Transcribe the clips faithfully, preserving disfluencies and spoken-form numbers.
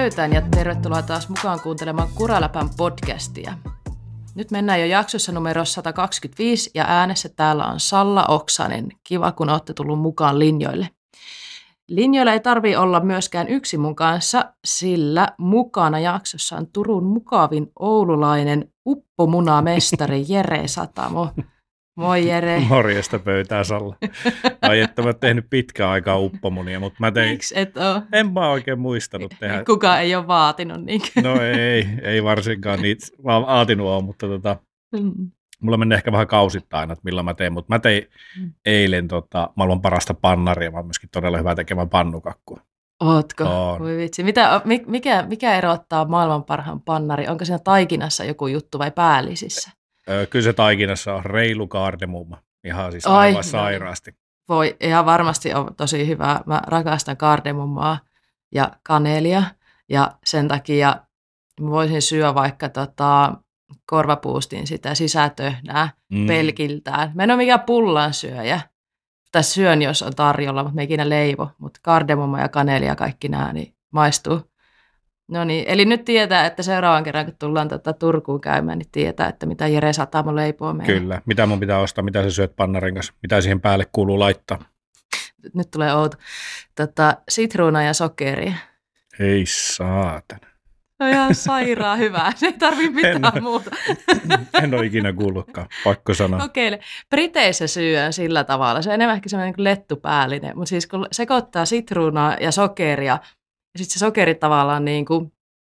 pöytään ja tervetuloa taas mukaan kuuntelemaan Kuraläpän podcastia. Nyt mennään jo jaksossa numero sata kaksikymmentäviisi ja äänessä täällä on Salla Oksanen. Kiva, kun olette tullut mukaan linjoille. Linjoilla ei tarvitse olla myöskään yksin mun kanssa, sillä mukana jaksossa on Turun mukavin oululainen uppomunamestari Jere Satamo. Moi Jere. Morjesta pöytää Salla. Ai että mä oon tehnyt pitkään aikaa uppomunia, mutta mä tein... Miksi et oo? En mä oikein muistanut tehdä. Kukaan ei ole vaatinut niinkö? No ei, ei varsinkaan niitä vaatinut ole, mutta tota, mm. mulla menee ehkä vähän kausittain, että milloin mä teen, mutta mä tein mm. eilen tota, maailman parasta pannaria, mä oon myöskin todella hyvä tekemään pannukakkua. Ootko? On. Voi vitsi. Mitä, mikä, mikä erottaa maailman parhaan pannari? Onko siinä taikinassa joku juttu vai päällisissä? Öö, kyllä se taikinassa on reilu kaardemumma, ihan siis aivan Ai, sairaasti. No. Voi, ihan varmasti on tosi hyvä. Mä rakastan kaardemummaa ja kanelia ja sen takia mä voisin syödä vaikka tota, korvapuustin sitä sisätöhnää mm. pelkiltään. Mä en ole mikään pullansyöjä. Tai syön, jos on tarjolla, mutta me ikinä leivo. Mutta kardemumma ja kaneli ja kaikki nämä niin maistuu. No niin, eli nyt tietää, että seuraavan kerran, kun tullaan tuota Turkuun käymään, niin tietää, että mitä Jere Satamo leipoo meille. Kyllä. Mitä mun pitää ostaa, mitä sä syöt pannarin kanssa, mitä siihen päälle kuuluu laittaa? Nyt tulee outo. Tota, sitruuna ja sokeria. Ei saatana. No ihan sairaan hyvää. Se ei tarvitse mitään en, muuta. En ole ikinä kuullutkaan, pakko sanoa. Kokeile. Briteissä syön sillä tavalla. Se on enemmänkin semmoinen niin lettupäällinen, mutta siis kun sekoittaa sitruunaa ja sokeria, ja sitten se sokeri tavallaan niin kuin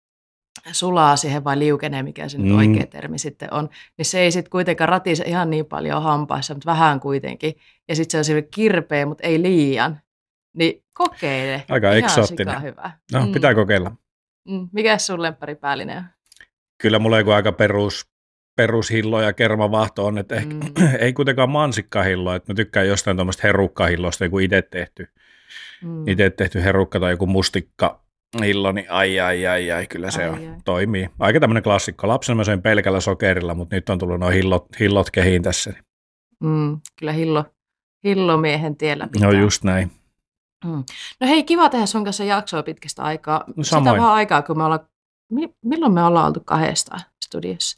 sulaa siihen vai liukenee, mikä se nyt mm. oikea termi sitten on, niin se ei sitten kuitenkaan ratise ihan niin paljon hampaissa, mutta vähän kuitenkin. Ja sitten se on sille kirpeä, mutta ei liian. Niin kokeile. Aika eksoottinen. Hyvä. No, mm. pitää kokeilla. Mm. Mikäs sun lemppäripäällinen on? Kyllä mulla ei aika perus, perushillo ja kermavahto on, että ehkä, mm. ei kuitenkaan mansikkahillo, että mä tykkään jostain tuommoista herukkahillosta, joku itse tehty. Mm. Itse tehty herukka tai joku mustikkahillo, niin ai ai ai ai, kyllä se ai, on, ai. Toimii. Aika tämmöinen klassikko. Lapsena mä söin pelkällä sokerilla, mutta nyt on tullut nuo hillot, hillot kehiin tässä. Mm, kyllä hillo, hillomiehen tiellä pitää. No just näin. Mm. No hei, kiva tehdä sun kanssa jaksoa pitkästä aikaa. No sitä vähän aikaa, kun me ollaan, milloin me ollaan oltu kahdestaan studiossa?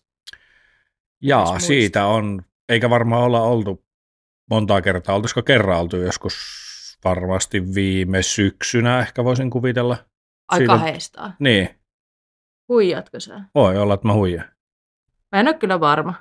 Jaa, siitä on, eikä varmaan olla oltu montaa kertaa. Oltaisiko kerran oltu joskus? Varmasti viime syksynä ehkä voisin kuvitella. Ai Siitä... kahdestaan? Niin. Huijatko sä? Voi olla, että mä huijaan. Mä en ole kyllä varma.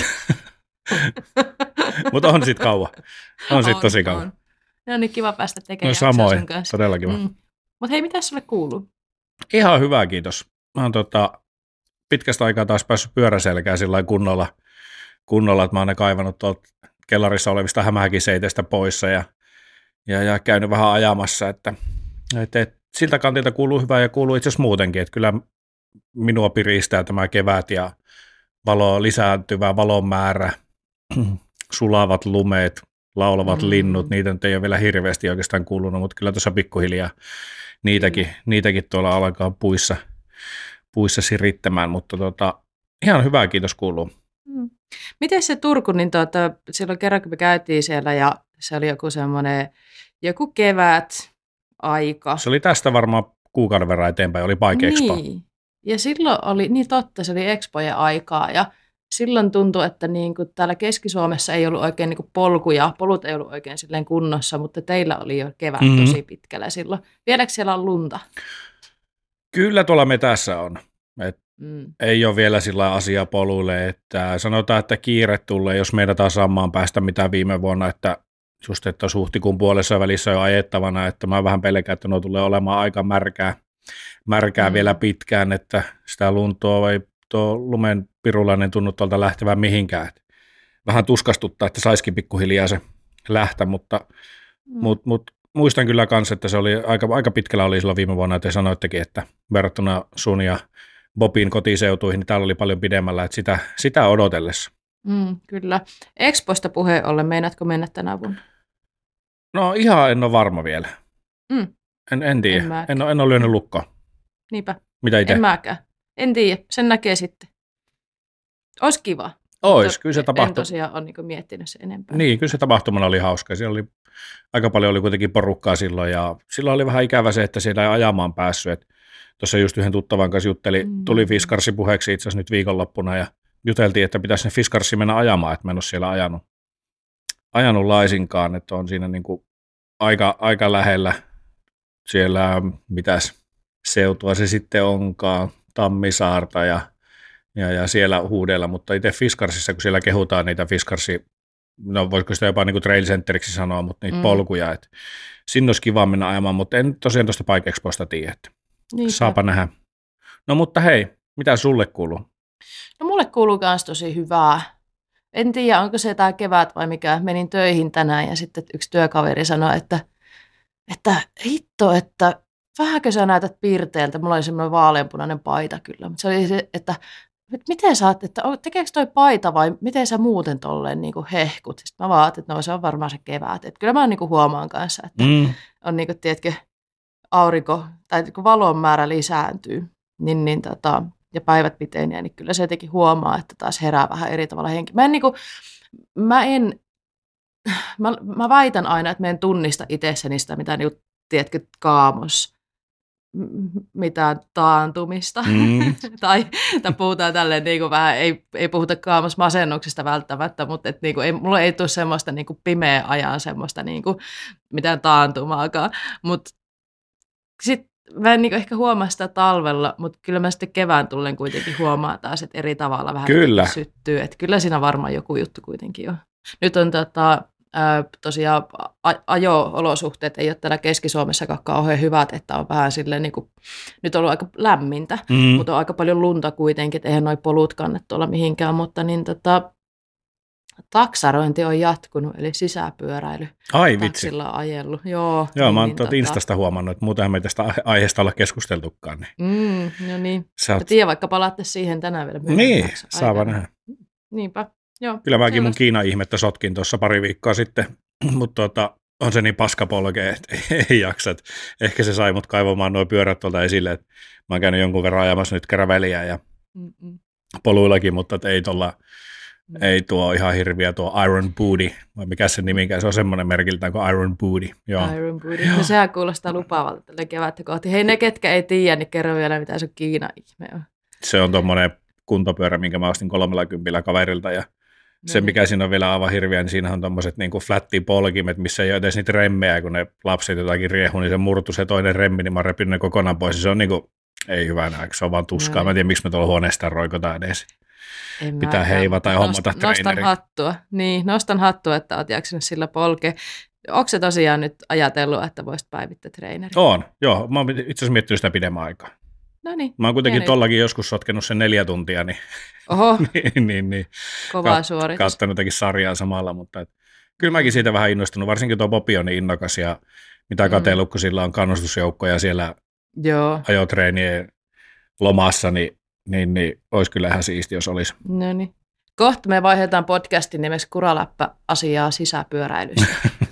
Mutta on sit kauan. On sit tosi kauan. On. No niin, kiva päästä tekemään no, samoin, sun kanssa. Todella kiva. Mm. Mutta hei, mitä sulle kuuluu? Ihan hyvä, kiitos. Mä oon tota, pitkästä aikaa taas päässyt pyöräselkään sillä kunnolla, kunnolla, että mä oon ne kaivannut tuolta kellarissa olevista hämähäkiseiteistä poissa ja Ja, ja käynyt vähän ajamassa, että, että, että siltä kantilta kuuluu hyvää ja kuuluu itse asiassa muutenkin, että kyllä minua piristää tämä kevät ja valo, lisääntyvä valon määrä, sulavat lumeet, laulavat mm. linnut, niitä nyt ei ole vielä hirveästi oikeastaan kuulunut, mutta kyllä tuossa pikkuhiljaa niitäkin, mm. niitäkin tuolla alkaa puissa, puissa sirittämään, mutta tota, ihan hyvää, kiitos kuuluu. Mm. Miten se Turku, niin tuota, silloin kerran kun me käytiin siellä ja se oli joku semmoinen, joku kevät aika. Se oli tästä varmaan kuukauden verran eteenpäin, oli Bike Expo. Niin, ja silloin oli, niin totta, se oli Expojen aikaa ja silloin tuntui, että niin kuin täällä Keski-Suomessa ei ollut oikein niin kuin polkuja, polut ei ollut oikein silleen kunnossa, mutta teillä oli jo kevät mm-hmm. tosi pitkällä silloin. Vieläkö siellä on lunta? Kyllä tuolla metässä on. Et mm. Ei ole vielä sillä asiaa poluille, että sanotaan, että kiire tulee, jos meidätään saamaan päästä mitä viime vuonna, että just, että huhtikuun puolessa välissä jo ajettavana, että mä vähän pelkään, että nuo tulee olemaan aika märkää, märkää mm. vielä pitkään, että sitä luntoa ei tuo lumen pirulainen tunnu tuolta lähtevän mihinkään. Et vähän tuskastuttaa, että saisikin pikkuhiljaa se lähteä, mutta mm. mut, mut, muistan kyllä kanssa, että se oli aika, aika pitkällä oli silloin viime vuonna, että sanoittekin, että verrattuna sun ja Bobin kotiseutuihin, niin täällä oli paljon pidemmällä, että sitä, sitä odotellessa. Mm, kyllä. Exposta puheen ollen, meinaatko mennä tänä vuonna? No ihan en ole varma vielä. Mm. En, en tiedä. En, en, ole, en ole lyönyt lukkoa. Niinpä. Mitä itse? En mäkään. En tiedä. Sen näkee sitten. Olisi kiva. Ois, kyllä se tapahtui. En tosiaan ole niin miettinyt se enempää. Niin, kyllä se tapahtumana oli hauska. Siellä oli, aika paljon oli kuitenkin porukkaa silloin ja silloin oli vähän ikävä se, että siellä ei ajamaan päässyt. Et tuossa just yhden tuttavan kanssa jutteli, mm. tuli Fiskarsi puheeksi itse asiassa nyt viikonloppuna ja juteltiin, että pitäisi ne Fiskarsi mennä ajamaan, että mä en ole siellä ajanut, ajanut laisinkaan, että on siinä niin kuin aika, aika lähellä siellä, mitäs seutua se sitten onkaan, Tammisaarta ja, ja, ja siellä huudella, mutta itse Fiskarsissa, kun siellä kehutaan niitä Fiskarsi, no voisiko sitä jopa niin kuin trail centeriksi sanoa, mutta niitä mm. polkuja, että sinne olisi kiva mennä ajamaan, mutta en tosiaan tuosta Bike Exposta tiedä, että niinpä. Saapa nähdä. No mutta hei, mitä sulle kuuluu? No mulle kuuluu myös tosi hyvää. En tiedä, onko se tämä kevät vai mikä. Menin töihin tänään ja sitten yksi työkaveri sanoi, että, että hitto, että vähänkö sä näytät piirteeltä. Mulla oli semmoinen vaaleanpunainen paita kyllä, mutta se oli se, että miten sä oot, että tekeekö toi paita vai miten sä muuten tolleen niin kuin hehkut? Sitten mä vaan että no se on varmaan se kevät. Että kyllä mä niin kuin huomaan kanssa, että mm. on niin kuin, tiedätkö, aurinko tai niin kuin valon määrä lisääntyy niin, niin, tota, ja päivät pitenee, niin kyllä se jotenkin huomaa, että taas herää vähän eri tavalla henki. Mä en, niin kuin, mä, en mä, mä väitän aina, että mä en tunnista itsessäni sitä, mitä niin kuin, tiedätkö, kaamos. Mitään taantumista. Mm. tai, tai puhutaan tälleen niin kuin vähän, ei, ei puhuta kaamos masennuksesta välttämättä, mutta et, niin kuin, ei, mulla ei tule semmoista niin kuin pimeä ajan semmoista niin kuin, mitään taantumaakaan. Mutta sitten mä en niin kuin ehkä huomaa sitä talvella, mutta kyllä mä sitten kevään tullen kuitenkin huomaan taas, että eri tavalla vähän kyllä. syttyy. Että kyllä siinä varmaan joku juttu kuitenkin on. Nyt on tota, tosiaan ajo-olosuhteet ei ole täällä Keski-Suomessakaan kauhean hyvät, että on vähän silleen, niin kuin, nyt on ollut aika lämmintä, mm. mutta on aika paljon lunta kuitenkin, että eihän noi polut kanne tuolla mihinkään, mutta niin tota, taksarointi on jatkunut, eli sisäpyöräily. Ai vitsi. Taksilla on ajellut. Joo, Joo niin, mä oon niin, tota... Instasta huomannut, että muutenhan me tästä aiheesta olla keskusteltukaan. Niin. Mm, no niin, oot... tiedä vaikka palaatte siihen tänään vielä. Niin, saava nähdä. Niinpä. Joo, kyllä mäkin mun Kiina-ihmettä sotkin tuossa pari viikkoa sitten, mutta tota, on se niin paskapolkea, että ei jaksa. Että ehkä se sai mut kaivamaan nuo pyörät tuolta esille. Että mä oon käynyt jonkun verran ajamassa nyt käräväliä ja Mm-mm. poluillakin, mutta ei, tolla, mm. ei tuo ihan hirviä tuo Iron Booty, vai mikä se nimikään, se on semmoinen merkiltään kuin Iron Booty. Joo. Iron Booty, no sehän kuulostaa lupaavalta tälle kevättä kohti. Hei ne, ketkä ei tiedä, niin kerro vielä, mitä se Kiina-ihme on. Se on tommoinen kuntopyörä, minkä mä ostin kolmellakymmenellä kaverilta ja se, mikä siinä on vielä aivan hirviä, niin siinä on tommoset niinku flättipolkimet, missä ei ole edes niitä remmejä, kun ne lapset jotakin riehuu, niin se murtuu se toinen remmi, niin mä oon repinyt ne kokonaan pois. Se on niinku, ei hyvänä, se on vaan tuskaa. No. Mä en tiedä, miksi me tuolla huoneestaan roikotaan edes. En Pitää heivata ja hommata nost, Nostan treeneri. hattua, niin, nostan hattua, että oot jaksanut sillä polkea. Onko se tosiaan nyt ajatellut, että voisit päivittää treeneri? On, joo. Mä oon itse asiassa miettinyt sitä pidemmän aikaa. No niin. Mä oon kuitenkin tollakin joskus sotkenut sen neljä tuntia, niin, Oho. niin, niin, niin. Kovaa Kat, suoritus. Kattanut jotakin sarjaa samalla, mutta et, kyllä mäkin siitä vähän innostunut, varsinkin tuo Bobi on niin innokas ja mitä katsellut, kun sillä on kannustusjoukkoja siellä Joo. ajotreenien lomassa, niin, niin, niin olisi kyllä ihan siisti, jos olisi. No niin. Kohta me vaihdetaan podcastin nimeksi Kuraläppä asiaa sisäpyöräilystä.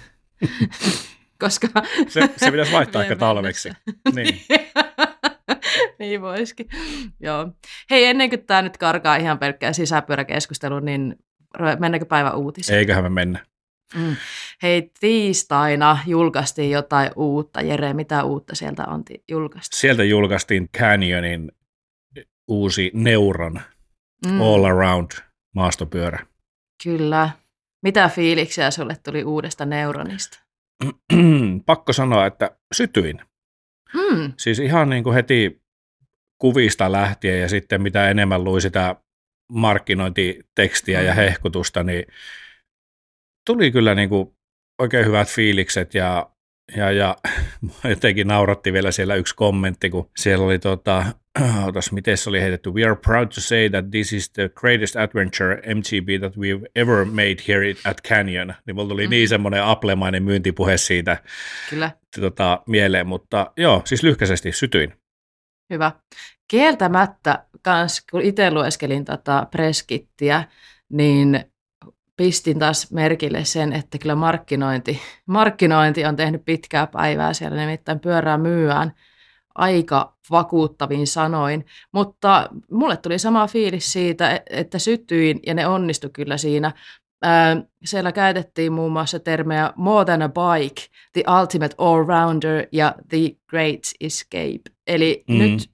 Koska se, se pitäisi vaihtaa ehkä talveksi. Niin. Niin voisikin. Joo. Hei, ennen kuin tämä nyt karkaa ihan pelkkää sisäpyöräkeskustelu, niin mennäänkö päivän uutisiin? Eiköhän me mennä. Mm. Hei, tiistaina julkaistiin jotain uutta. Jere, mitä uutta sieltä on julkaistu? Sieltä julkaistiin Canyonin uusi Neuron mm. All Around maastopyörä. Kyllä. Mitä fiiliksiä sulle tuli uudesta Neuronista? Pakko sanoa, että sytyin. Mm. Siis ihan niin kuin heti kuvista lähtien ja sitten mitä enemmän luin sitä markkinointitekstiä mm. ja hehkutusta, niin tuli kyllä niin kuin oikein hyvät fiilikset ja, ja, ja jotenkin nauratti vielä siellä yksi kommentti, kun siellä oli tota, otas, miten se oli heitetty, we are proud to say that this is the greatest adventure M T B that we've ever made here at Canyon. Niin mulla tuli mm. niin semmoinen aplemainen myyntipuhe siitä Kyllä. Tota, mieleen, mutta joo, siis lyhkäisesti sytyin. Hyvä. Kieltämättä, kans, kun itse lueskelin tota presskittiä, niin pistin taas merkille sen, että kyllä markkinointi, markkinointi on tehnyt pitkää päivää siellä, nimittäin pyörää myyään aika vakuuttavin sanoin, mutta mulle tuli sama fiilis siitä, että sytyin ja ne onnistui kyllä siinä. Siellä käytettiin muun muassa termejä more than a bike, the ultimate all-rounder ja the great escape. Eli mm. nyt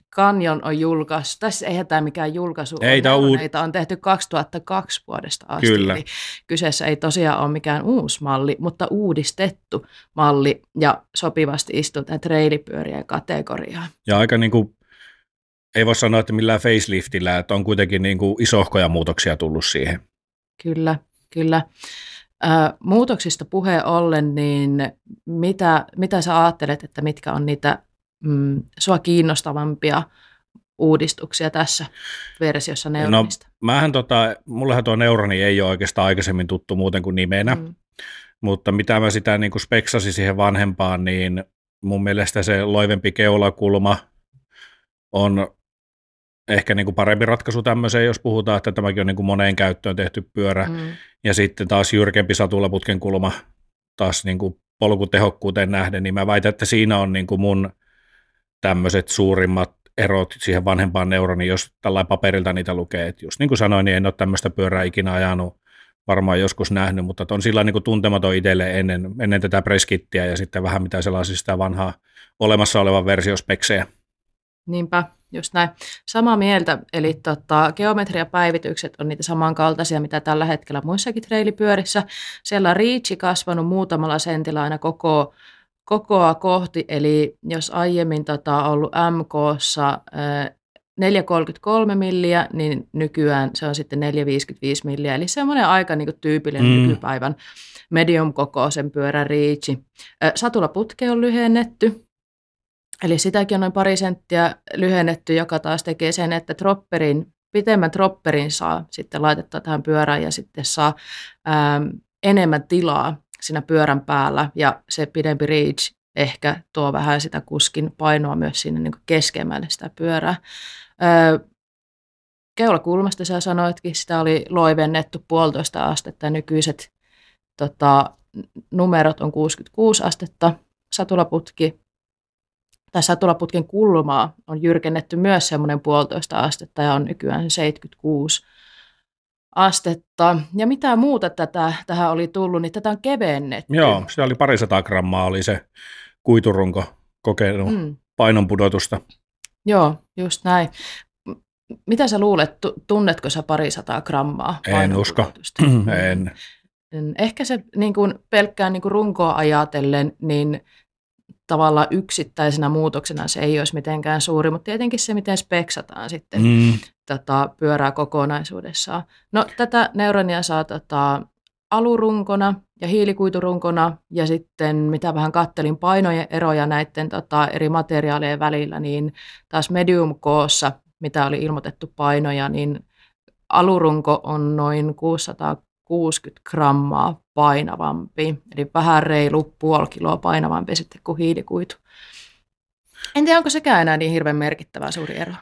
Canyon on julkaissut, tässä eihän tämä mikään julkaisu ei, ole, uud... Neuroneita on tehty kaksituhattakaksi vuodesta asti, Kyllä. eli kyseessä ei tosiaan ole mikään uusi malli, mutta uudistettu malli ja sopivasti istuu tähän treilipyörien kategoriaan. Ja aika niin kuin, ei voi sanoa, että millään faceliftillä, että on kuitenkin niin kuin isohkoja muutoksia tullut siihen. Kyllä, kyllä. Äh, muutoksista puheen ollen, niin mitä, mitä sä ajattelet, että mitkä on niitä mm, sua kiinnostavampia uudistuksia tässä versiossa Neuronista? No, mähän tota, mullehan tuo Neuroni ei ole oikeastaan aikaisemmin tuttu muuten kuin nimenä, mm. mutta mitä mä sitä niin kuin speksasin siihen vanhempaan, niin mun mielestä se loivempi keulakulma on ehkä niin kuin parempi ratkaisu tämmöiseen, jos puhutaan, että tämäkin on niin kuin moneen käyttöön tehty pyörä. Mm. Ja sitten taas jyrkempi satulaputken kulma taas niin kuin polkutehokkuuteen nähden, niin mä väitän, että siinä on niin kuin mun tämmöiset suurimmat erot siihen vanhempaan Neuroniin, jos tällainen paperilta niitä lukee. Et just niin kuin sanoin, niin en ole tämmöistä pyörää ikinä ajanut, varmaan joskus nähnyt, mutta on sillä niin kuin tuntematon itselle ennen, ennen tätä preskittiä ja sitten vähän mitä sellaisista vanhaa olemassa olevan versiospeksejä. Niinpä, just näin. Samaa mieltä, eli tota, geometriapäivitykset on niitä samankaltaisia, mitä tällä hetkellä muissakin treilipyörissä. Siellä on reachi kasvanut muutamalla sentillä aina koko, kokoa kohti, eli jos aiemmin tota, ollut M K:ssa neljä pilkku kolmekymmentäkolme milliä, niin nykyään se on sitten neljä pilkku viisikymmentäviisi milliä, eli semmoinen aika niin kuin tyypillinen mm. nykypäivän medium-kokoisen pyörän reachi. Satulaputke on lyhennetty. Eli sitäkin on noin pari senttiä lyhennetty, joka taas tekee sen, että dropperin, pitemmän dropperin saa sitten laitettua tähän pyörään ja sitten saa ää, enemmän tilaa siinä pyörän päällä. Ja se pidempi reach ehkä tuo vähän sitä kuskin painoa myös sinne niin kuin keskemmälle sitä pyörää. Ää, keulakulmasta sä sanoitkin, sitä oli loivennettu puolitoista astetta ja nykyiset tota, numerot on kuusikymmentäkuusi astetta, satulaputki. Tai satulaputken kulmaa on jyrkennetty myös semmoinen puolitoista astetta ja on nykyään seitsemänkymmentäkuusi astetta. Ja mitä muuta tätä, tähän oli tullut, niin tätä on kevennetty. Joo, se oli parisataa grammaa oli se kuiturunko kokenut mm. painonpudotusta. Joo, just näin. Mitä sä luulet, tunnetko sä parisataa grammaa En usko, en. Ehkä se niin kuin pelkkään niin kuin runkoa ajatellen, niin tavallaan yksittäisenä muutoksena se ei olisi mitenkään suuri, mutta tietenkin se, miten speksataan sitten mm. tota, pyörää kokonaisuudessaan. No tätä Neuronia saa tota, alurunkona ja hiilikuiturunkona ja sitten mitä vähän kattelin painojen eroja näiden tota, eri materiaalien välillä, niin taas medium-koossa, mitä oli ilmoitettu painoja, niin alurunko on noin kuusisataakuusikymmentä grammaa painavampi, eli vähän reilu puoli kiloa painavampi sitten kuin hiilikuitu. En tiedä, onko sekään enää niin hirveän merkittävä suuri ero?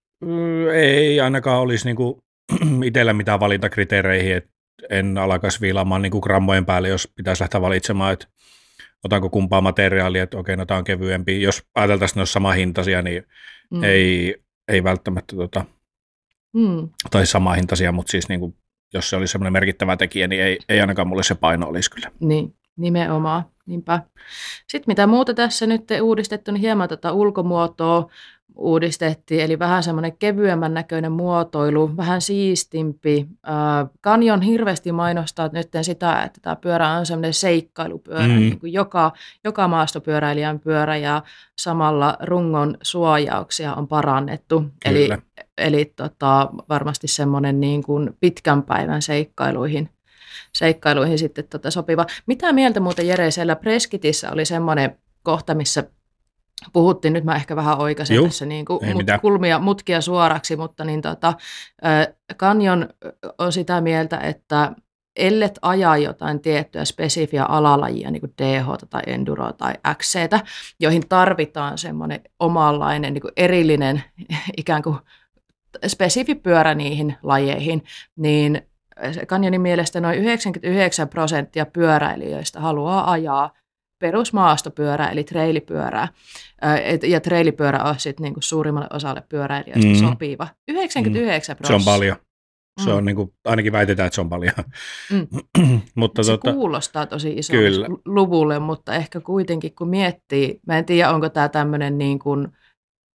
Ei ainakaan olisi niinku itsellä mitään valintakriteereihin, että en alkaisi viilaamaan niinku grammojen päälle, jos pitäisi lähteä valitsemaan, että otanko kumpaa materiaalia, että okei, no tämä on kevyempi. Jos ajateltaisiin, että ne olisi sama hintaisia, niin mm. ei, ei välttämättä, tota, mm. tai sama hintaisia, mutta siis niinku jos se olisi semmoinen merkittävä tekijä, niin ei, ei ainakaan mulle se paino olisi kyllä. Niin, nimenomaan, niinpä. Sitten mitä muuta tässä nyt uudistettu, niin hieman tätä ulkomuotoa uudistettiin, eli vähän semmoinen kevyemmän näköinen muotoilu, vähän siistimpi. Canyon hirveästi mainostaa nyt sitä, että tämä pyörä on semmoinen seikkailupyörä, mm. niin kuin joka, joka maastopyöräilijän pyörä, ja samalla rungon suojauksia on parannettu. Kyllä. Eli, eli tota, varmasti semmoinen niin kuin pitkän päivän seikkailuihin, seikkailuihin sitten tota sopiva. Mitä mieltä muuten Jere siellä Preskitissä oli semmoinen kohta, missä puhuttiin, nyt mä ehkä vähän oikaisen Juh, tässä niin kuin mut, kulmia, mutkia suoraksi, mutta niin tota, Canyon on sitä mieltä, että ellet ajaa jotain tiettyä spesifiä alalajia, niin kuin D H tai Enduro tai X C:tä, joihin tarvitaan semmoinen omanlainen niin kuin erillinen ikään kuin spesifi pyörä niihin lajeihin, niin Canyonin mielestä noin yhdeksänkymmentäyhdeksän prosenttia pyöräilijöistä haluaa ajaa perusmaastopyörää, eli treilipyörää. Ja treilipyörä on sitten niinku suurimmalle osalle pyöräilijöistä mm. sopiva. yhdeksänkymmentäyhdeksän prosenttia. Se on paljon. Se mm. on niinku, ainakin väitetään, että se on paljon. Mm. mutta se tota, kuulostaa tosi isolle luvulle, mutta ehkä kuitenkin kun miettii, mä en tiedä, onko tämä tämmöinen niin kuin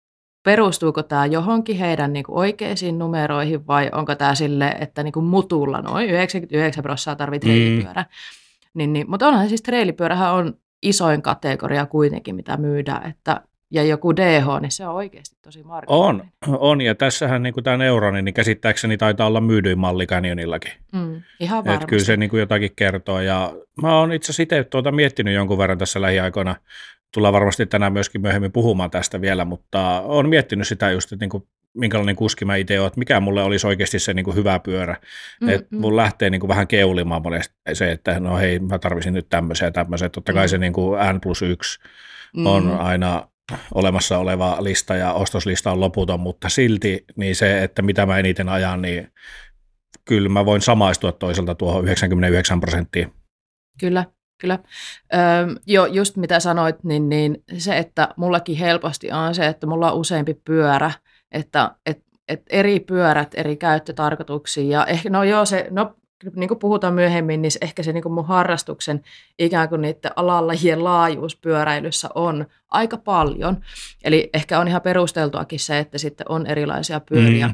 perustuuko tämä johonkin heidän niin kuin oikeisiin numeroihin vai onko tämä sille, että niin kuin mutulla noin yhdeksänkymmentäyhdeksän prosenttia tarvii treilipyörä. Mm. Niin, niin, mutta onhan siis treilipyörähän on isoin kategoria kuitenkin, mitä myydään, että ja joku D H, niin se on oikeasti tosi markkinoinen. On, on, ja tässähän niin kuin tämä Neuroni, niin käsittääkseni taitaa olla myydyin malli Canyonillakin. Mm, ihan varmasti. Että kyllä se niin kuin jotakin kertoo, ja mä oon itse asiassa itse tuota miettinyt jonkun verran tässä lähiaikoina, tullaan varmasti tänään myöskin myöhemmin puhumaan tästä vielä, mutta oon miettinyt sitä just, että niin kuin, minkälainen kuski mä itse oon, että mikä mulle olisi oikeasti se niin kuin hyvä pyörä. Mm, että mm. mun lähtee niin kuin vähän keulimaan monesti se, että no hei, mä tarvisin nyt tämmöisiä ja tämmöisiä. Totta kai mm. se niin kuin N plus yksi mm. on aina olemassa oleva lista ja ostoslista on loputon, mutta silti niin se, että mitä mä eniten ajan, niin kyllä mä voin samaistua toiselta tuohon yhdeksänkymmentäyhdeksän prosenttia. Kyllä, kyllä. Öö, jo just mitä sanoit, niin, niin se, että mullakin helposti on se, että mulla on useampi pyörä, että et, et eri pyörät eri käyttötarkoituksiin ja ehkä, no joo se, no niin kuin puhutaan myöhemmin, niin ehkä se niin kuin mun harrastuksen ikään kuin niiden alalajien laajuus pyöräilyssä on aika paljon. Eli ehkä on ihan perusteltuakin se, että sitten on erilaisia pyöriä. Mm.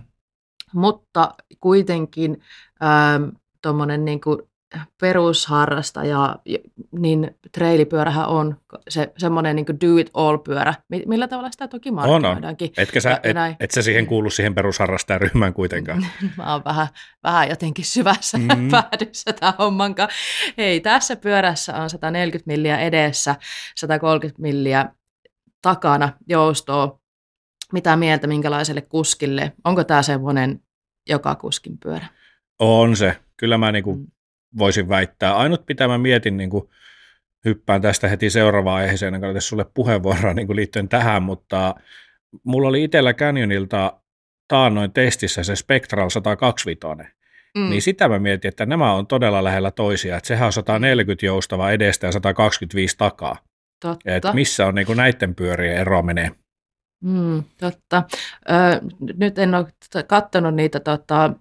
Mutta kuitenkin ähm, tuommoinen niin kuin perusharrastaja, niin treilipyörähän on se semmoinen niin kuin do-it-all-pyörä. Millä tavalla sitä toki markkinoidaankin. On, on. Etkä sä, et, et sä siihen kuulu siihen perusharrastajaryhmään kuitenkaan. Mä oon vähän, vähän jotenkin syvässä mm. päädyssä tämän hommankaan. Hei, tässä pyörässä on sata neljäkymmentä milliä edessä, sata kolmekymmentä milliä takana joustoa. Mitä mieltä, minkälaiselle kuskille? Onko tämä semmoinen joka kuskin pyörä? On se. Kyllä mä niinku mm. voisin väittää. Ainut mitä mä mietin, niinku, hyppään tästä heti seuraavaan aiheeseen, en kannata sulle puheenvuoroa niinku liittyen tähän, mutta mulla oli itsellä Canyonilta taannoin testissä se Spectral sata kaksikymmentäviisi. Mm. Niin sitä mä mietin, että nämä on todella lähellä toisia. Että sehän on sata neljäkymmentä joustava edestä ja sata kaksikymmentäviisi takaa. Totta. Että missä on niinku näiden pyörien ero menee. Mm, totta. Ö, nyt en ole katsonut niitä tota,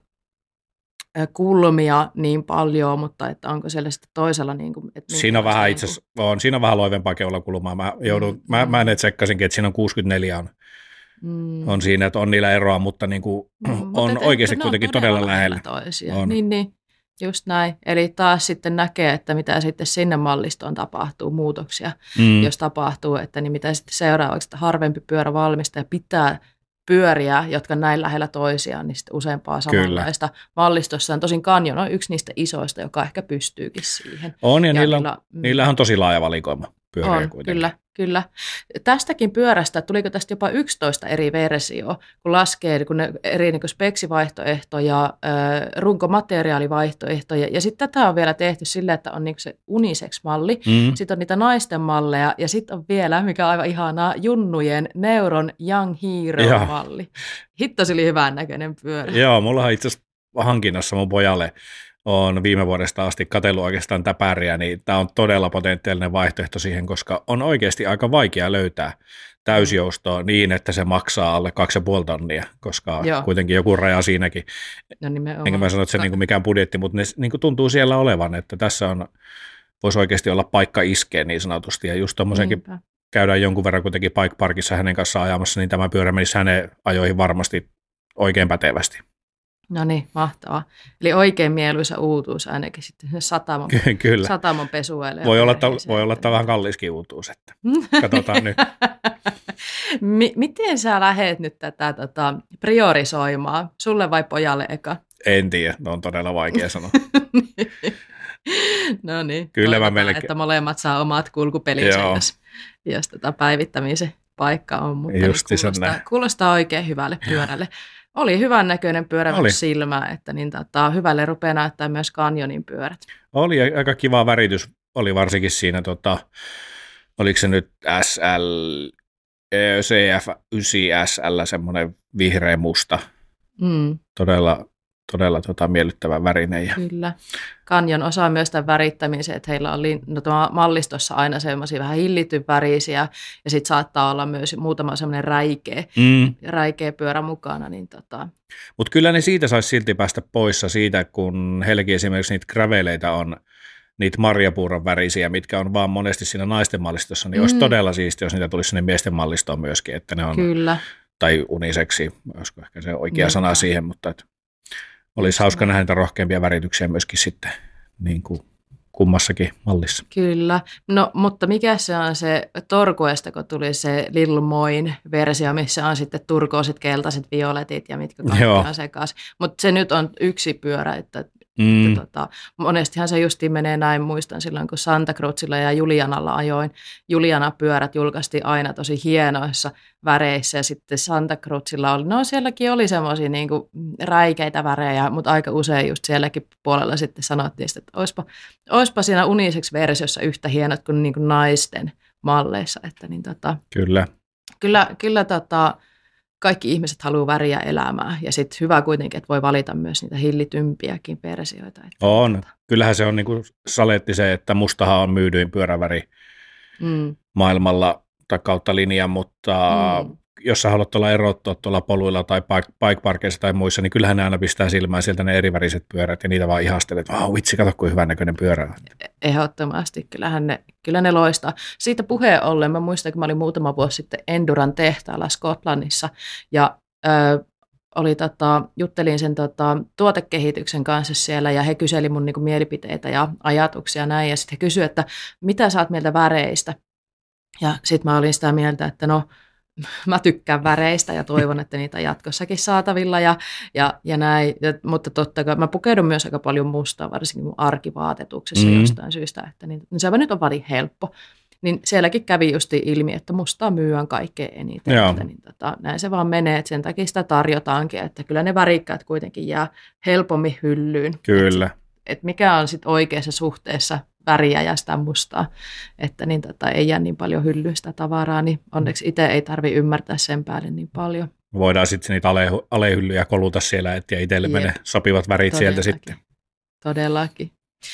kulmia niin paljon, mutta että onko siellä sitten toisella... Niin kuin, että siinä on vähän itse asiassa, on, siinä on vähän loivempaa keulakulmaa. Mä, joudun, mm, mä, mä en tsekkasinkin, että siinä on kuusikymmentäneljä on, mm. on siinä, että on niillä eroa, mutta niin kuin, mm, on mutta oikeasti et, kuitenkin todella, todella lähellä. Toisia. On. Niin, niin. Just näin. Eli taas sitten näkee, että mitä sitten sinne mallistoon tapahtuu, muutoksia, mm. jos tapahtuu, että niin mitä sitten seuraavaksi, että harvempi pyörävalmistaja pitää pyöriä, jotka näin lähellä toisiaan, niin sitten useampaa samanlaista mallistossa. Tosin Canyon on yksi niistä isoista, joka ehkä pystyykin siihen. On, ja, ja niillä, niillä, niillä on tosi laaja valikoima pyöriä on, kuitenkin. Kyllä, kyllä. Tästäkin pyörästä, tuliko tästä jopa yksitoista eri versiota, kun laskee kun ne eri niin kuin speksivaihtoehto ja äh, runkomateriaalivaihtoehto. Ja, ja sitten tätä on vielä tehty sillä, että on niin se unisex-malli, mm. sitten on niitä naisten malleja, ja sitten on vielä, mikä on aivan ihanaa, junnujen Neuron Young Hero-malli. Hitto, se oli hyvän näköinen pyörä. Joo, mulla on itse asiassa hankinnassa mun pojalle on viime vuodesta asti katsellut oikeastaan täpäriä, niin tämä on todella potentiaalinen vaihtoehto siihen, koska on oikeasti aika vaikea löytää täysjoustoa niin, että se maksaa alle kaksi ja puoli tonnia, koska Joo. kuitenkin joku raja siinäkin. No enkä mä sano, että se niin kuin mikään budjetti, mutta ne niin kuin tuntuu siellä olevan, että tässä on, voisi oikeasti olla paikka iskeä niin sanotusti, ja just tommosenkin käydään jonkun verran kuitenkin Bike Parkissa hänen kanssaan ajamassa, niin tämä pyörä menisi hänen ajoihin varmasti oikein pätevästi. No niin, mahtavaa. Eli oikein mieluisa uutuus ainakin sitten satamon, Kyllä. satamon pesueelle. Voi olla, ta, voi olla vähän kalliskin uutuus, että katsotaan nyt. M- miten sä lähdet nyt tätä tota, priorisoimaan? Sulle vai pojalle eka? En tiedä, on todella vaikea sanoa. No niin, Kyllä toivotaan, mä melkein... että molemmat saa omat kulkupelinsä, jos, jos tota päivittämisen paikka on. Mutta niin kuulostaa, kuulostaa oikein hyvälle pyörälle. Oli hyvän näköinen pyörä silmää, että niin tota, hyvälle rupeaa näyttää myös Canyonin pyörät. Oli aika kiva väritys, oli varsinkin siinä, tota, oliko se nyt S L, C F yhdeksän S L, semmoinen vihreä musta, mm. todella, todella tota, miellyttävä värinen. Ja... Kyllä. Canyon osaa myös tämän värittämisen, että heillä on no, mallistossa aina semmoisia vähän hillityn värisiä, ja sitten saattaa olla myös muutama semmoinen räikeä, mm. räikeä pyörä mukana. Niin tota... Mutta kyllä ne siitä saisi silti päästä poissa siitä, kun heilläkin esimerkiksi niitä graveleita on, niitä marjapuuron värisiä, mitkä on vaan monesti siinä naisten mallistossa, niin mm. olisi todella siistiä, jos niitä tulisi sinne miesten mallistoon myöskin, että ne on... Kyllä. tai uniseksi, olisiko ehkä se oikea no, sana siihen, mutta että olisi hauska nähdä niitä rohkeampia värityksiä myöskin sitten niin kuin kummassakin mallissa. Kyllä, no mutta mikä se on se Torkuesta, kun tuli se Little Moin versio, missä on sitten turkoosit, keltaiset, violetit ja mitkä kaikki Joo. on sekaisin. Mutta se nyt on yksi pyörä, että Mm. Tota, monestihan se justiin menee näin, muistan silloin kun Santa Cruzilla ja Julianalla ajoin. Juliana-pyörät julkaistiin aina tosi hienoissa väreissä ja sitten Santa Cruzilla oli, no sielläkin oli semmoisia niinku räikeitä värejä, mutta aika usein just sielläkin puolella sitten sanottiin, että oispa, oispa siinä unisex-versiossa yhtä hienot kuin niinku naisten malleissa. Että niin tota, kyllä. Kyllä, kyllä tota, kaikki ihmiset haluaa väriä elämää ja sitten hyvä kuitenkin, että voi valita myös niitä hillitympiäkin versioita. Että on. Tota. Kyllähän se on niin kuin saletti se, että mustahan on myydyin pyöräväri mm. maailmalla tai kautta linjan, mutta mm. jos sä haluat olla erottua tuolla poluilla tai bike parkeissa tai muissa, niin kyllähän ne aina pistää silmään sieltä ne eriväriset pyörät ja niitä vaan ihastelet, että vau, vitsi, kato kuin hyvän näköinen pyörä on. Ehdottomasti, kyllähän ne, kyllä ne loistaa. Siitä puheen ollen, mä muistan, kun mä olin muutama vuosi sitten Enduran tehtaalla Skotlannissa ja ö, oli, tota, juttelin sen tota, tuotekehityksen kanssa siellä ja he kyseli mun niinku mielipiteitä ja ajatuksia näin ja sitten he kysyivät, että mitä sä oot mieltä väreistä? Ja sitten mä olin sitä mieltä, että no mä tykkään väreistä ja toivon, että niitä on jatkossakin saatavilla ja, ja, ja näin, ja, mutta totta kai mä pukeudun myös aika paljon mustaa, varsinkin mun arkivaatetuksessa mm. jostain syystä, että niin, niin se nyt on paljon helppo. Niin sielläkin kävi just ilmi, että mustaa myyään kaikkein eniten, että niin, tota, näin se vaan menee, että sen takia sitä tarjotaankin, että kyllä ne värikkäät kuitenkin jää helpommin hyllyyn. Kyllä. Että et mikä on sitten oikeassa suhteessa väriä ja sitä mustaa, että niin tota, ei jää niin paljon hyllyä sitä tavaraa, niin onneksi itse ei tarvitse ymmärtää sen päälle niin paljon. Voidaan sitten niitä ale, alehyllyjä koluta siellä, että itselle menee sopivat värit Todellakin. Sieltä sitten. Todellakin.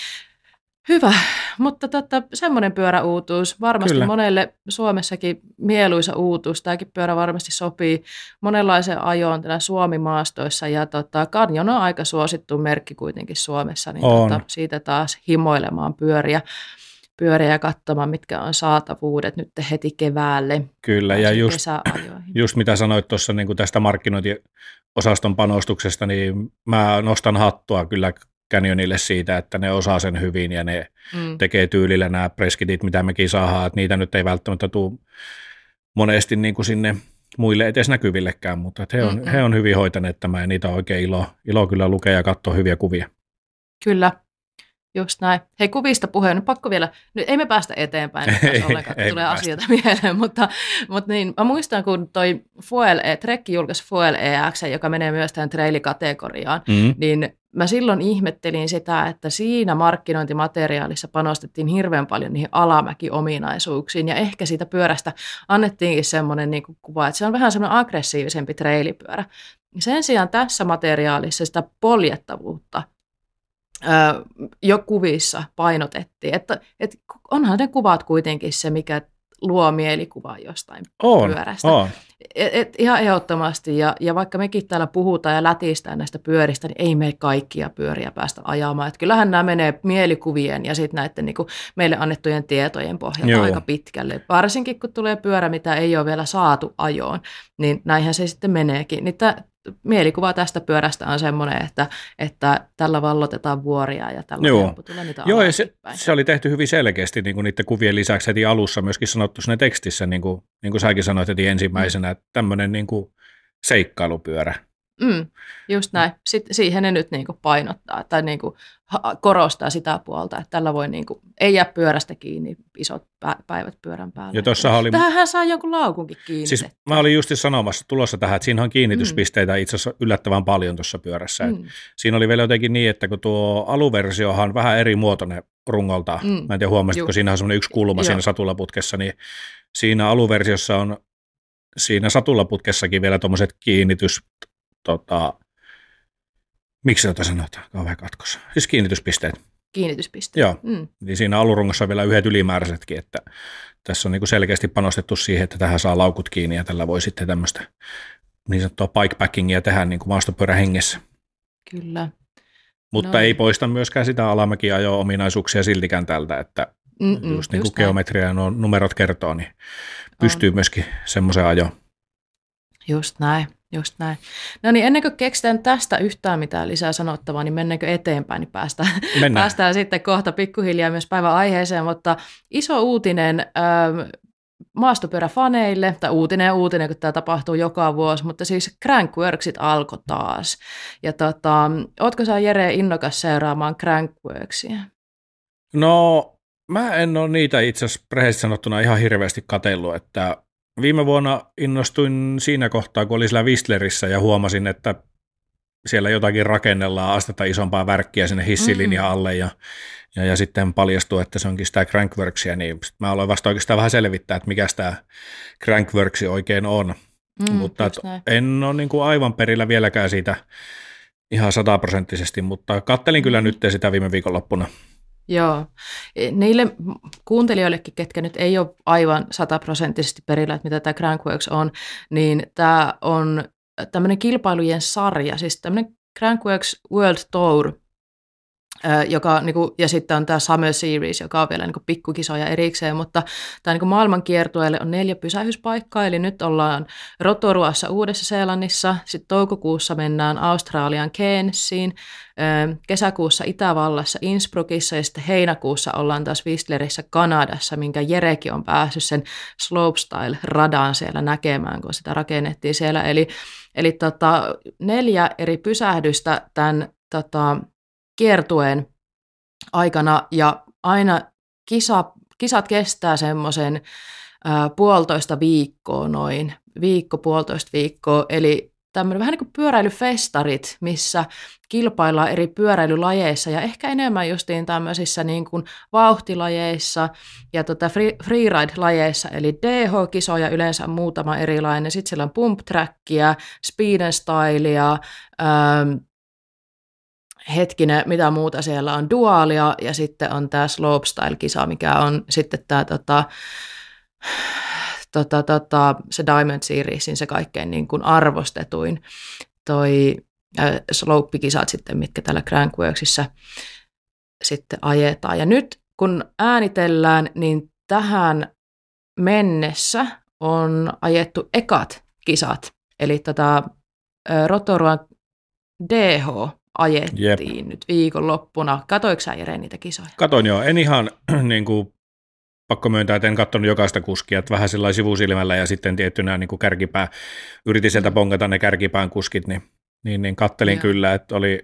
Hyvä, mutta tota, semmoinen pyöräuutuus, varmasti Kyllä. monelle Suomessakin mieluisa uutuus. Tämäkin pyörä varmasti sopii monenlaisen ajoon täällä Suomi-maastoissa ja tota, Canyon on aika suosittu merkki kuitenkin Suomessa, niin tota, siitä taas himoilemaan pyöriä, pyöriä ja katsomaan, mitkä on saatavuudet nyt heti keväälle. Kyllä, ja just, just mitä sanoit tuossa niin tästä markkinointiosaston panostuksesta, niin mä nostan hattua kyllä Canyonille siitä, että ne osaa sen hyvin ja ne mm. tekee tyylillä nämä preskitit, mitä mekin saadaan, että niitä nyt ei välttämättä tule monesti niin kuin sinne muille edes näkyvillekään, mutta että he, on, he on hyvin hoitaneet tämän ja niitä on oikein ilo, ilo kyllä lukea ja katsoa hyviä kuvia. Kyllä, just näin. Hei, kuvista puheen, nyt pakko vielä, nyt ei me päästä eteenpäin, ei, ollenkaan, ei tulee päästä. Asioita mieleen, mutta, mutta niin, mä muistan, kun toi Fuel E, Trekki julkaisi Fuel E X, joka menee myös tähän trailikategoriaan, mm. niin mä silloin ihmettelin sitä, että siinä markkinointimateriaalissa panostettiin hirveän paljon niihin alamäkiominaisuuksiin ja ehkä siitä pyörästä annettiinkin semmoinen niin kuin kuva, että se on vähän semmoinen aggressiivisempi trailipyörä. Sen sijaan tässä materiaalissa sitä poljettavuutta jo kuvissa painotettiin, että, että onhan ne kuvat kuitenkin se, mikä luo mielikuvaa jostain on, pyörästä. On. Et, et ihan ehdottomasti, ja, ja vaikka mekin täällä puhutaan ja lätistään näistä pyöristä, niin ei me kaikkia pyöriä päästä ajamaan. Et kyllähän nämä menee mielikuvien ja sitten näiden niin kuin meille annettujen tietojen pohjalta Joo. aika pitkälle. Varsinkin kun tulee pyörä, mitä ei ole vielä saatu ajoon, niin näinhän se sitten meneekin. Niin tää, mielikuva tästä pyörästä on semmoinen, että, että tällä vallotetaan vuoria ja tällä Joo. helppo tulee niitä Joo, ja se, se oli tehty hyvin selkeästi niin kuin niiden kuvien lisäksi heti alussa myöskin sanottu siinä tekstissä, niin kuin, niin kuin säkin sanoit heti ensimmäisenä, mm. että tämmöinen niin kuin seikkailupyörä. Mm, just näin. Sitten siihen ne nyt niin kuin painottaa tai niin kuin korostaa sitä puolta, että tällä voi niin kuin, ei jää pyörästä kiinni isot päivät pyörän päällä. Oli... Tähän saa jonkun laukunkin kiinni. Siis mä olin just sanomassa tulossa tähän, että siinä on kiinnityspisteitä mm. itse asiassa yllättävän paljon tuossa pyörässä. Mm. Siinä oli vielä jotenkin niin, että kun tuo aluversiohan on vähän eri muotoinen rungolta, mm. mä en tiedä huomasitko, siinä on semmoinen yksi kulma Joo. siinä satulaputkessa, niin siinä aluversiossa on siinä satulaputkessakin vielä tuommoiset kiinnitys, tota, miksi se sanotaan, kauhean katkossa, siis kiinnityspisteet. Kiinnityspisteet. Joo, mm. niin siinä alurungossa on vielä yhdet ylimääräisetkin, että tässä on niin kuin selkeästi panostettu siihen, että tähän saa laukut kiinni ja tällä voi sitten tämmöistä niin sanottua bikepackingia tehdä niin kuin maastopyörän hengessä. Kyllä. Mutta no. ei poista myöskään sitä alamäkiajo-ominaisuuksia siltikään tältä, että Mm-mm, just niin kuin just geometria ja nuo numerot kertoo, niin pystyy on. myöskin semmoisen ajoon. Just näin, just näin. No niin, ennen kuin keksitään tästä yhtään mitään lisää sanottavaa, niin mennäänkö eteenpäin, niin päästään, päästään sitten kohta pikkuhiljaa myös päivän aiheeseen, mutta iso uutinen ähm, maastopyöräfaneille, tai uutinen ja uutinen, kun tämä tapahtuu joka vuosi, mutta siis Crankworksit alkoi taas. Ja tota, ootko sä Jere innokas seuraamaan Crankworksia? No, mä en ole niitä itse asiassa rehellisesti sanottuna ihan hirveästi katsellut, että viime vuonna innostuin siinä kohtaa, kun olin siellä Whistlerissä ja huomasin, että siellä jotakin rakennellaan astetta isompaa värkkiä sinne hissilinjan alle ja, ja, ja sitten paljastuu, että se onkin sitä Crankworksia, niin mä aloin vasta oikeastaan vähän selvittää, että mikä sitä Crankworks oikein on, mm, mutta en ole niin kuin aivan perillä vieläkään siitä ihan sataprosenttisesti, mutta kattelin kyllä nyt sitä viime viikonloppuna. Joo. Niille kuuntelijoillekin, ketkä nyt ei ole aivan sataprosenttisesti perillä, että mitä tämä Crankworks on, niin tämä on tämmöinen kilpailujen sarja, siis tämmöinen Crankworks World Tour, joka, niin kuin, ja sitten on tämä Summer Series, joka on vielä niin kuin pikkukisoja erikseen, mutta tämä niin kuin maailmankiertueelle on neljä pysähyspaikkaa, eli nyt ollaan Rotoruassa Uudessa-Seelannissa, sitten toukokuussa mennään Australian Cairnsiin, kesäkuussa Itävallassa Innsbruckissa ja sitten heinäkuussa ollaan taas Whistlerissä Kanadassa, minkä Jerekin on päässyt sen slopestyle-radan siellä näkemään, kun sitä rakennettiin siellä. Eli, eli tota, neljä eri pysähdystä tämän tota, kiertueen aikana ja aina kisa, kisat kestää semmoisen puolitoista viikkoa noin, viikko, puolitoista viikkoa, eli tämmöinen vähän niin kuin pyöräilyfestarit, missä kilpaillaan eri pyöräilylajeissa ja ehkä enemmän justiin tämmöisissä niin kuin vauhtilajeissa ja tota free, freeride-lajeissa, eli D H-kisoja yleensä on muutama erilainen, sitten siellä on pump trackia, speed and stylea, ähm, hetkinen, mitä muuta siellä on, dualia ja sitten on tämä slopestyle-kisa, mikä on sitten tämä tota, tota, tota, se Diamond Seriesin se kaikkein niin kuin arvostetuin toi äh, slope-kisat sitten, mitkä täällä Crankworksissa sitten ajetaan. Ja nyt kun äänitellään, niin tähän mennessä on ajettu ekat kisat, eli tätä äh, Rotoruan D H ajettiin Jep. nyt viikonloppuna. Katoiko sä Jere niitä kisoja? Katoin joo, en ihan niin kuin pakko myöntää, että en katsonut jokaista kuskia, että vähän sellainen sivusilmällä ja sitten tiettynä niin kuin kärkipää, yritin sieltä bongata ne kärkipään kuskit, niin, niin, niin kattelin ja. kyllä, että oli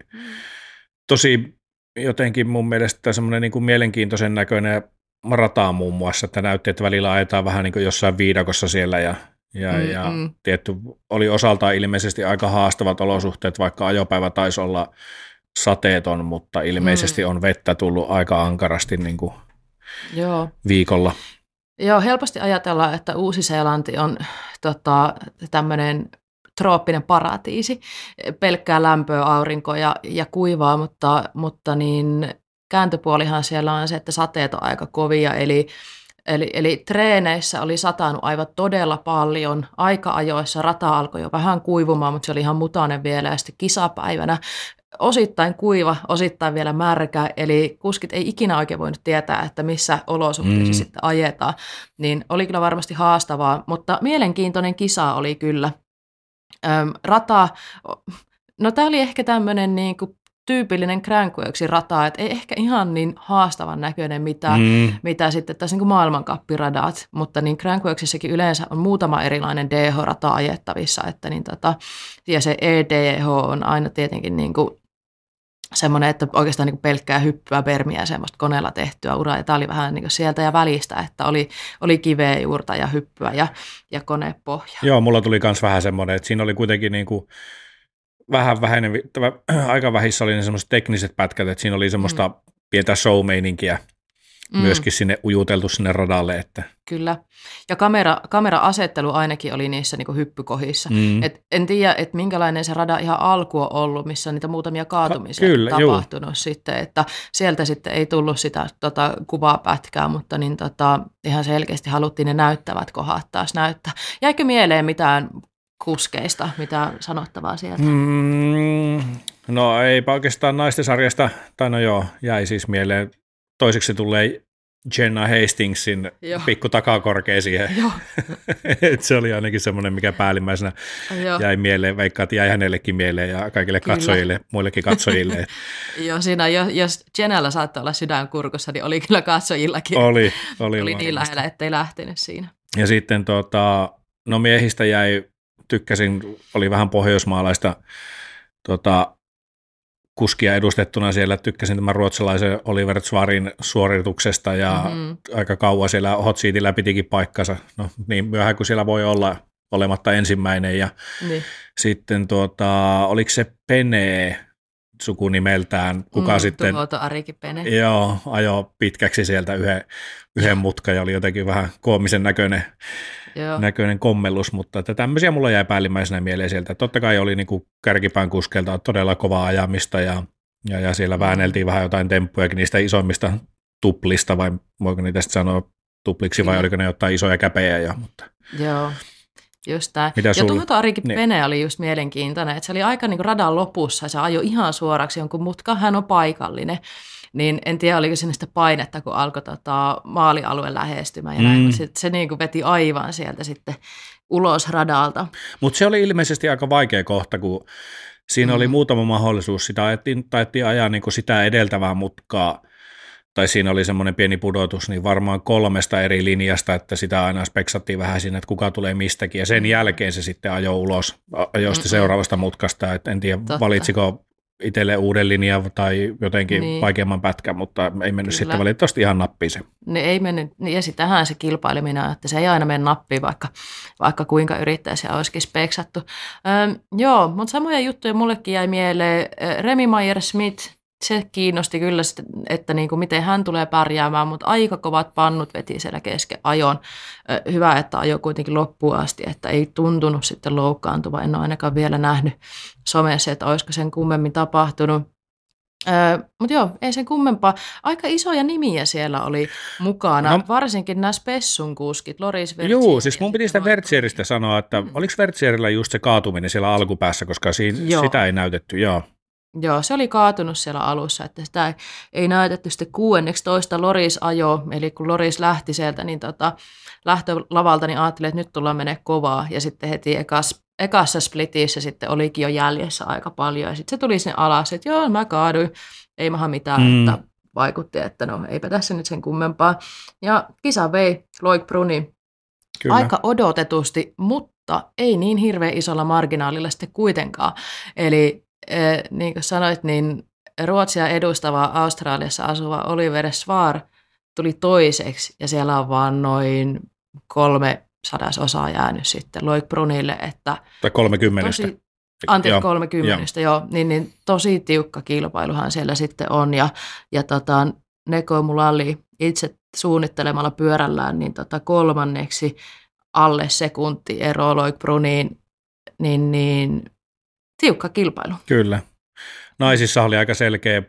tosi jotenkin mun mielestä semmoinen niin kuin mielenkiintoisen näköinen rata muun muassa, että näytti, että välillä ajetaan vähän niin kuin jossain viidakossa siellä ja, ja, mm, ja mm. tietty oli osaltaan ilmeisesti aika haastavat olosuhteet, vaikka ajopäivä taisi olla sateeton, mutta ilmeisesti mm. on vettä tullut aika ankarasti niin kuin Joo. viikolla. Joo, helposti ajatellaan, että Uusi-Seelanti on tota, tämmöinen trooppinen paratiisi, pelkkää lämpöä, aurinkoa ja, ja kuivaa, mutta, mutta niin kääntöpuolihan siellä on se, että sateet on aika kovia, eli, eli, eli treeneissä oli satanut aivan todella paljon, aika-ajoissa rata alkoi jo vähän kuivumaan, mutta se oli ihan mutainen vielä, ja sitten kisapäivänä osittain kuiva, osittain vielä märkä, eli kuskit ei ikinä oikein voinut tietää, että missä olosuhteissa mm. sitten ajetaan, niin oli kyllä varmasti haastavaa, mutta mielenkiintoinen kisa oli kyllä. Öm, rata, no tämä oli ehkä tämmöinen niin kuin tyypillinen Crankworksin rata, että ei ehkä ihan niin haastavan näköinen, mitä, mm. mitä sitten tässä niin maailmankappiradat, mutta niin Crankworksissakin yleensä on muutama erilainen D H-rata ajettavissa, että niin tota, ja se E D H on aina tietenkin niin kuin semmoinen, että oikeastaan niin kuin pelkkää hyppyä, permiä ja semmoista koneella tehtyä uraa, ja tämä oli vähän niin kuin sieltä ja välistä, että oli, oli kiveä juurta ja hyppyä ja, ja konepohja. Joo, mulla tuli myös vähän semmoinen, että siinä oli kuitenkin niin kuin vähän vähäinen, aika vähissä oli ne semmoiset tekniset pätkät, että siinä oli semmoista mm. pientä show-meininkiä mm. myöskin sinne ujuteltu sinne radalle. Että. Kyllä, ja kamera, kamera-asettelu ainakin oli niissä niin kuin hyppykohdissa. Mm. Et en tiedä, että minkälainen se rada ihan alku on ollut, missä on niitä muutamia kaatumisia Ka- kyllä, tapahtunut juu. sitten, että sieltä sitten ei tullut sitä tota, kuvapätkää, mutta niin, tota, ihan selkeästi haluttiin ne näyttävät kohdat taas näyttää. Jäikö mieleen mitään kuskeista, mitä sanottavaa sieltä? Mm, no eipä oikeastaan naisten sarjasta, tai no joo, jäi siis mieleen. Toiseksi tulee Jenna Hastingsin Joo. pikku takakorkea siihen. Se oli ainakin semmoinen, mikä päällimmäisenä Joo. jäi mieleen, vaikka jäi hänellekin mieleen ja kaikille Kyllä. katsojille, muillekin katsojille. Joo, siinä jos Jennalla saattoi olla sydän kurkussa, niin oli kyllä katsojillakin. Oli, oli, oli niin lähellä, ettei lähtenyt siinä. Ja sitten tota, no miehistä jäi, tykkäsin, oli vähän pohjoismaalaista tota, kuskia edustettuna siellä, tykkäsin tämän ruotsalaisen Oliver Zvarin suorituksesta ja mm-hmm. aika kauan siellä hot seatillä pitikin paikkansa, no niin myöhään kuin siellä voi olla olematta ensimmäinen ja niin. Sitten tuota, oliko se Pene sukunimeltään, kuka mm, sitten Arikin Pene. Joo, ajo pitkäksi sieltä yhden, yhden mutkan ja oli jotenkin vähän koomisen näköinen, näköinen kommellus, mutta että tämmöisiä mulla jäi päällimmäisenä mieleen sieltä. Totta kai oli niin kuin kärkipään kuskelta todella kovaa ajamista ja, ja, ja siellä väänneltiin vähän jotain temppujakin niistä isommista tuplista, vai voiko niitä sitten sanoa tupliksi vai mm. oliko ne jotain isoja käpejä. Ja, mutta. Joo. Just tämä. Ja tuohon Arikin niin. Pene oli just mielenkiintoinen, että se oli aika niin kuin radan lopussa ja se ajoi ihan suoraksi jonkun mutka, hän on paikallinen. Niin en tiedä, oliko sinne sitä painetta, kun alkoi tota maalialue lähestymään ja mm. näin, se, se niin kuin veti aivan sieltä sitten ulos radalta. Mutta se oli ilmeisesti aika vaikea kohta, kun siinä mm. oli muutama mahdollisuus, sitä ajettiin, taettiin ajaa niin kuin sitä edeltävää mutkaa, tai siinä oli semmoinen pieni pudotus, niin varmaan kolmesta eri linjasta, että sitä aina speksattiin vähän siinä, että kuka tulee mistäkin, ja sen jälkeen se sitten ajoi ulos, ajoi sitten seuraavasta mutkasta, että en tiedä, Totta. valitsiko itselle uuden linjan tai jotenkin niin. vaikeamman pätkän, mutta ei mennyt Kyllä. sitten valitettavasti ihan nappiin se. Ne ei mennyt, ja sitähän se kilpaileminen, että se ei aina mene nappiin, vaikka, vaikka kuinka yrittäisi ja olisikin speksattu. Ähm, joo, mutta samoja juttuja mullekin jäi mieleen. Remy Maier-Smith, se kiinnosti kyllä, että niin kuin miten hän tulee pärjäämään, mutta aika kovat pannut veti siellä kesken ajon. Hyvä, että ajo kuitenkin loppuun asti, että ei tuntunut sitten loukkaantuva. En ole ainakaan vielä nähnyt somessa, että olisiko sen kummemmin tapahtunut. Öö, mutta joo, ei sen kummempaa. Aika isoja nimiä siellä oli mukana, no, varsinkin nämä Spessun kuskit, Loris Vertsier. Joo, siis mun piti sitä Vertsieristä sanoa, että mm. oliko Vertsierillä just se kaatuminen siellä alkupäässä, koska siinä, sitä ei näytetty, joo. Joo, se oli kaatunut siellä alussa, että sitä ei näytetty sitten kuudentoista Loris ajo, eli kun Loris lähti sieltä, niin tota, lähtölavalta, niin ajattelin, että nyt tullaan menee kovaa, ja sitten heti ekas, ekassa splitissä sitten olikin jo jäljessä aika paljon, ja sitten se tuli sinne alas, että joo, mä kaaduin, ei maha mitään, mm. että vaikutti, että no eipä tässä nyt sen kummempaa. Ja kisa vei Loic Bruni aika odotetusti, mutta ei niin hirveän isolla marginaalilla sitten kuitenkaan, eli Eh, niin kuin sanoit, niin Ruotsia edustava Australiassa asuva Oliver Zvar tuli toiseksi ja siellä on vaan noin kolme sadasosaa jäänyt sitten Loic Brunille. Että tai kolmekymmentä. Anteeksi, kolmekymmentä, joo. joo niin, niin tosi tiukka kilpailuhan siellä sitten on ja, ja tota, Neko Mulali itse suunnittelemalla pyörällään niin tota kolmanneksi alle sekunti ero Loic Bruniin, niin, niin tiukka kilpailu. Kyllä. Naisissa oli aika selkeä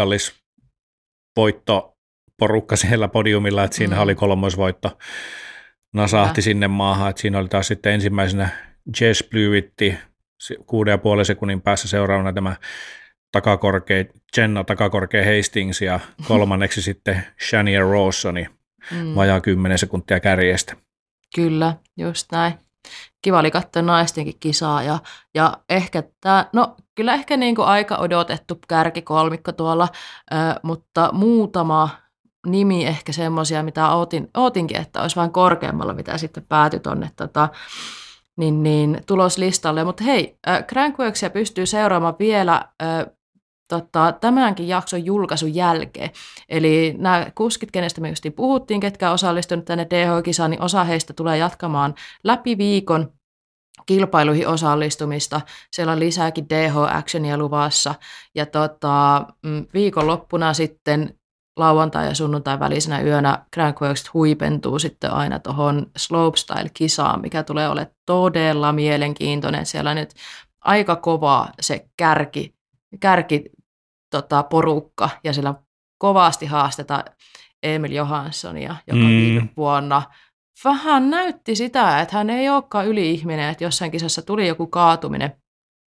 paikallisvoittoporukka siellä podiumilla, että siinä mm. oli kolmoisvoitto. Nasahti ja. sinne maahan, että siinä oli taas sitten ensimmäisenä Jess Bluewitti kuuden ja puolen sekunnin päässä seuraavana tämä takakorkea, Jenna takakorkea Hastings ja kolmanneksi sitten Shania Rawsoni mm. vajaa kymmenen sekuntia kärjestä. Kyllä, just näin. Kiva oli katsoa naistenkin kisaa ja, ja ehkä tämä, no kyllä ehkä niin kuin aika odotettu kärkikolmikko tuolla, äh, mutta muutama nimi ehkä semmoisia, mitä ootin, ootinkin, että olisi vähän korkeammalla, mitä sitten päätyi tuonne tota, niin, niin, tuloslistalle. Mutta hei, äh, Crankworksia pystyy seuraamaan vielä äh, Tota, tämänkin jakson julkaisun jälkeen. Eli nämä kuskit, kenestä me justiin puhuttiin, ketkä osallistunut tänne D H-kisaan, niin osa heistä tulee jatkamaan läpi viikon kilpailuihin osallistumista. Siellä on lisääkin D H-actionia luvassa. Ja tota, viikonloppuna sitten lauantai- ja sunnuntai välisenä yönä Crankworks huipentuu sitten aina tuohon slopestyle-kisaan, mikä tulee olemaan todella mielenkiintoinen. Siellä on nyt aika kova se kärki, kärki tota, porukka, ja siellä kovasti haastetaan Emil Johanssonia, joka mm. viime vuonna vähän näytti sitä, että hän ei olekaan yli-ihminen, että jossain kisassa tuli joku kaatuminen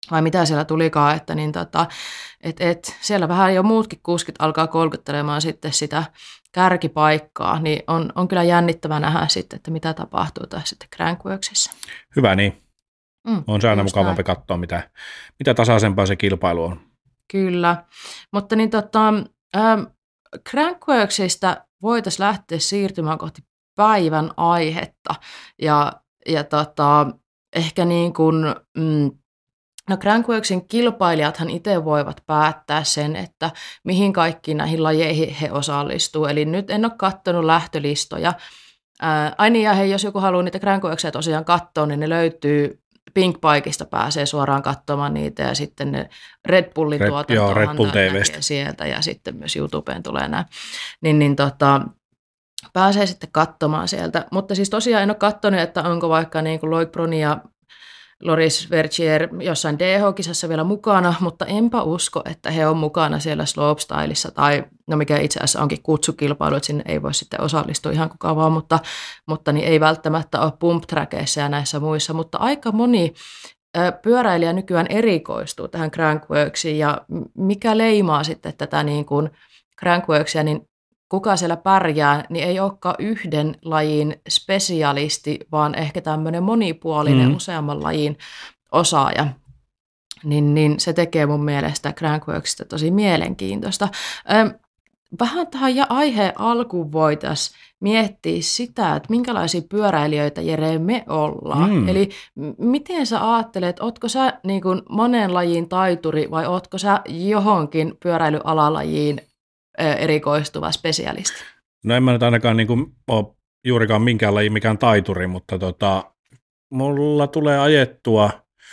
vai mitä siellä tulikaan, että niin tota, et, et, siellä vähän jo muutkin kuskit alkaa kolkuttelemaan sitten sitä kärkipaikkaa, niin on, on kyllä jännittävä nähdä sitten, että mitä tapahtuu tässä sitten Crankworksissa. Hyvä niin. Mm, on se aina mukavampi näin. Katsoa, mitä, mitä tasaisempaa se kilpailu on. Kyllä, mutta niin tota, ähm, Crankworksista voitaisiin lähteä siirtymään kohti päivän aihetta ja, ja tota, ehkä niin kuin, mm, no Crankworksin kilpailijathan itse voivat päättää sen, että mihin kaikkiin näihin lajeihin he osallistuu. Eli nyt en ole katsonut lähtölistoja. Ää, ai niin, ja hei, jos joku haluaa niitä Crankworksia tosiaan katsoa, niin ne löytyy Pink Bikeista, pääsee suoraan katsomaan niitä, ja sitten ne Red Bullin Red, tuotantohan Red Bull T V:stä sieltä, ja sitten myös YouTubeen tulee nämä. Niin, niin tota, pääsee sitten katsomaan sieltä. Mutta siis tosiaan en ole katsonut, että onko vaikka niin kuin Loic Bruni ja Loris Vergier jossain D H-kisassa vielä mukana, mutta enpä usko, että he on mukana siellä slopestylissa tai no mikä itse asiassa onkin kutsukilpailu, että sinne ei voi sitten osallistua ihan kukaan vaan, mutta, mutta niin ei välttämättä ole pump trackeissa ja näissä muissa, mutta aika moni pyöräilijä nykyään erikoistuu tähän Crankworksiin ja mikä leimaa sitten tätä niin kuin Crankworksia, niin kuka siellä pärjää, niin ei olekaan yhden lajin spesialisti, vaan ehkä tämmöinen monipuolinen mm. useamman lajin osaaja. Niin, niin se tekee mun mielestä Crankworksista tosi mielenkiintoista. Vähän tähän aiheen alkuun voitaisiin miettiä sitä, että minkälaisia pyöräilijöitä, Jere, me ollaan. Mm. Eli miten sä ajattelet, ootko sä niin kuin monen lajin taituri vai ootko sä johonkin pyöräilyalalajiin erikoistuva spesialisti? No en mä nyt ainakaan niin kuin ole juurikaan minkään lajin mikään taituri, mutta tota, mulla tulee ajettua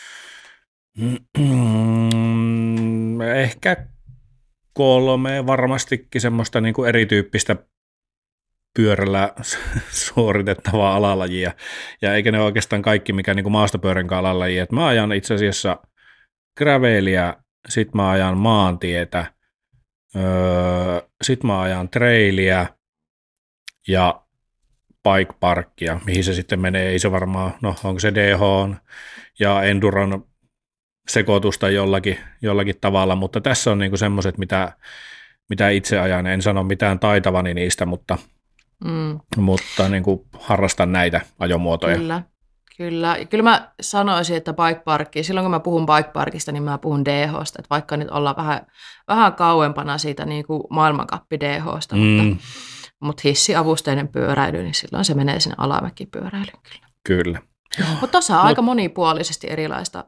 mm, ehkä kolme varmastikin semmoista niin kuin erityyppistä pyörällä suoritettavaa alalajia. Ja eikä ne oikeastaan kaikki mikä niin kuin maastopyörän alalajia. Et mä ajan itse asiassa gravelia, sit mä ajan maantietä, Öö, sitten mä ajan trailia ja bike parkia, mihin se sitten menee, ei se varmaan, no onko se D H ja enduron sekoitusta jollakin, jollakin tavalla, mutta tässä on niinku semmoiset, mitä, mitä itse ajan, en sano mitään taitavani niistä, mutta, mm. mutta niinku harrastan näitä ajomuotoja. Kyllä. Kyllä. Kyllä mä sanoisin, että bike parkki, silloin kun mä puhun bike parkista, niin mä puhun D H:sta, että vaikka nyt ollaan vähän, vähän kauempana siitä niin kuin maailmankappi D H:sta, mm. mutta, mutta hissiavusteinen pyöräily, niin silloin se menee sinne alamäkipyöräilyyn kyllä. Kyllä. Mutta tuossa on Mut, aika monipuolisesti erilaista.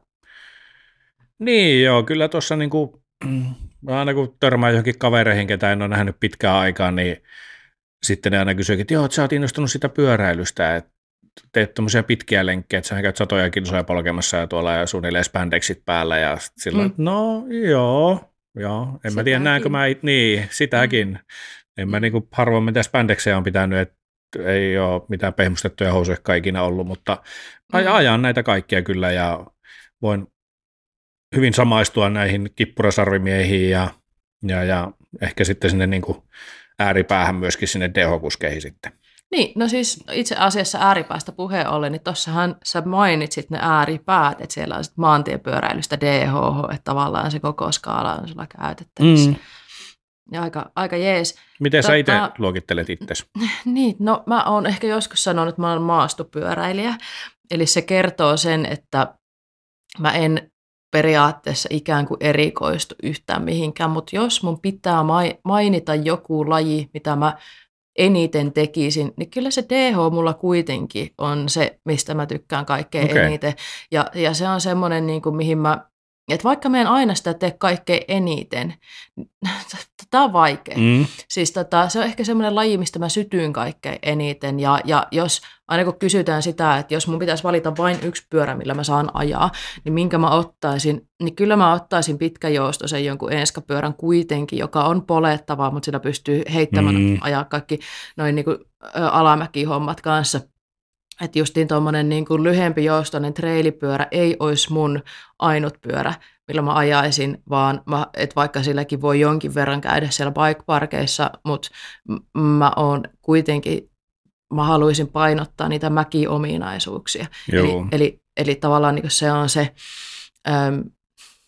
Niin joo, kyllä tuossa niin kuin, aina kun törmää johonkin kavereihin, ketä en ole nähnyt pitkään aikaa, niin sitten ne aina kysyy, että joo, että sä oot innostunut sitä pyöräilystä, että teet tämmöisiä pitkiä lenkkejä, että sä käyt satoja kilsoja polkemassa ja tuolla ja suunnilleen spandexit päällä ja silloin, mm. no joo, joo, en sitäkin. Mä tiedä näenkö mä, niin, sitäkin. Mm. En mä niinku harvoin mitä spandexeja on pitänyt, että ei ole mitään pehmustettuja housuja ikinä ollut, mutta mm. ajan näitä kaikkia kyllä ja voin hyvin samaistua näihin kippurasarvimiehiin ja, ja, ja ehkä sitten sinne niinku ääripäähän myöskin sinne D H-kuskeihin sitten. Niin, no siis itse asiassa ääripäästä puheen ollen, niin tuossahan sä mainitsit ne ääripäät, että siellä on sitten maantiepyöräilystä D H H, että tavallaan se koko skaala on sulla käytettävissä. Mm. Ja aika, aika jees. Miten tota, sä itse luokittelet itsesi? Niin, no mä oon ehkä joskus sanonut, että mä oon maastopyöräilijä, eli se kertoo sen, että mä en periaatteessa ikään kuin erikoistu yhtään mihinkään, mutta jos mun pitää mainita joku laji, mitä mä eniten tekisin, niin kyllä se D H mulla kuitenkin on se, mistä mä tykkään kaikkein okay. eniten. Ja, ja se on semmoinen, niin kuin, mihin mä, että vaikka mä en aina sitä tee kaikkein eniten, tämä on vaikea. Mm. Siis tota, se on ehkä semmoinen laji, mistä mä sytyin kaikkein eniten. Ja, ja jos aina kun kysytään sitä, että jos mun pitäisi valita vain yksi pyörä, millä mä saan ajaa, niin minkä mä ottaisin, niin kyllä mä ottaisin pitkäjoustoisen jonkun enskapyörän kuitenkin, joka on polettava, mutta sillä pystyy heittämään mm. ajaa kaikki noin niin kuin alamäkihommat kanssa. Että justiin tuommoinen niin kuin lyhyempi joustoinen treilipyörä ei olisi mun ainut pyörä, millä mä ajaisin, vaan mä, et vaikka silläkin voi jonkin verran käydä siellä bike-parkeissa, mutta m- mä oon kuitenkin, mä haluaisin painottaa niitä mäkiominaisuuksia. Eli, eli, eli tavallaan niin kuin se on se, äm,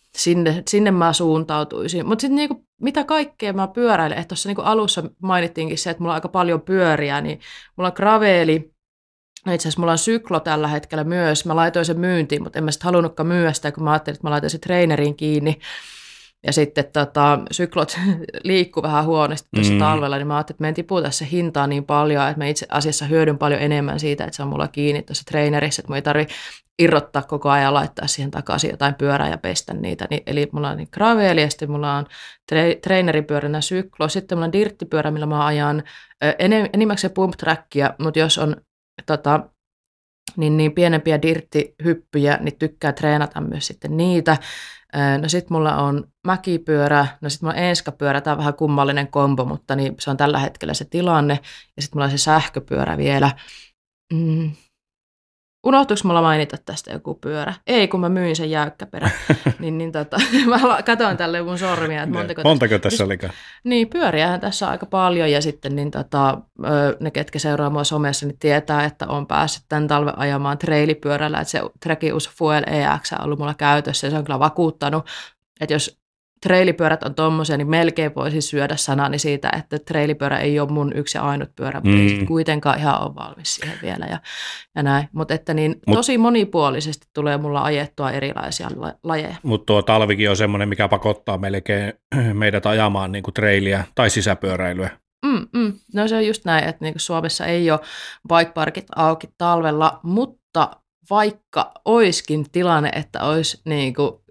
sinne, sinne mä suuntautuisin. Mutta sitten niinku, mitä kaikkea mä pyöräilen, että tuossa niinku alussa mainittiinkin se, että mulla on aika paljon pyöriä, niin mulla on graveeli, no itse asiassa mulla on syklo tällä hetkellä myös, mä laitoin sen myyntiin, mutta en mä sitten halunnutkaan myydä sitä, kun mä ajattelin, että mä laitoin sen trainerin kiinni. Ja sitten tota, syklot liikkuu vähän huonosti tuossa mm. talvella, niin mä ajattelin, että me en tiputa se hintaa niin paljon, että mä itse asiassa hyödyn paljon enemmän siitä, että se on mulla kiinni tuossa trainerissa, että mun ei tarvitse irrottaa koko ajan ja laittaa siihen takaisin jotain pyörää ja pestä niitä. Niin, eli mulla on niin graveeli ja sitten mulla on tra- traineripyöränä syklo, sitten mulla on dirttipyörä, millä mä ajan enem- enimmäkseen pump trackia, mutta jos on tota, niin, niin pienempiä dirttihyppyjä, niin tykkää treenata myös sitten niitä. No sit mulla on mäkipyörä, no sit mulla on enskapyörä, tää on vähän kummallinen kombo, mutta niin se on tällä hetkellä se tilanne. Ja sit mulla on se sähköpyörä vielä. Mm. Unohtuiko mulla mainita tästä joku pyörä? Ei, kun mä myin sen jäykkäperä. niin, niin tota, mä katsoin tälle mun sormia, että montako, montako tässä, tässä olikaan. Niin, pyöriähän tässä on aika paljon ja sitten niin tota, ne, ketkä seuraa mua somessa, niin tietää, että on päässyt tämän talven ajamaan trailipyörällä, että se Trekius Fuel E X on ollut mulla käytössä ja se on kyllä vakuuttanut, että jos trailipyörät on tommosia, niin melkein voisi syödä sanani siitä, että trailipyörä ei ole mun yksi ja ainut pyörä, mutta mm. ei kuitenkaan ihan ole valmis siihen vielä ja, ja näin. Mutta että niin Mut, tosi monipuolisesti tulee mulla ajettua erilaisia lajeja. Mutta tuo talvikin on semmoinen, mikä pakottaa melkein meidät ajamaan niinku trailia tai sisäpyöräilyä. Mm, mm. No se on just näin, että niinku Suomessa ei ole bikeparkit auki talvella, mutta vaikka oiskin tilanne, että olisi niinku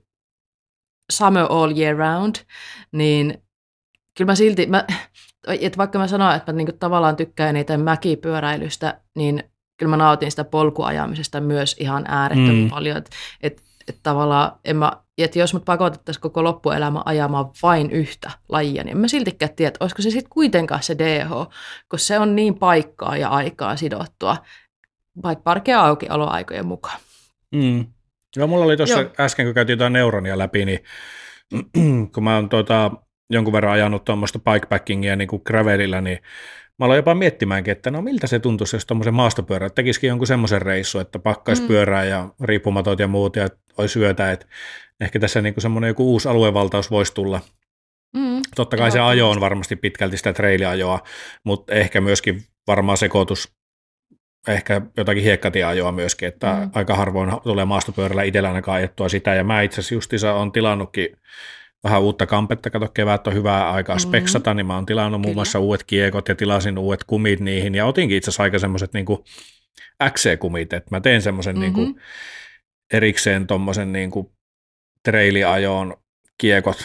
summer all year round, niin kyllä mä silti, mä, että vaikka mä sanon, että mä niinku tavallaan tykkään eniten mäkipyöräilystä, niin kyllä mä nautin sitä polkuajamisesta myös ihan äärettömän mm. paljon, että et, et tavallaan en mä, että jos mut pakotettaisiin koko loppuelämä ajamaan vain yhtä lajia, niin en mä siltikään tiedä, että olisiko se sitten kuitenkaan se D H, kun se on niin paikkaa ja aikaa sidottua, vaikka parkea aukioloaikojen mukaan. Mm. Joo, mulla oli tuossa äsken, kun käytiin jotain neuronia läpi, niin kun mä oon tuota, jonkun verran ajanut tuommoista bikepackingia niin kuin gravelillä, niin mä aloin jopa miettimäänkin, että no miltä se tuntuisi, jos tuommoisen maastopyörän, tekisikin jonkun semmoisen reissu, että pakkaisi mm. pyörää ja riippumatot ja muut ja olisi yötä, että ehkä tässä niin kuin semmoinen joku uusi aluevaltaus voisi tulla. Mm. Totta kai se ajo on varmasti pitkälti sitä trailiajoa, mutta ehkä myöskin varmaan sekoitus, ehkä jotakin hiekkatieajoa myöskin, että mm. aika harvoin tulee maastopyörällä itsellä ainakaan ajettua sitä, ja mä itse asiassa justiinsa olen tilannutkin vähän uutta kampetta, kato kevät on hyvää aikaa mm. speksata, niin mä oon tilannut muun muassa uudet kiekot ja tilasin uudet kumit niihin, ja otinkin itse asiassa aika semmoiset niinku X C-kumit, että mä teen semmoisen mm-hmm. niinku erikseen tommosen niinku trailiajoon kiekot,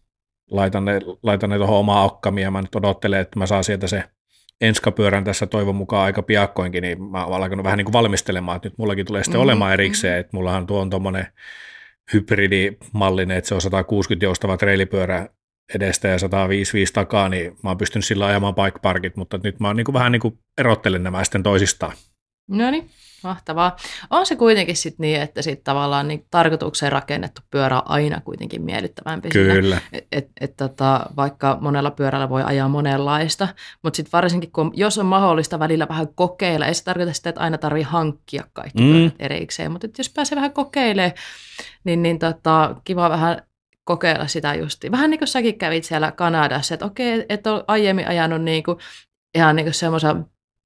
laitan ne, laitan ne tuohon omaan okkamiin, ja mä nyt odottelen, että mä saan sieltä se enskapyörän tässä toivon mukaan aika piakkoinkin, niin mä oon alkanut vähän niin kuin valmistelemaan, että nyt mullakin tulee sitten mm-hmm. olemaan erikseen, että mullahan tuo on tuommoinen hybridimallinen, että se on sata kuusikymmentä joustava trailipyörä edestä ja sata viisikymmentäviisi takaa, niin mä oon pystynyt sillä ajamaan bikeparkit, mutta nyt mä oon niin kuin vähän niin kuin erottelen nämä sitten toisistaan. No niin, mahtavaa. On se kuitenkin sitten niin, että sit tavallaan niin tarkoitukseen rakennettu pyörä on aina kuitenkin miellyttävämpi. Kyllä. Et, et, et, tota, vaikka monella pyörällä voi ajaa monenlaista, mutta sitten varsinkin, kun, jos on mahdollista välillä vähän kokeilla, ei se tarkoita sitä, että aina tarvitsee hankkia kaikki mm. pyörät erikseen, mutta jos pääsee vähän kokeilemaan, niin, niin tota, kiva vähän kokeilla sitä justiin. Vähän niin kuin säkin kävit siellä Kanadassa, että okei, et ole aiemmin ajanut niinku, ihan niin kuin semmoisen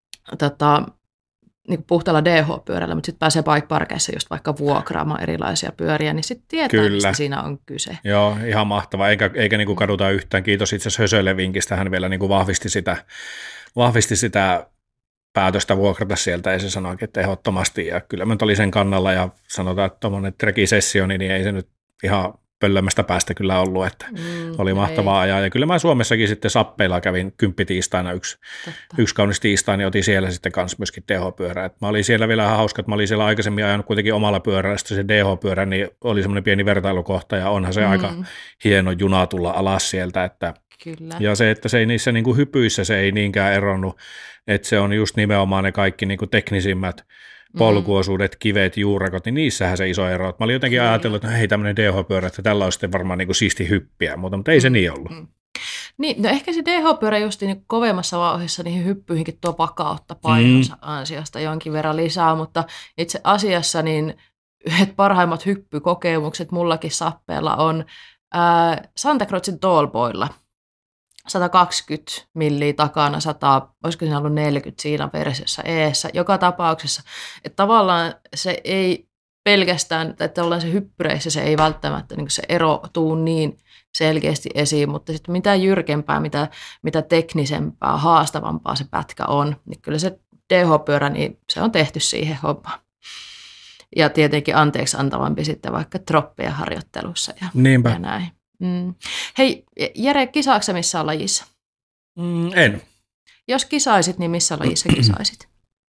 tota, niin puhtaalla D H-pyörällä, mutta sitten pääsee bikeparkeissa just vaikka vuokraamaan erilaisia pyöriä, niin sitten tietää, Kyllä. mistä siinä on kyse. Joo, ihan mahtavaa, eikä, eikä niin kuin kaduta yhtään. Kiitos itse asiassa Hösölle vinkistä, hän vielä niin kuin vahvisti, sitä, vahvisti sitä päätöstä vuokrata sieltä, ja se sanoikin, että ehdottomasti, ja kyllä mä nyt olin sen kannalla, ja sanotaan, että tuommoinen trekisessioni, niin ei se nyt ihan pöllömästä päästä kyllä ollut, että mm, oli mahtavaa ajaa. Ja kyllä mä Suomessakin sitten Sappeilla kävin kymppitiistaina yksi, yksi kaunis tiistai, niin otin siellä sitten kanssa myöskin D H-pyörää. Mä olin siellä vielä ihan hauska, että mä olin siellä aikaisemmin ajanut kuitenkin omalla pyörällä, sitten se D H-pyörä, niin oli semmoinen pieni vertailukohta, ja onhan se mm. aika hieno juna tulla alas sieltä. Että kyllä. Ja se, että se ei niissä niin kuin hypyissä se ei niinkään eronnut, että se on just nimenomaan ne kaikki niin kuin teknisimmät polkuosuudet, kivet, juurakot, niin niissähän se iso ero. Mä olin jotenkin Kyllä. ajatellut, että no hei, tämmöinen D H-pyörä, että tällä olisi sitten varmaan niin kuin siisti hyppiä, mutta, mutta ei se mm. niin ollut. Mm. Niin, no ehkä se D H-pyörä just niin kovemmassa vauhdissa niihin hyppyihinkin tuo vakautta painonsa mm. ansiosta jonkin verran lisää, mutta itse asiassa niin yhdet parhaimmat hyppykokemukset mullakin sappeella on ää, Santa Cruzin Tallboylla. sata kaksikymmentä milliä takana, sata, olisiko siinä ollut neljäkymmentä siinä versiossa eessä, joka tapauksessa. Että tavallaan se ei pelkästään, että ollaan se hyppyreissä, se ei välttämättä niin se ero tuu niin selkeästi esiin, mutta sitten mitä jyrkempää, mitä, mitä teknisempää, haastavampaa se pätkä on, niin kyllä se D H-pyörä, niin se on tehty siihen hommaan. Ja tietenkin anteeksi antavampi sitten vaikka troppeja harjoittelussa ja, ja näin. Mm. Hei, Jere, kisaatko sä missään lajissa? Mm, en. Jos kisaisit, niin missä lajissa kisaisit?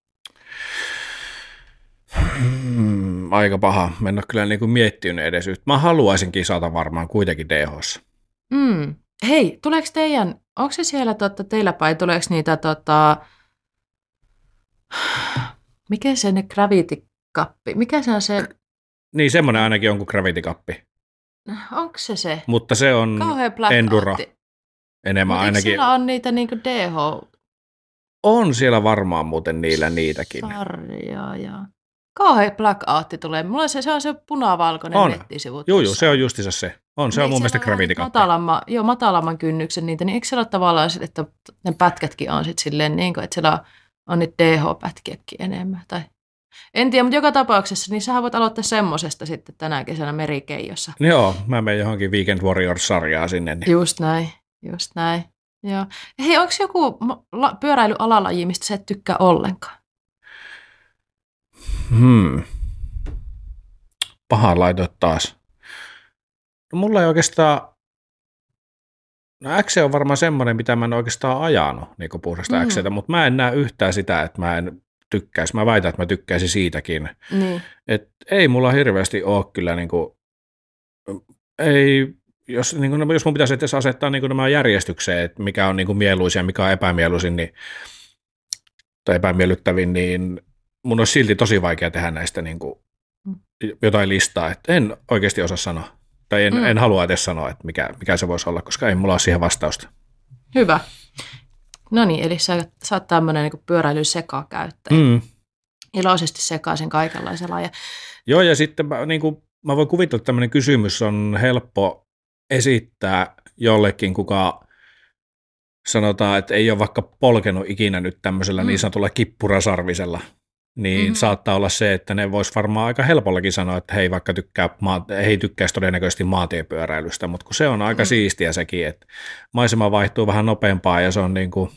Mm, aika paha. Mä en ole kyllä niin kuin miettinyt edes yhtä. Mä haluaisin kisata varmaan kuitenkin D H:ssa. Mm. Hei, tuleeko teidän, onko se siellä totta, teillä päin, tuleeko niitä, tota, mikä se ne Gravity-kappi? Mikä se on se? Niin, semmoinen ainakin on kuin Gravity-kappi. Onko se se? Mutta se on enduro enemmän Mut ainakin. Siellä on niitä niin kuin D H? On siellä varmaan muuten niillä niitäkin. Sarjaa, joo. Kauhean blackoutti tulee. Mulla se, se on se punavalkoinen on. nettisivut. Joo, joo, se on justiinsa se. On, se niin on mun mielestä Gravity-kappi. Matalamman, joo, matalamman kynnyksen niitä, niin eikö siellä ole tavallaan, että ne pätkätkin on sitten silleen, niin kuin, että siellä on, on niitä D H-pätkiäkin enemmän. Tai en tiedä, mutta joka tapauksessa, niin sähän voit aloittaa semmosesta sitten tänä kesänä merikeijossa. Joo, mä menen johonkin Weekend Warriors-sarjaa sinne. Niin. Just näin, just näin. Joo. Hei, onko joku pyöräilyalalaji, mistä sä et tykkää ollenkaan? Hmm. Paha laitoit taas. No, mulla ei oikeastaan, no X on varmaan semmoinen, mitä mä en oikeastaan ajanut, niin kuin puhdasta mm. X:tä, mutta mä en näe yhtään sitä, että mä en tykkäisi. Mä väitän, että mä tykkäisin siitäkin. Niin. Et ei mulla hirveästi ole kyllä, niin kuin, ei, jos, niin kuin, jos mun pitäisi edes asettaa niin kuin nämä järjestykseen, että mikä on niin kuin mieluisin ja mikä on epämieluisin, niin, tai epämiellyttävin, niin mun olisi silti tosi vaikea tehdä näistä niin kuin jotain listaa, että en oikeasti osaa sanoa. Tai en, mm. en halua edes sanoa, että mikä, mikä se voisi olla, koska ei mulla ole siihen vastausta. Hyvä. No niin, eli sä, sä oot tämmöinen niin pyöräilyn sekakäyttäjä. Mm. Iloisesti sekaisin kaikenlaisella. Ja... Joo, ja sitten mä, niin kuin, mä voin kuvitella, että tämmöinen kysymys on helppo esittää jollekin, kuka sanotaan, että ei ole vaikka polkenut ikinä nyt tämmöisellä mm. niin sanotulla kippurasarvisella. Niin mm-hmm. saattaa olla se, että ne vois varmaan aika helpollakin sanoa, että hei vaikka tykkää, he ei tykkäisi todennäköisesti maantiepyöräilystä, mutta kun se on aika mm-hmm. siistiä sekin, että maisema vaihtuu vähän nopeampaa ja se on niin kuin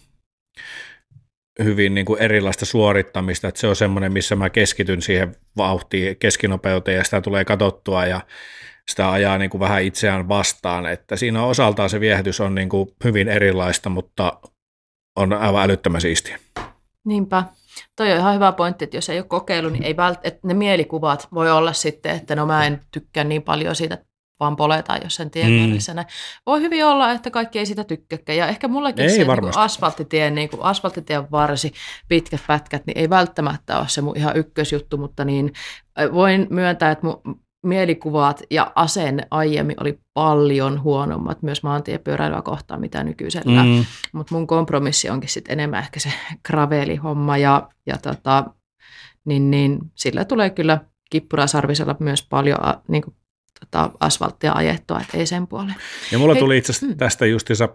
hyvin niin kuin erilaista suorittamista, että se on semmoinen, missä mä keskityn siihen vauhtiin, keskinopeuteen ja sitä tulee katsottua ja sitä ajaa niin kuin vähän itseään vastaan, että siinä on osaltaan se viehätys on niin kuin hyvin erilaista, mutta on aivan älyttömän siistiä. Niinpä. Toi on ihan hyvä pointti, että jos ei ole kokeillut, niin ei vält- että ne mielikuvat voi olla sitten, että no mä en tykkää niin paljon siitä, vaan poletaan jossain tienvarressa. Mm. Voi hyvin olla, että kaikki ei sitä tykkääkään. Ja ehkä mullakin ei se niin asfalttitien, niin kuin asfalttitien varsi, pitkät pätkät, niin ei välttämättä ole se mun ihan ykkösjuttu, mutta niin voin myöntää, että mun mielikuvat ja asenne aiemmin oli paljon huonommat myös maantiepyöräilyä kohtaan, mitä nykyisellä. Mm. Mutta mun kompromissi onkin sitten enemmän ehkä se gravelihomma ja, ja tota, niin, niin, sillä tulee kyllä kippurasarvisella myös paljon niin kuin, tota, asfalttia ajettua, että ei sen puoleen. Ja mulla Hei, tuli itse asiassa mm. tästä justiinsa,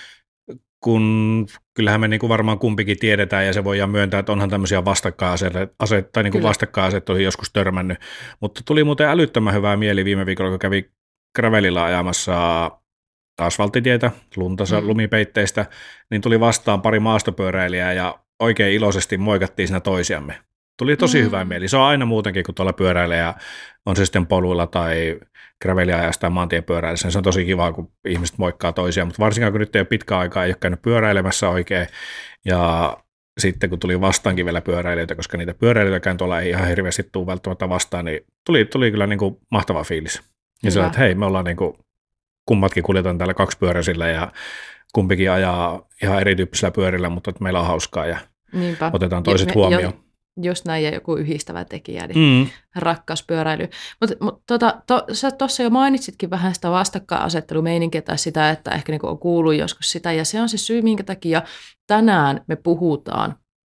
kun kyllähän me niin kuin varmaan kumpikin tiedetään ja se voidaan myöntää, että onhan tämmöisiä vastakkainasetteluja, tai niin kuin vastakkainasetteluja joskus törmännyt, mutta tuli muuten älyttömän hyvää mieli viime viikolla, kun kävi gravelilla ajamassa asfalttitietä, lunta, mm. lumipeitteistä, niin tuli vastaan pari maastopyöräilijää ja oikein iloisesti moikattiin siinä toisiamme. Tuli tosi mm. hyvä mieli. Se on aina muutenkin, kun tuolla pyöräilee ja on se sitten poluilla tai graveliajassa tai maantiepyöräilyssä. Se on tosi kiva, kun ihmiset moikkaa toisiaan, mutta varsinkaan kun nyt ei ole pitkä aikaa, ei ole käynyt pyöräilemässä oikein ja sitten kun tuli vastaankin vielä pyöräilijöitä, koska niitä pyöräilijöitäkään tuolla ei ihan hirveästi tule välttämättä vastaan, niin tuli, tuli kyllä niin kuin mahtava fiilis. Ja se, että hei, me ollaan niin kuin, kummatkin kuljetaan täällä kaksipyöräisillä ja kumpikin ajaa ihan erityyppisillä pyörillä, mutta että meillä on hauskaa ja Niinpä. Otetaan toiset ja, huomioon. Jo, just näin ja joku yhdistävä tekijä, niin mm. rakkaus pyöräily. Mutta mut, tota, to, sä tuossa jo mainitsitkin vähän sitä vastakkainasettelumeininkiä tai sitä, että ehkä niinku on kuullut joskus sitä ja se on se syy, minkä takia tänään me puhutaan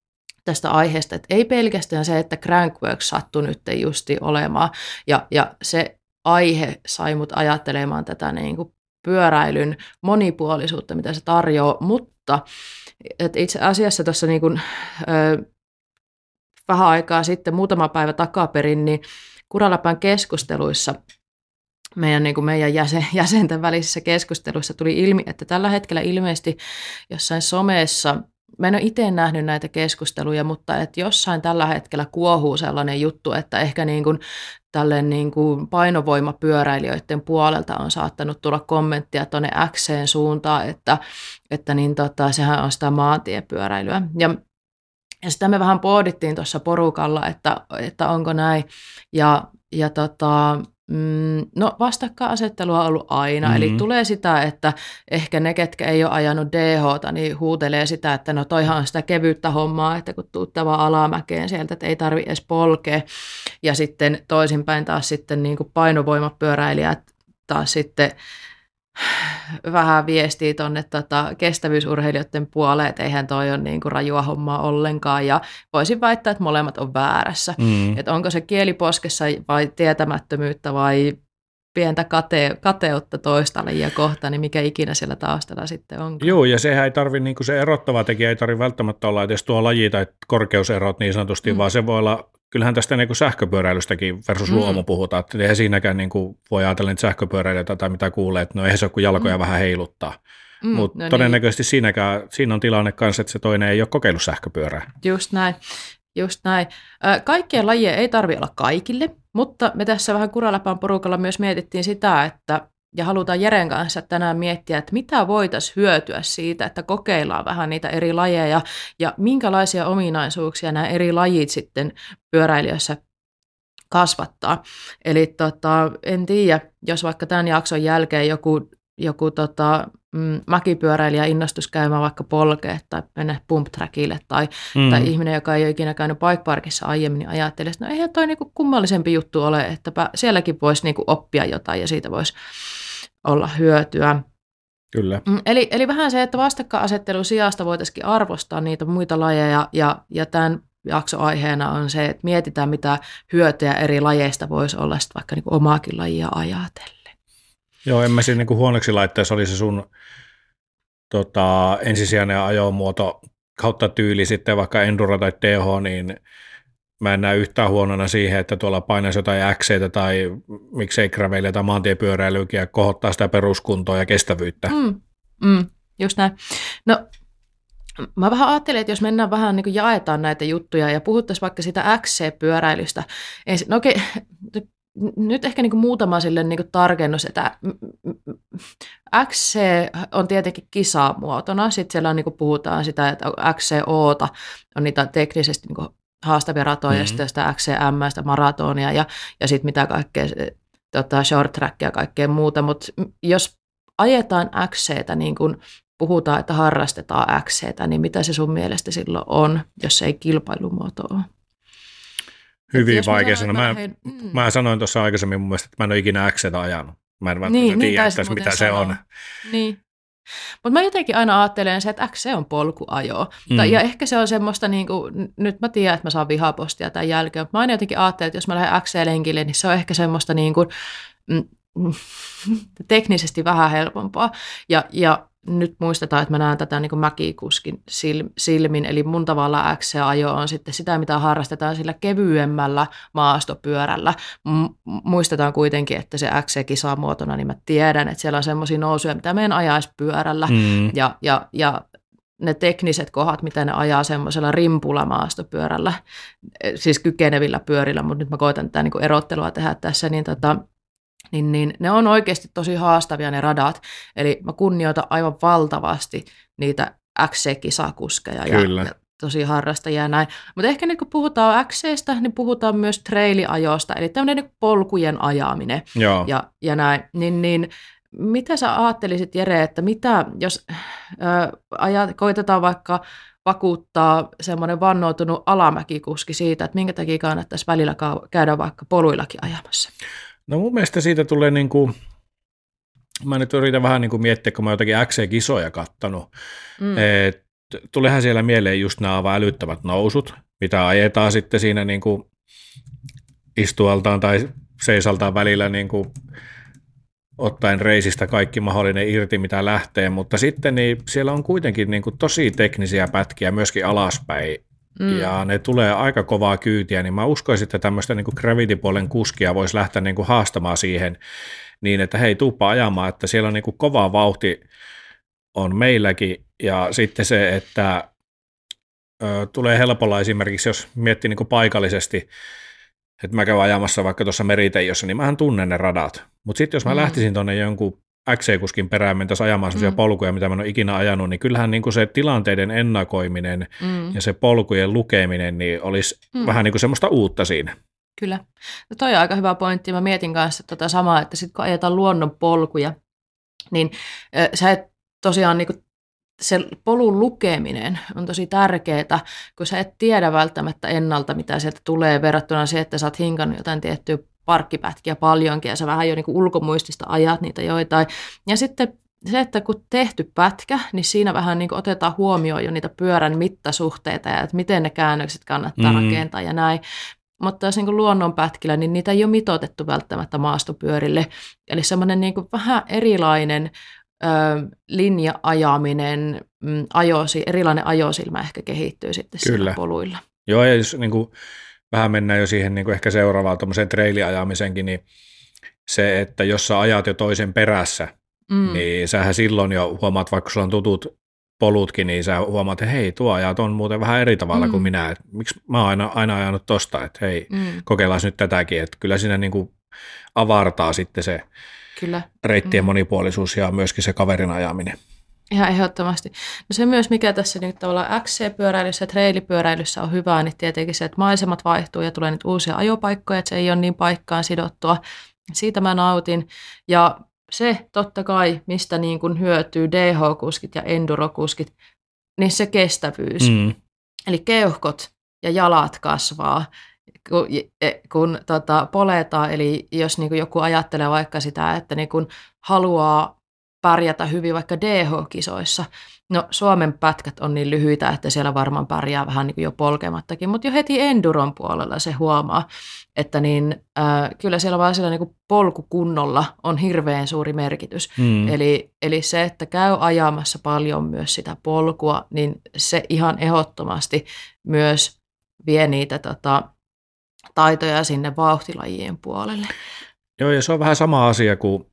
tästä aiheesta, että ei pelkästään se, että Crankworx sattui nyt justi olemaan, ja, ja se aihe sai mut ajattelemaan tätä niin kuin pyöräilyn monipuolisuutta, mitä se tarjoaa, mutta että itse asiassa tuossa niin kuin, ö, vähän aikaa sitten, muutama päivä takaperin, niin Kuraläpän keskusteluissa, meidän, niin kuin meidän jäsen, jäsenten välisissä keskusteluissa tuli ilmi, että tällä hetkellä ilmeisesti jossain somessa, mä en ole itse nähnyt näitä keskusteluja, mutta että jossain tällä hetkellä kuohuu sellainen juttu, että ehkä niin kuin tälle niin kuin painovoimapyöräilijöiden puolelta on saattanut tulla kommenttia tuonne X:n suuntaan, että, että niin tota, sehän on sitä maantiepyöräilyä. Ja, ja sitä me vähän pohdittiin tuossa porukalla, että, että onko näin. Ja, ja tota, no vastakkainasettelua on ollut aina, mm-hmm. eli tulee sitä, että ehkä ne, ketkä ei ole ajanut D H:ta, niin huutelee sitä, että no toihan on sitä kevyttä hommaa, että kun tuutte vaan alamäkeen sieltä, että ei tarvitse edes polkea. Ja sitten toisinpäin taas sitten niin kuin painovoimapyöräilijät taas sitten vähän viestii tuonne tota kestävyysurheilijoiden puoleen, että eihän toi ole niin kuin rajua hommaa ollenkaan, ja voisin väittää, että molemmat on väärässä. Mm. Että onko se kieliposkessa vai tietämättömyyttä vai pientä kate- kateutta toista lajia kohtaan, niin mikä ikinä siellä taustalla sitten on. Joo, ja sehän ei tarvi, niin kuin se erottava tekijä ei tarvitse välttämättä olla edes tuo laji tai korkeuserot niin sanotusti, mm. vaan se voi olla, kyllähän tästä niin kuin sähköpyöräilystäkin versus mm. luomu puhutaan, että eihän siinäkään niin kuin voi ajatella niitä sähköpyöräilijöitä tai mitä kuulee, että no eihän se ole kuin jalkoja mm. vähän heiluttaa. Mm, mutta no todennäköisesti niin. siinäkään, siinä on tilanne kanssa, että se toinen ei ole kokeillut sähköpyörää. Just näin. Just näin. Kaikkien lajien ei tarvitse olla kaikille, mutta me tässä vähän Kuraläpän porukalla myös mietittiin sitä, että, ja halutaan Jeren kanssa tänään miettiä, että mitä voitaisiin hyötyä siitä, että kokeillaan vähän niitä eri lajeja, ja minkälaisia ominaisuuksia nämä eri lajit sitten pyöräilijöissä kasvattaa. Eli tota, en tiedä, jos vaikka tämän jakson jälkeen joku joku tota, mm, mäkipyöräilijä innostus käymään vaikka polkea tai mennä pump trackille tai, mm. tai ihminen, joka ei ole ikinä käynyt bike parkissa aiemmin, niin ajattelee, että no eihän toi niinku kummallisempi juttu ole, että sielläkin voisi niinku oppia jotain ja siitä voisi olla hyötyä. Kyllä. Mm, eli, eli vähän se, että vastakkainasettelun sijasta voitaisiin arvostaa niitä muita lajeja, ja, ja tämän jaksoaiheena on se, että mietitään, mitä hyötyjä eri lajeista voisi olla sitten vaikka niinku omaakin lajia ajatellen. Joo, en mä siinä niin huonoksi laitteessa oli se sun tota, ensisijainen ajomuoto kautta tyyli sitten vaikka enduro tai T H, niin mä en näe yhtään huonona siihen, että tuolla painaisi jotain X:tä tai miksei gravelia tai maantiepyöräilyäkin ja kohottaa sitä peruskuntoa ja kestävyyttä. Mm, mm, just näin. No, mä vähän ajattelin, että jos mennään vähän niin kuin jaetaan näitä juttuja ja puhuttaisiin vaikka sitä X C-pyöräilystä. Ensin, no okei, nyt ehkä niin kuin muutama sille niin kuin tarkennus, että X C on tietenkin kisamuotona, sitten siellä on, niin kuin puhutaan sitä, että X C O:ta on niitä teknisesti niin kuin haastavia ratoja, mm-hmm. ja sitten sitä X C M, sitä maratonia ja, ja sitten mitä kaikkea, tota, short trackia ja kaikkea muuta, mutta jos ajetaan X C:tä niin kuin puhutaan, että harrastetaan X C:tä, niin mitä se sun mielestä silloin on, jos se ei kilpailumuoto ole? Hyvin vaikea sanoa. Mä, mm. mä sanoin tuossa aikaisemmin mun mielestä, että mä en ole ikinä X C:tä ajanut. Mä en välttämättä niin, tiedä, niin, mitä se on. Niin. Mutta mä jotenkin aina ajattelen se, että X C on polkuajoa. Mm. Ja ehkä se on semmoista, niin kuin, nyt mä tiedän, että mä saan vihapostia tämän jälkeen, mutta mä aina jotenkin ajattelen, että jos mä lähden X C-lenkille, niin se on ehkä semmoista niin kuin, mm, teknisesti vähän helpompaa. Ja, ja nyt muistetaan, että mä näen tätä niin kuin mäkikuskin silmin, eli mun tavalla X C-ajo on sitten sitä, mitä harrastetaan sillä kevyemmällä maastopyörällä. Muistetaan kuitenkin, että se X C-kisamuotona, niin mä tiedän, että siellä on semmoisia nousuja, mitä meidän ajaisi pyörällä, mm. ja, ja, ja ne tekniset kohdat, mitä ne ajaa semmoisella rimpulla maastopyörällä, siis kykenevillä pyörillä, mutta nyt mä koitan tätä niin kuin erottelua tehdä tässä, niin tota, Niin, niin ne on oikeasti tosi haastavia ne radat, eli mä kunnioitan aivan valtavasti niitä X C-kisakuskeja ja, ja tosi harrastajia ja näin. Mutta ehkä nyt kun puhutaan X C:stä, niin puhutaan myös trailiajosta, eli tämmöinen niin polkujen ajaminen ja, ja näin. Niin, niin, mitä sä ajattelisit, Jere, että mitä, jos äh, ajat, koitetaan vaikka vakuuttaa semmoinen vannoutunut alamäkikuski siitä, että minkä takia kannattaisi välillä käydä vaikka poluillakin ajamassa? No mun mielestä siitä tulee niin kuin, mä nyt yritän vähän niin kuin miettiä, kun mä oon jotakin X C-kisoja kattanut, mm. että tulehan siellä mieleen just nämä aivan älyttömät nousut, mitä ajetaan sitten siinä niin kuin istualtaan tai seisaltaan välillä niin kuin ottaen reisistä kaikki mahdollinen irti, mitä lähtee, mutta sitten niin siellä on kuitenkin niin kuin tosi teknisiä pätkiä myöskin alaspäin, mm. ja ne tulee aika kovaa kyytiä, niin mä uskoisin, että tämmöistä niin kuin Gravity-puolen kuskia voisi lähteä niin kuin haastamaan siihen, niin että hei, tuuppa ajamaan, että siellä on niin kuin kova vauhti on meilläkin, ja sitten se, että ö, tulee helpolla esimerkiksi, jos miettii niin kuin paikallisesti, että mä käyn ajamassa vaikka tuossa Meriteijossa, niin mähän tunnen ne radat. Mutta sitten jos mä mm. lähtisin tuonne jonkun X C-kuskin perään, mentäisiin ajamaan sellaisia mm. polkuja, mitä mä en ole ikinä ajanut, niin kyllähän niinku se tilanteiden ennakoiminen mm. ja se polkujen lukeminen niin olisi mm. vähän niin kuin semmoista uutta siinä. Kyllä. No toi on aika hyvä pointti. Mä mietin kanssa tota samaa, että sitten kun ajetaan luonnon polkuja, niin äh, sä et tosiaan niinku se polun lukeminen on tosi tärkeää, kun sä et tiedä välttämättä ennalta, mitä sieltä tulee verrattuna siihen, että sä oot hinkannut jotain tiettyä parkkipätkiä paljonkin ja sä vähän jo niin kuin ulkomuistista ajat niitä joitain. Ja sitten se, että kun tehty pätkä, niin siinä vähän niin kuin otetaan huomioon jo niitä pyörän mittasuhteita ja että miten ne käännökset kannattaa mm. rakentaa ja näin. Mutta jos niin luonnonpätkillä, niin niitä ei ole mitoitettu välttämättä maastopyörille. Eli semmoinen niin kuin vähän erilainen ö, linja-ajaminen, mm, ajosi, erilainen ajosilmä ehkä kehittyy sitten siellä poluilla. Joo, ja jos niin kuin vähän mennään jo siihen niin kuin ehkä seuraavaan tuommoiseen trailiajamisenkin, niin se, että jos sä ajat jo toisen perässä, mm. niin sähän silloin jo huomaat, vaikka sulla on tutut polutkin, niin sä huomaat, että hei, tuo ajat on muuten vähän eri tavalla mm. kuin minä. Et miksi mä oon aina, aina ajanut tosta, että hei, mm. kokeillaan nyt tätäkin. Että kyllä siinä niin kuin avartaa sitten se kyllä. reittien mm. monipuolisuus ja myöskin se kaverin ajaminen. Ihan ehdottomasti. No se myös, mikä tässä nyt tavallaan X C-pyöräilyssä ja trailipyöräilyssä on hyvää, niin tietenkin se, että maisemat vaihtuu ja tulee nyt uusia ajopaikkoja, että se ei ole niin paikkaan sidottua. Siitä mä nautin. Ja se totta kai, mistä niin kuin hyötyy D H-kuskit ja endurokuskit, niin se kestävyys. Mm. Eli keuhkot ja jalat kasvaa, kun, kun tota, poletaan. Eli jos niin kuin joku ajattelee vaikka sitä, että niin kuin haluaa pärjätä hyvin vaikka D H-kisoissa. No Suomen pätkät on niin lyhyitä, että siellä varmaan pärjää vähän niin kuin jo polkemattakin, mutta jo heti enduron puolella se huomaa, että niin, äh, kyllä siellä vaan siellä niin kuin polkukunnolla on hirveän suuri merkitys. Mm. Eli, eli se, että käy ajamassa paljon myös sitä polkua, niin se ihan ehdottomasti myös vie niitä tota, taitoja sinne vauhtilajien puolelle. Joo, ja se on vähän sama asia kuin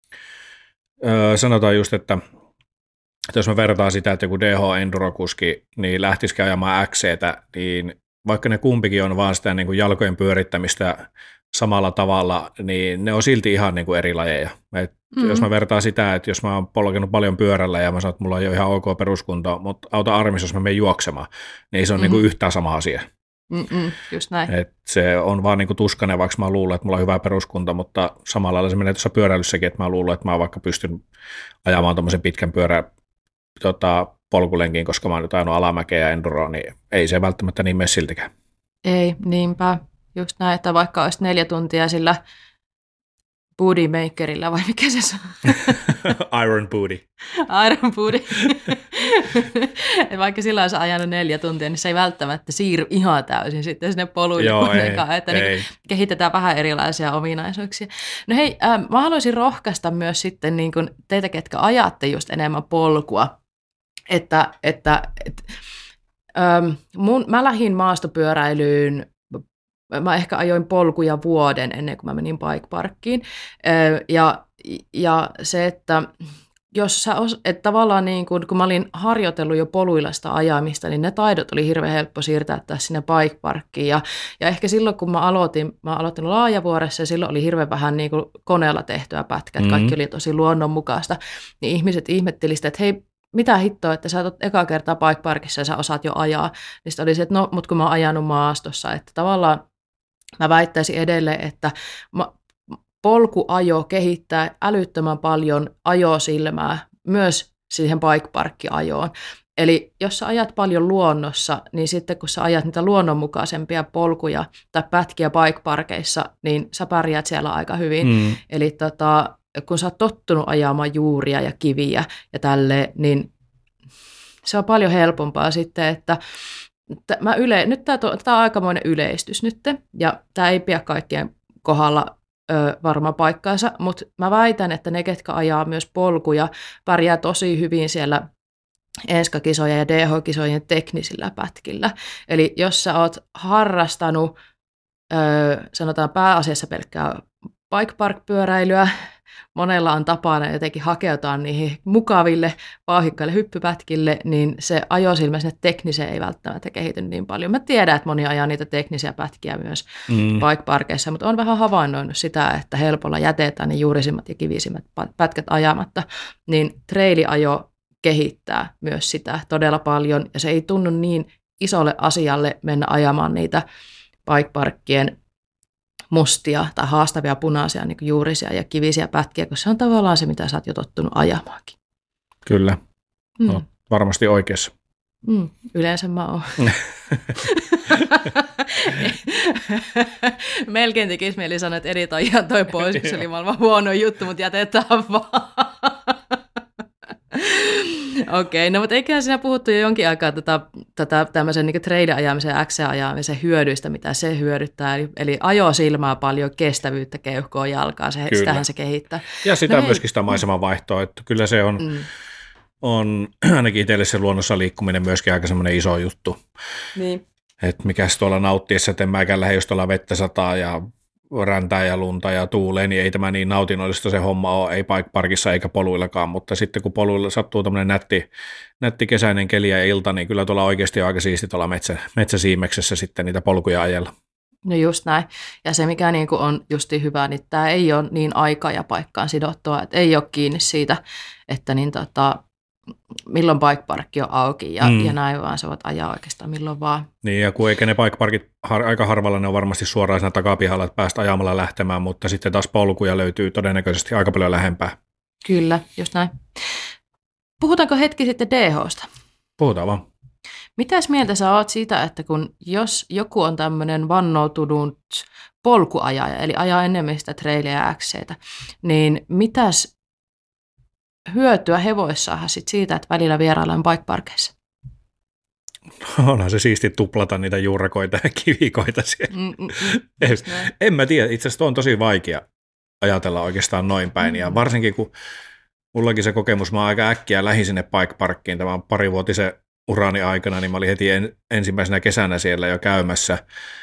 Öö, sanotaan just, että, että jos me verrataan sitä, että joku D H-endurokuski niin lähtisikin ajamaan X C:tä, niin vaikka ne kumpikin on vaan sitä niin kuin jalkojen pyörittämistä samalla tavalla, niin ne on silti ihan niin kuin eri lajeja. Et mm-hmm. Jos mä vertaan sitä, että jos mä oon polkenut paljon pyörällä ja mä sanon, että mulla on jo ihan ok peruskunto, mutta auta armissa, jos mä menen juoksemaan, niin se on mm-hmm. niin kuin yhtään sama asia. Mm-mm, just näin. Et se on vaan niinku tuskainen, vaikka mä luulen, että mulla on hyvä peruskunto, mutta samalla lailla se menee tuossa pyöräilyssäkin, että mä luulen, että mä vaikka pystyn ajamaan tuommoisen pitkän pyörä tota, polkulenkin, koska mä oon nyt ajanut alamäkeä ja enduroa, niin ei se välttämättä niin mene siltikään. Ei, niinpä. Just näin, että vaikka olisi neljä tuntia sillä booty makerillä, vai mikä se on? Iron booty. Iron booty. Vaikka sillä olisi ajanut neljä tuntia, niin se ei välttämättä siirry ihan täysin sitten sinne poluille. Joo, ei, että ei. Niin kehitetään vähän erilaisia ominaisuuksia. No hei, äh, mä haluaisin rohkaista myös sitten niin kuin teitä, ketkä ajatte just enemmän polkua, että, että et, ähm, mun, mä lähdin maastopyöräilyyn. Mä ehkä ajoin polkuja vuoden ennen kuin mä menin bike parkkiin. Ja, ja se, että jos sä os, että tavallaan niin kun, kun mä olin harjoitellut jo poluilla sitä ajamista, niin ne taidot oli hirveän helppo siirtää tässä sinne bike parkkiin. Ja, ja ehkä silloin, kun mä aloitin, mä aloitin Laajavuoressa ja silloin oli hirveän vähän niin kuin koneella tehtyä pätkät, mm-hmm. kaikki oli tosi luonnonmukaista, niin ihmiset ihmettelivät, että hei, mitä hittoa, että sä oot eka kertaa bike parkissa ja sä osaat jo ajaa. Niin sitten oli se, että no, mut kun mä oon ajanut maastossa, että tavallaan mä väittäisin edelleen, että polkuajo kehittää älyttömän paljon ajosilmää myös siihen bike-parkki-ajoon. Eli jos sä ajat paljon luonnossa, niin sitten kun sä ajat niitä luonnonmukaisempia polkuja tai pätkiä bike-parkeissa, niin sä pärjäät siellä aika hyvin. Mm. Eli tota, kun sä oot tottunut ajamaan juuria ja kiviä ja tälleen, niin se on paljon helpompaa sitten, että t- mä yle, nyt tämä on aikamoinen yleistys nyt, ja tämä ei pidä kaikkien kohdalla ö, varmaan paikkaansa, mutta mä väitän, että ne, ketkä ajaa myös polkuja, pärjää tosi hyvin siellä Enska-kisojen ja D H-kisojen teknisillä pätkillä. Eli jos sä oot harrastanut, ö, sanotaan pääasiassa pelkkää bike park-pyöräilyä, monella on tapana jotenkin hakeutua niihin mukaville, vauhikkaille hyppypätkille, niin se ajosilmä sinne tekniseen ei välttämättä kehity niin paljon. Mä tiedän, että moni ajaa niitä teknisiä pätkiä myös mm. bike-parkeissa, mutta on vähän havainnoinut sitä, että helpolla jätetään ne juurisimmat ja kivisimmät pätkät ajamatta, niin trailiajo kehittää myös sitä todella paljon, ja se ei tunnu niin isolle asialle mennä ajamaan niitä bike-parkkien mustia tai haastavia punaisia niin kuin juurisia ja kivisiä pätkiä, koska se on tavallaan se, mitä sä oot jo tottunut ajamaankin. Kyllä, mm. no, varmasti oikeassa. Mm, yleensä mä oon. Melkein tekisi mieli sanoa, että editoi ihan toi pois, kun se oli maailman huono juttu, mutta jätetään vaan. Okei, no mutta eiköhän siinä puhuttu jo jonkin aikaa tätä, tätä tämmöisen niin trail-ajamisen ja X C-ajamisen hyödyistä, mitä se hyödyttää. Eli, eli ajosilmaa paljon, kestävyyttä, keuhkoa, jalkaa, se, sitähän se kehittää. Ja sitä no myöskin sitä maisemanvaihtoa, että kyllä se on, mm. on ainakin itselle se luonnossa liikkuminen myöskin aika semmoinen iso juttu. Niin. Että mikäs tuolla nauttiessa, että en mäkään lähde, jos tuolla vettä sataa ja räntää ja lunta ja tuulee, niin ei tämä niin nautinnollista se homma ole, ei bike parkissa eikä poluillakaan, mutta sitten kun poluilla sattuu tämmöinen nätti, nätti kesäinen keli ja ilta, niin kyllä tuolla oikeasti on aika siisti tuolla metsä, metsäsiimeksessä sitten niitä polkuja ajella. No just näin. Ja se mikä niin kuin on justi hyvä, niin tämä ei ole niin aikaa ja paikkaan sidottua, että ei ole kiinni siitä, että niin tota, milloin bike-parkki on auki ja, mm. ja näin, vaan se voit ajaa oikeastaan milloin vaan. Niin, ja kun eikä ne bike-parkit har, aika harvalla, ne on varmasti suoraan siinä takapihalla, että päästä ajamalla lähtemään, mutta sitten taas polkuja löytyy todennäköisesti aika paljon lähempää. Kyllä, just näin. Puhutaanko hetki sitten D H:sta? Puhutaan vaan. Mitäs mieltä sä oot siitä, että kun jos joku on tämmöinen vannoutunut polkuajaja, eli ajaa enemmän sitä trailia ja X C:tä, niin mitäs hyötyä he vois saada sit siitä, että välillä vieraillaan bike-parkeissa? Onhan se siisti tuplata niitä juurakoita ja kivikoita siellä. Mm, mm, mm, en, en mä tiedä, itse asiassa on tosi vaikea ajatella oikeastaan noin päin. Mm. Ja varsinkin kun mullakin se kokemus, mä aika äkkiä lähdin sinne bike-parkkiin tämän parivuotisen urani aikana, niin mä olin heti en, ensimmäisenä kesänä siellä jo käymässä.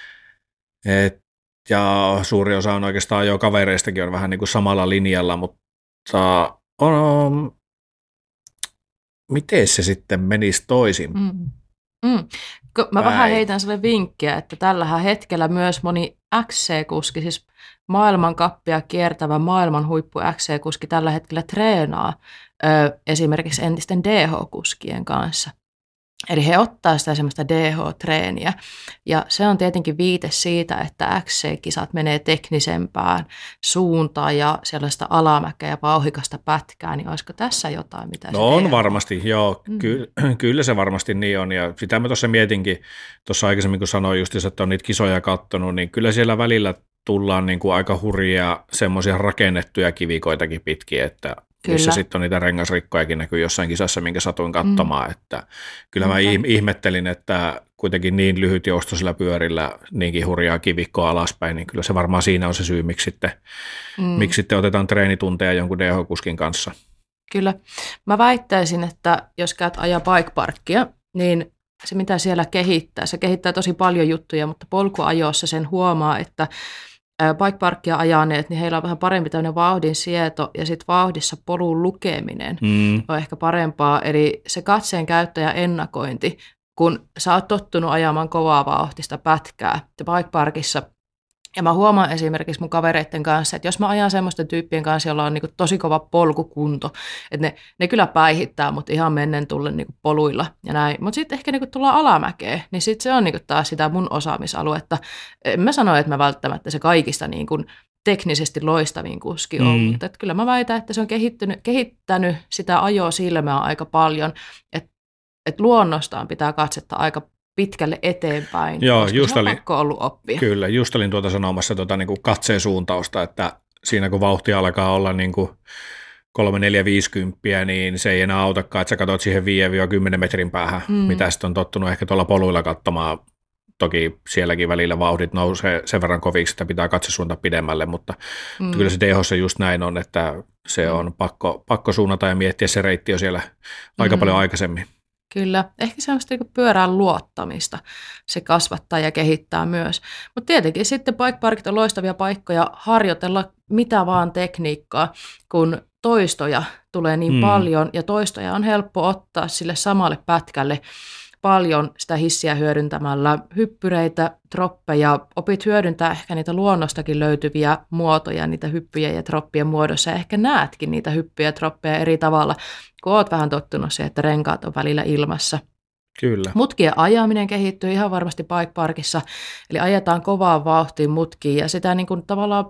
Et, ja suuri osa on oikeastaan jo kavereistakin on vähän niin kuin samalla linjalla, mutta on, miten se sitten menisi toisin? Mm. Mm. Mä Päin. vähän heitän sille vinkkiä, että tällä hetkellä myös moni X C-kuski, siis maailmankappia kiertävä maailman huippu X C-kuski tällä hetkellä treenaa ö, esimerkiksi entisten D H-kuskien kanssa. Eli he ottaa sitä semmoista D H-treeniä, ja se on tietenkin viite siitä, että X C-kisat menee teknisempään suuntaan ja sellaista alamäkeä ja vauhikasta pätkää, niin olisiko tässä jotain, mitä no on D H varmasti, joo, mm. ky- kyllä se varmasti niin on, ja sitä mä tuossa mietinkin, tuossa aikaisemmin kun sanoin just, että on niitä kisoja kattonut, niin kyllä siellä välillä tullaan niin kuin aika hurjia semmoisia rakennettuja kivikoitakin pitkin, että kyllä. Missä sitten on niitä rengasrikkojakin näkyy jossain kisassa, minkä satuin katsomaan. Mm. Että kyllä mä okay. ihmettelin, että kuitenkin niin lyhyt joustoisilla pyörillä niinkin hurjaa kivikkoa alaspäin, niin kyllä se varmaan siinä on se syy, miksi sitten, mm. miksi sitten otetaan treenitunteja jonkun D H-kuskin kanssa. Kyllä. Mä väittäisin, että jos käyt ajaa bike-parkkia, niin se mitä siellä kehittää, se kehittää tosi paljon juttuja, mutta polkuajossa sen huomaa, että bike-parkkia ajaneet, niin heillä on vähän parempi tämmöinen vauhdin sieto ja sitten vauhdissa polun lukeminen mm. on ehkä parempaa. Eli se katseen käyttö ja ennakointi, kun sä oot tottunut ajamaan kovaa vauhtista pätkää bike-parkissa. Ja mä huomaan esimerkiksi mun kavereiden kanssa, että jos mä ajan semmoisten tyyppien kanssa, jolla on niinku tosi kova polkukunto, että ne, ne kyllä päihittää mut ihan mennen tullen niinku poluilla ja näin. Mutta sitten ehkä niinku tullaan alamäkeen, niin sitten se on niinku taas sitä mun osaamisaluetta. En mä sano, että mä välttämättä se kaikista niinku teknisesti loistavin kuski on, mm. mutta että kyllä mä väitän, että se on kehittynyt, kehittänyt sitä ajosilmää aika paljon, että et luonnostaan pitää katsetta aika pitkälle eteenpäin, joo, koska just se on oli, pakko ollut oppia. Kyllä, just olin tuota sanomassa tuota, niin kuin katseen suuntausta, että siinä kun vauhti alkaa olla niin kuin kolme, neljä, viisikymppiä, niin se ei enää autakaan, että sä katsot siihen viisi kymmenen metrin päähän, mm. mitä sitten on tottunut ehkä tuolla poluilla katsomaan. Toki sielläkin välillä vauhdit nousee sen verran koviksi, että pitää katse suunta pidemmälle, mutta mm. kyllä se D H:ssa just näin on, että se on pakko, pakko suunnata ja miettiä se reitti jo siellä aika mm. paljon aikaisemmin. Kyllä, ehkä se on sitten pyörään luottamista. Se kasvattaa ja kehittää myös. Mutta tietenkin sitten bike parkit on loistavia paikkoja harjoitella mitä vaan tekniikkaa, kun toistoja tulee niin mm. paljon ja toistoja on helppo ottaa sille samalle pätkälle paljon sitä hissiä hyödyntämällä, hyppyreitä, troppeja, opit hyödyntää ehkä niitä luonnostakin löytyviä muotoja, niitä hyppyjä ja troppien muodossa, ja ehkä näetkin niitä hyppyjä ja troppeja eri tavalla, kun oot vähän tottunut siihen, että renkaat on välillä ilmassa. Kyllä. Mutkien ajaminen kehittyy ihan varmasti bike parkissa, eli ajetaan kovaan vauhtiin mutkiin, ja sitä niin kuin tavallaan,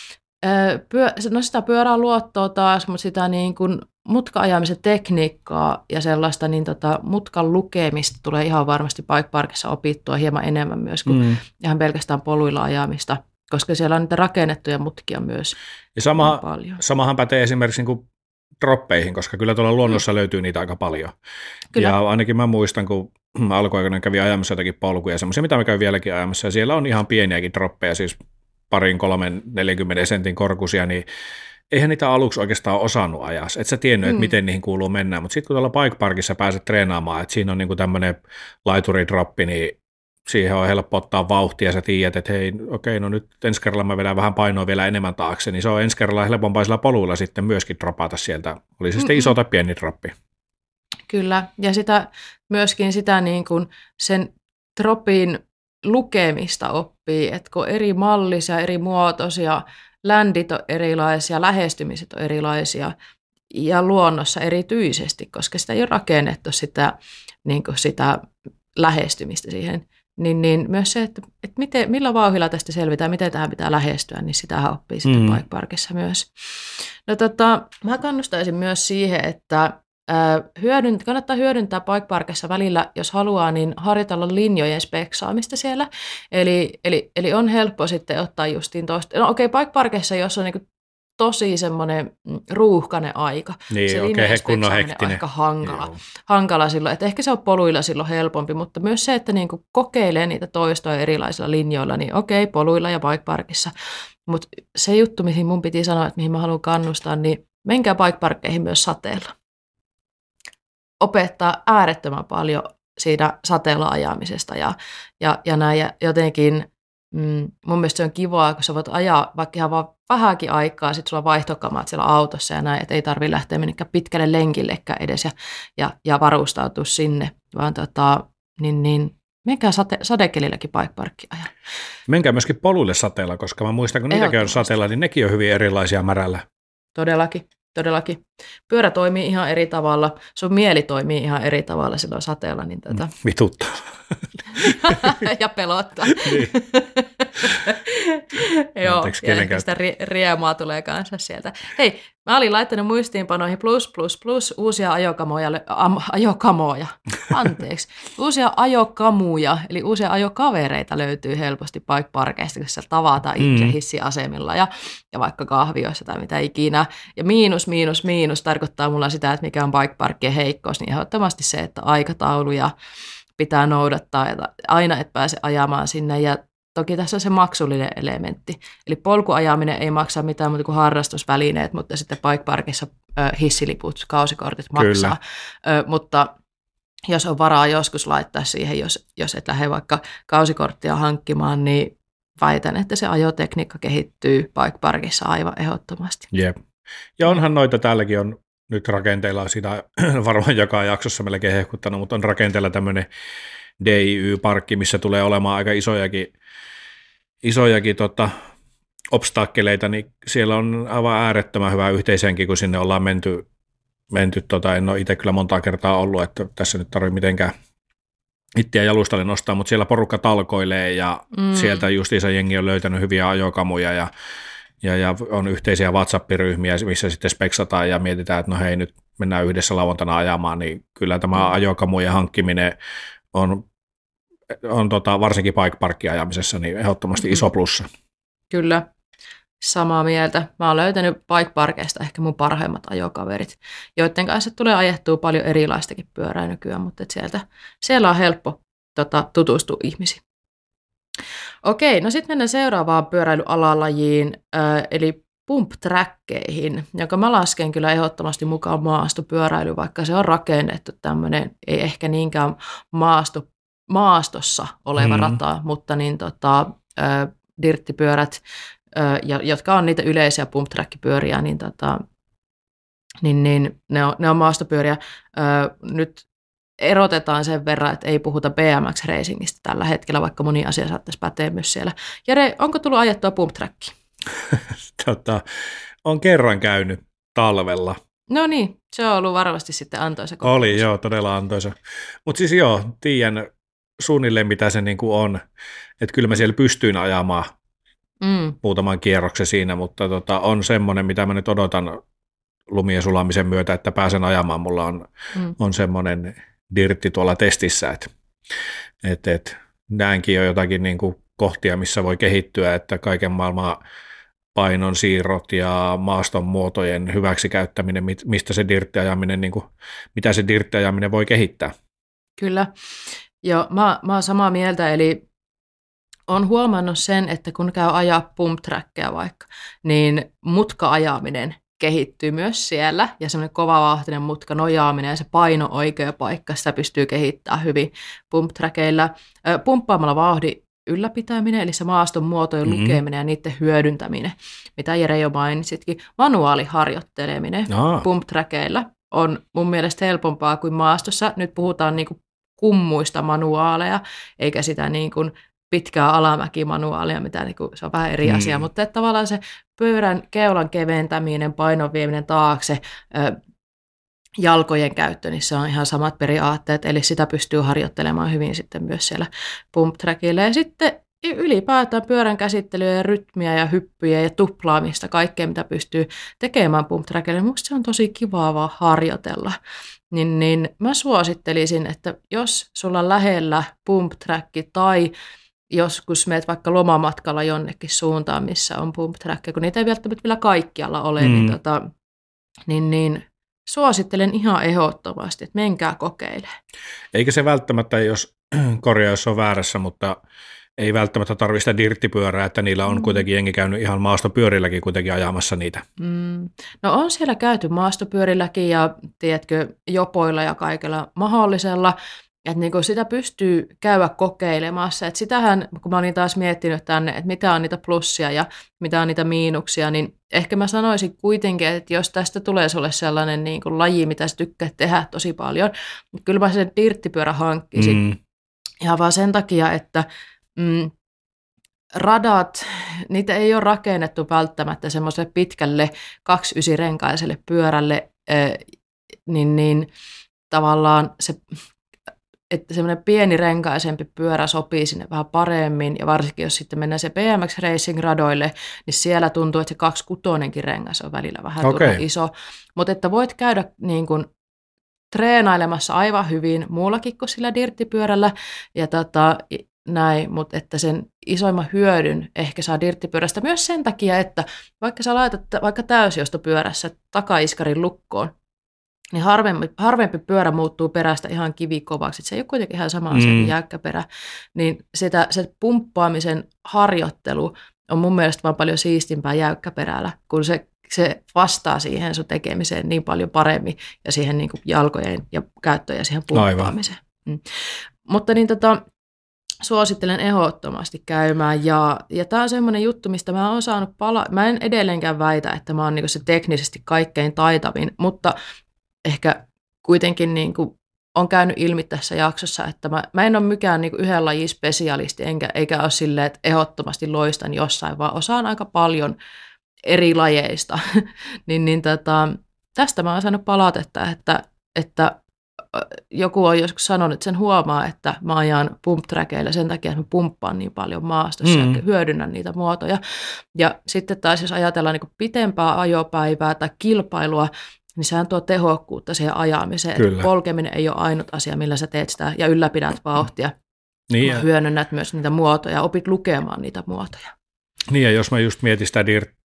pyö, no sitä pyörää luottoa taas, mutta sitä niin kuin mutka-ajamisen tekniikkaa ja sellaista niin tota, mutkan lukemista tulee ihan varmasti bike parkissa opittua hieman enemmän myös kuin mm. ihan pelkästään poluilla ajamista, koska siellä on niitä rakennettuja mutkia myös ja sama, paljon. Samahan pätee esimerkiksi niin kuin droppeihin, koska kyllä tuolla luonnossa mm. löytyy niitä aika paljon. Kyllä. Ja ainakin mä muistan, kun alkuaikoina kävin ajamassa jotakin polkuja, semmoisia, mitä mä käyn vieläkin ajamassa, ja siellä on ihan pieniäkin droppeja, siis parin, kolmen, neljänkymmenen sentin korkuisia, niin eihän niitä aluksi oikeastaan osannut ajaa. Et sä tiennyt, että mm. miten niihin kuuluu mennä, mutta sitten kun tuolla bike parkissa pääset treenaamaan, että siinä on niinku tämmöinen laituridroppi, niin siihen on helppo ottaa vauhtia ja sä tiedät, että hei, okei, no nyt ensi kerralla mä vedän vähän painoa vielä enemmän taakse, niin se on ensi kerralla helpompaa sillä poluilla sitten myöskin dropata sieltä, oli se sitten Mm-mm. iso tai pieni droppi. Kyllä, ja sitä, myöskin sitä niin kuin sen dropin lukemista oppii, että kun eri mallisia, eri muotoisia, ländit on erilaisia, lähestymiset on erilaisia ja luonnossa erityisesti, koska sitä ei ole rakennettu sitä, niin kuin sitä lähestymistä siihen, niin, niin myös se, että, että miten, millä vauhdilla tästä selvitään, miten tähän pitää lähestyä, niin sitähän oppii sitten mm. bike parkissa myös. No tota, mä kannustaisin myös siihen, että Hyödynt, kannattaa hyödyntää bike parkissa välillä, jos haluaa, niin harjoitella linjojen speksaamista siellä. Eli, eli, eli on helppo sitten ottaa justiin toista. No okei, okay, bike parkissa, jos on niin tosi semmoinen ruuhkainen aika. Niin, se linjojen okay, speksaaminen on aika hankala, hankala silloin. Että ehkä se on poluilla silloin helpompi, mutta myös se, että niin kokeilee niitä toistoja erilaisilla linjoilla, niin okei, okay, poluilla ja bike parkissa. Mutta se juttu, mihin mun piti sanoa, että mihin mä haluan kannustaa, niin menkää bike parkkeihin myös sateella. Opettaa äärettömän paljon siitä sateella ajamisesta ja, ja, ja näin. Ja jotenkin mm, mun mielestä se on kivaa, kun sä voit ajaa vaikka ihan vaan vähänkin aikaa, sit sulla on vaihtokamat siellä autossa ja näin, että ei tarvitse lähteä minnekään pitkälle lenkillekään edes ja, ja, ja varustautua sinne, vaan tota, niin, niin menkää sate, sadekelilläkin bike parkkia ajaa. Menkää myöskin poluille sateella, koska mä muistan, kun niitä käy sateella, niin nekin on hyvin erilaisia märällä. Todellakin. Todellakin. Pyörä toimii ihan eri tavalla, sun mieli toimii ihan eri tavalla silloin sateella. Niin tätä. Vituttaa. Ja pelottaa. Niin. Joo, ja ehkä sitä riemaa tulee kanssa sieltä. Hei, mä olin laittanut muistiinpanoihin plus, plus, plus uusia ajokamoja, am, ajokamoja, anteeksi, uusia ajokamuja, eli uusia ajokavereita löytyy helposti bike parkeista, kun siellä tavataan mm. ihmisen hissiasemilla ja, ja vaikka kahvioissa tai mitä ikinä. Ja miinus, miinus, miinus tarkoittaa mulla sitä, että mikä on bike parkkien heikkous, niin ehdottomasti se, että aikatauluja pitää noudattaa, että aina et pääse ajamaan sinne ja toki tässä on se maksullinen elementti. Eli polkuajaminen ei maksa mitään muuta kuin harrastusvälineet, mutta sitten bike parkissa ö, hissiliput, kausikortit maksaa. Ö, mutta jos on varaa joskus laittaa siihen, jos, jos et lähde vaikka kausikorttia hankkimaan, niin väitän, että se ajotekniikka kehittyy bike parkissa aivan ehdottomasti. Jep. Ja onhan noita, täälläkin on nyt rakenteilla, sitä varmaan joka jaksossa melkein hehkuttanut, mutta on rakenteilla tämmöinen D I Y-parkki, missä tulee olemaan aika isojakin, isojakin tota, obstakkeleita, niin siellä on aivan äärettömän hyvä yhteishenki, kun sinne ollaan menty, menty tota, en ole itse kyllä montaa kertaa ollut, että tässä nyt tarvitse mitenkään itseä jalustalle nostaa, mutta siellä porukka talkoilee ja mm. sieltä justiinsa jengi on löytänyt hyviä ajokamuja ja Ja, ja on yhteisiä WhatsApp-ryhmiä, missä sitten speksataan ja mietitään, että no hei, nyt mennään yhdessä lauantaina ajamaan, niin kyllä tämä ajokamujen hankkiminen on, on tota, varsinkin bike parkkiajamisessa niin ehdottomasti iso plussa. Kyllä. Samaa mieltä. Mä oon löytänyt bike-parkeista ehkä mun parhaimmat ajokaverit, joiden kanssa tulee ajettua paljon erilaistakin pyörää nykyään, mutta et sieltä, siellä on helppo tota, tutustua ihmisiin. Okei, no sitten mennään seuraavaan pyöräilyalalajiin, äh, eli pump-trackkeihin, jonka mä lasken kyllä ehdottomasti mukaan maastopyöräily, vaikka se on rakennettu tämmöinen, ei ehkä niinkään maasto, maastossa oleva mm. rata, mutta niin tota, äh, dirttipyörät, äh, jotka on niitä yleisiä pump-track-pyöriä, niin, tota, niin, niin ne, on, ne on maastopyöriä. Äh, nyt erotetaan sen verran, että ei puhuta B M X-racingistä tällä hetkellä, vaikka moni asia saattaisi päteä myös siellä. Jere, onko tullut ajettua pump-trackia? tota, on kerran käynyt talvella. No niin, se on ollut varmasti sitten antoisa kokemus. Oli, joo, todella antoisa. Mutta siis joo, tiedän suunnilleen mitä se niinku on. Että kyllä mä siellä pystyin ajamaan mm. muutaman kierroksen siinä, mutta tota, on semmoinen, mitä mä nyt odotan lumien sulamisen myötä, että pääsen ajamaan. Mulla on, mm. on semmoinen dirtti tuolla testissä, että et, et, näenkin jo jotakin niinku kohtia, missä voi kehittyä, että kaiken maailman painon siirrot ja maaston muotojen hyväksikäyttäminen, mistä se dirttiajaminen, niin kuin, mitä se dirttiajaminen voi kehittää. Kyllä. Joo, mä, mä oon samaa mieltä, eli on huomannut sen, että kun käy ajaa pump-trackia vaikka, niin mutka-ajaminen kehittyy myös siellä, ja semmoinen kovavauhtinen mutka nojaaminen ja se paino oikea paikka, sitä pystyy kehittämään hyvin pump-trackeilla. Pumppaamalla vauhdin ylläpitäminen, eli se maaston muotojen mm-hmm. lukeminen ja niiden hyödyntäminen, mitä Jere jo mainitsitkin. Manuaaliharjoitteleminen no. pump-trackeilla on mun mielestä helpompaa kuin maastossa. Nyt puhutaan niin kuin kummuista manuaaleja, eikä sitä niin kuin pitkää alamäkimanuaalia, mitä niin kuin, se on vähän eri mm. asia, mutta että tavallaan se pyörän keulan keventäminen, painon vieminen taakse, ö, jalkojen käyttö, niin se on ihan samat periaatteet, eli sitä pystyy harjoittelemaan hyvin sitten myös siellä pump-trackilla. Ja sitten ylipäätään pyörän käsittelyä ja rytmiä ja hyppyjä ja tuplaamista, kaikkea mitä pystyy tekemään pump-trackilla. Minusta se on tosi kivaa vaan harjoitella. Niin, niin mä suosittelisin, että jos sulla on lähellä pump-track tai joskus meet vaikka lomamatkalla jonnekin suuntaan, missä on pump-track, kun niitä ei välttämättä vielä kaikkialla ole, mm. niin, tota, niin, niin suosittelen ihan ehdottomasti, että menkää kokeilemaan. Eikä se välttämättä, jos korjaus on väärässä, mutta ei välttämättä tarvitse sitä dirttipyörää, että niillä on mm. kuitenkin jengi käynyt ihan maastopyörilläkin kuitenkin ajamassa niitä. Mm. No on siellä käyty maastopyörilläkin ja tiedätkö, jopoilla ja kaikella mahdollisella. Että niin sitä pystyy käydä kokeilemassa. Että sitähän, kun mä olin taas miettinyt tänne, että mitä on niitä plussia ja mitä on niitä miinuksia, niin ehkä mä sanoisin kuitenkin, että jos tästä tulee sulle sellainen niin kuin laji, mitä sä tykkäät tehdä tosi paljon, niin kyllä mä sen dirttipyörä hankkisin. Mm. Ihan vaan sen takia, että mm, radat, niitä ei ole rakennettu välttämättä semmoiselle pitkälle kaksikymmentäyhdeksän-renkaiselle pyörälle, äh, niin, niin tavallaan se että semmoinen pieni renkaisempi pyörä sopii sinne vähän paremmin, ja varsinkin jos sitten mennään se B M X Racing-radoille, niin siellä tuntuu, että se kaksikutonenkin rengas on välillä vähän okay. turha iso. Mutta että voit käydä niin kuin treenailemassa aivan hyvin muullakin kuin sillä dirttipyörällä, ja tota, näin, mutta että sen isoimman hyödyn ehkä saa dirttipyörästä myös sen takia, että vaikka sä laitat vaikka täysjostopyörässä takaiskarin lukkoon, niin harvempi, harvempi pyörä muuttuu perästä ihan kivikovaksi. Se ei ole kuitenkin ihan sama asia mm. kuin jäykkäperä. Niin sitä, se pumppaamisen harjoittelu on mun mielestä vaan paljon siistimpää jäykkäperällä, kun se, se vastaa siihen sun tekemiseen niin paljon paremmin ja siihen niin kuin jalkojen ja käyttöön ja siihen pumppaamiseen. Mm. Mutta niin tota, suosittelen ehdottomasti käymään. Ja, ja tämä on semmoinen juttu, mistä mä oon saanut pala- Mä en edelleenkään väitä, että mä oon niin kuin se teknisesti kaikkein taitavin, mutta ehkä kuitenkin niin kuin on käynyt ilmi tässä jaksossa, että mä, mä en ole mikään niin kuin yhden lajin spesialisti, enkä, eikä ole silleen, että ehdottomasti loistan jossain, vaan osaan aika paljon eri lajeista. niin, niin tota, tästä mä oon saanut palautetta, että, että joku on joskus sanonut, että sen huomaa, että mä ajan pump-trackeilla sen takia, että mä pumppaan niin paljon maastossa mm. ja hyödynnän niitä muotoja. Ja sitten taas, jos ajatellaan niin kuin pitempää ajopäivää tai kilpailua, niin sehän tuo tehokkuutta siihen ajamiseen. Kyllä. Polkeminen ei ole ainut asia, millä sä teet sitä ja ylläpidät vauhtia. Niin ja hyödynnät myös niitä muotoja, opit lukemaan niitä muotoja. Niin ja jos mä just mietin sitä dir-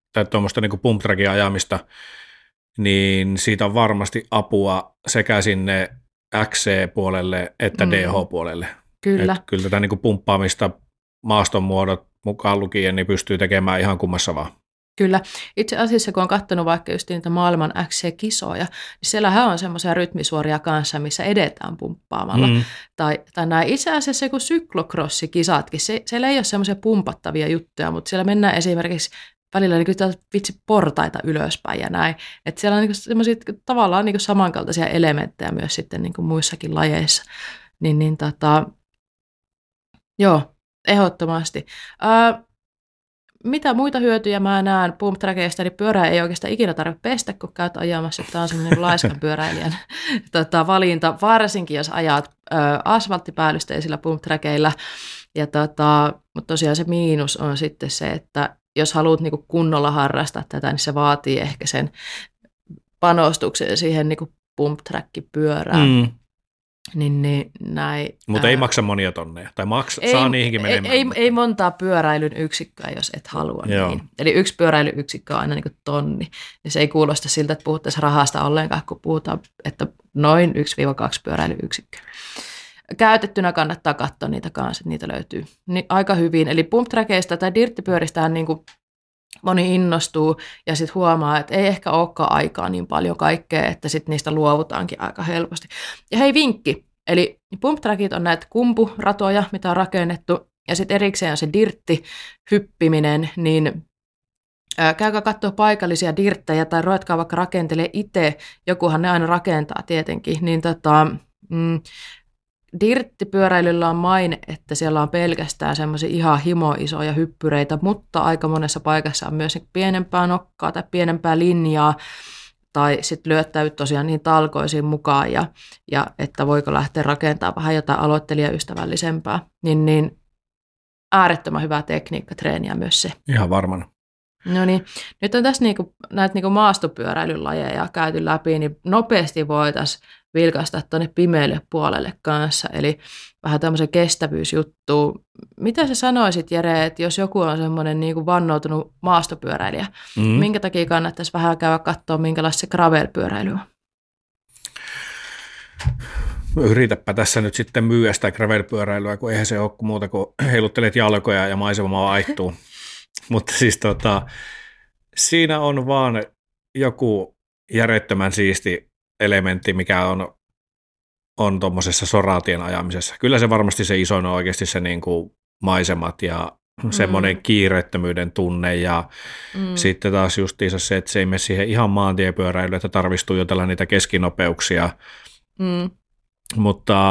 tai tuommoista niin pump trackin ajamista, niin siitä on varmasti apua sekä sinne X C-puolelle että mm. D H-puolelle. Kyllä. Et kyllä tätä niin kuin pumppaamista maaston muodot mukaan lukien niin pystyy tekemään ihan kummassa vaan. Kyllä. Itse asiassa, kun on katsonut vaikka just niitä maailman X C-kisoja, niin siellähän on semmoisia rytmisuoria kanssa, missä edetään pumppaamalla. Mm. Tai, tai nämä itse asiassa joku syklocrossikisatkin, se, siellä ei ole semmoisia pumpattavia juttuja, mutta siellä mennään esimerkiksi välillä niin kuin vitsi portaita ylöspäin ja näin. Että siellä on niin semmoisia tavallaan niin samankaltaisia elementtejä myös sitten niin muissakin lajeissa. Niin, niin tota, joo, ehdottomasti. Ää, mitä muita hyötyjä mä näen pump-trackeista, niin pyörää ei oikeastaan ikinä tarvitse pestä, kun käyt ajamassa. Tämä on semmoinen laiskan pyöräilijän tota, valinta, varsinkin jos ajat ö, asfalttipäällysteisillä pump-trackeilla. Ja tota, mutta tosiaan se miinus on sitten se, että jos haluat niinku kunnolla harrastaa tätä, niin se vaatii ehkä sen panostuksen siihen niinku pump-track-pyörään. Mm. Niin, niin, mutta ei maksa monia tonneja, tai maksa, ei, saa niihinkin menemään. Ei, ei, ei montaa pyöräilyn yksikköä, jos et halua. Niin. Eli yksi pyöräilyyksikkö on aina niin kuin tonni. Ja se ei kuulosta siltä, että puhuttaisiin rahasta ollenkaan, kun puhutaan, että noin yksi kaksi pyöräilyyksikköä. Käytettynä kannattaa katsoa niitä kanssa, että niitä löytyy niin aika hyvin. Eli pump-trackeista tai dirttipyöristähän niin kuin moni innostuu ja sitten huomaa, että ei ehkä olekaan aikaa niin paljon kaikkea, että sitten niistä luovutaankin aika helposti. Ja hei vinkki, eli pump-trackit on näitä kumpuratoja, mitä on rakennettu, ja sitten erikseen on se dirtti-hyppiminen, niin ää, käykää katsoa paikallisia dirttejä tai ruvetkaa vaikka rakentelemaan itse, jokuhan ne aina rakentaa tietenkin, niin tota... Mm, dirttipyöräilyllä on maine, että siellä on pelkästään semmoisia ihan himoisoja hyppyreitä, mutta aika monessa paikassa on myös pienempää nokkaa tai pienempää linjaa, tai sitten lyöttäyt tosiaan niin talkoisiin mukaan, ja, ja että voiko lähteä rakentamaan vähän jotain aloittelijaystävällisempää, niin, niin äärettömän hyvää tekniikkatreeniä myös se. Ihan varmana. No niin, nyt on tässä niinku, näitä niinku maastopyöräilylajeja käyty läpi, niin nopeasti voitaisiin vilkaista tuonne pimeälle puolelle kanssa, eli vähän tämmöisen kestävyysjuttuun. Mitä sä sanoisit, Jere, että jos joku on semmoinen niinku vannoutunut maastopyöräilijä, mm. minkä takia kannattaisi vähän käydä katsoa, minkälaista se gravel-pyöräily on? Yritäpä tässä nyt sitten myyä sitä gravel-pyöräilyä, kun eihän se ole muuta kuin heiluttelet jalkoja ja maisema vaihtuu. Mutta siis tota, siinä on vaan joku järjettömän siisti elementti, mikä on, on tuommoisessa soraatien ajamisessa. Kyllä se varmasti se isoin on oikeasti se niin kuin maisemat ja mm. semmoinen kiireettömyyden tunne ja mm. sitten taas justiinsa se, että se ei mene siihen ihan maantiepyöräilyyn, että tarvitsisi tuijotella niitä keskinopeuksia. Mm. Mutta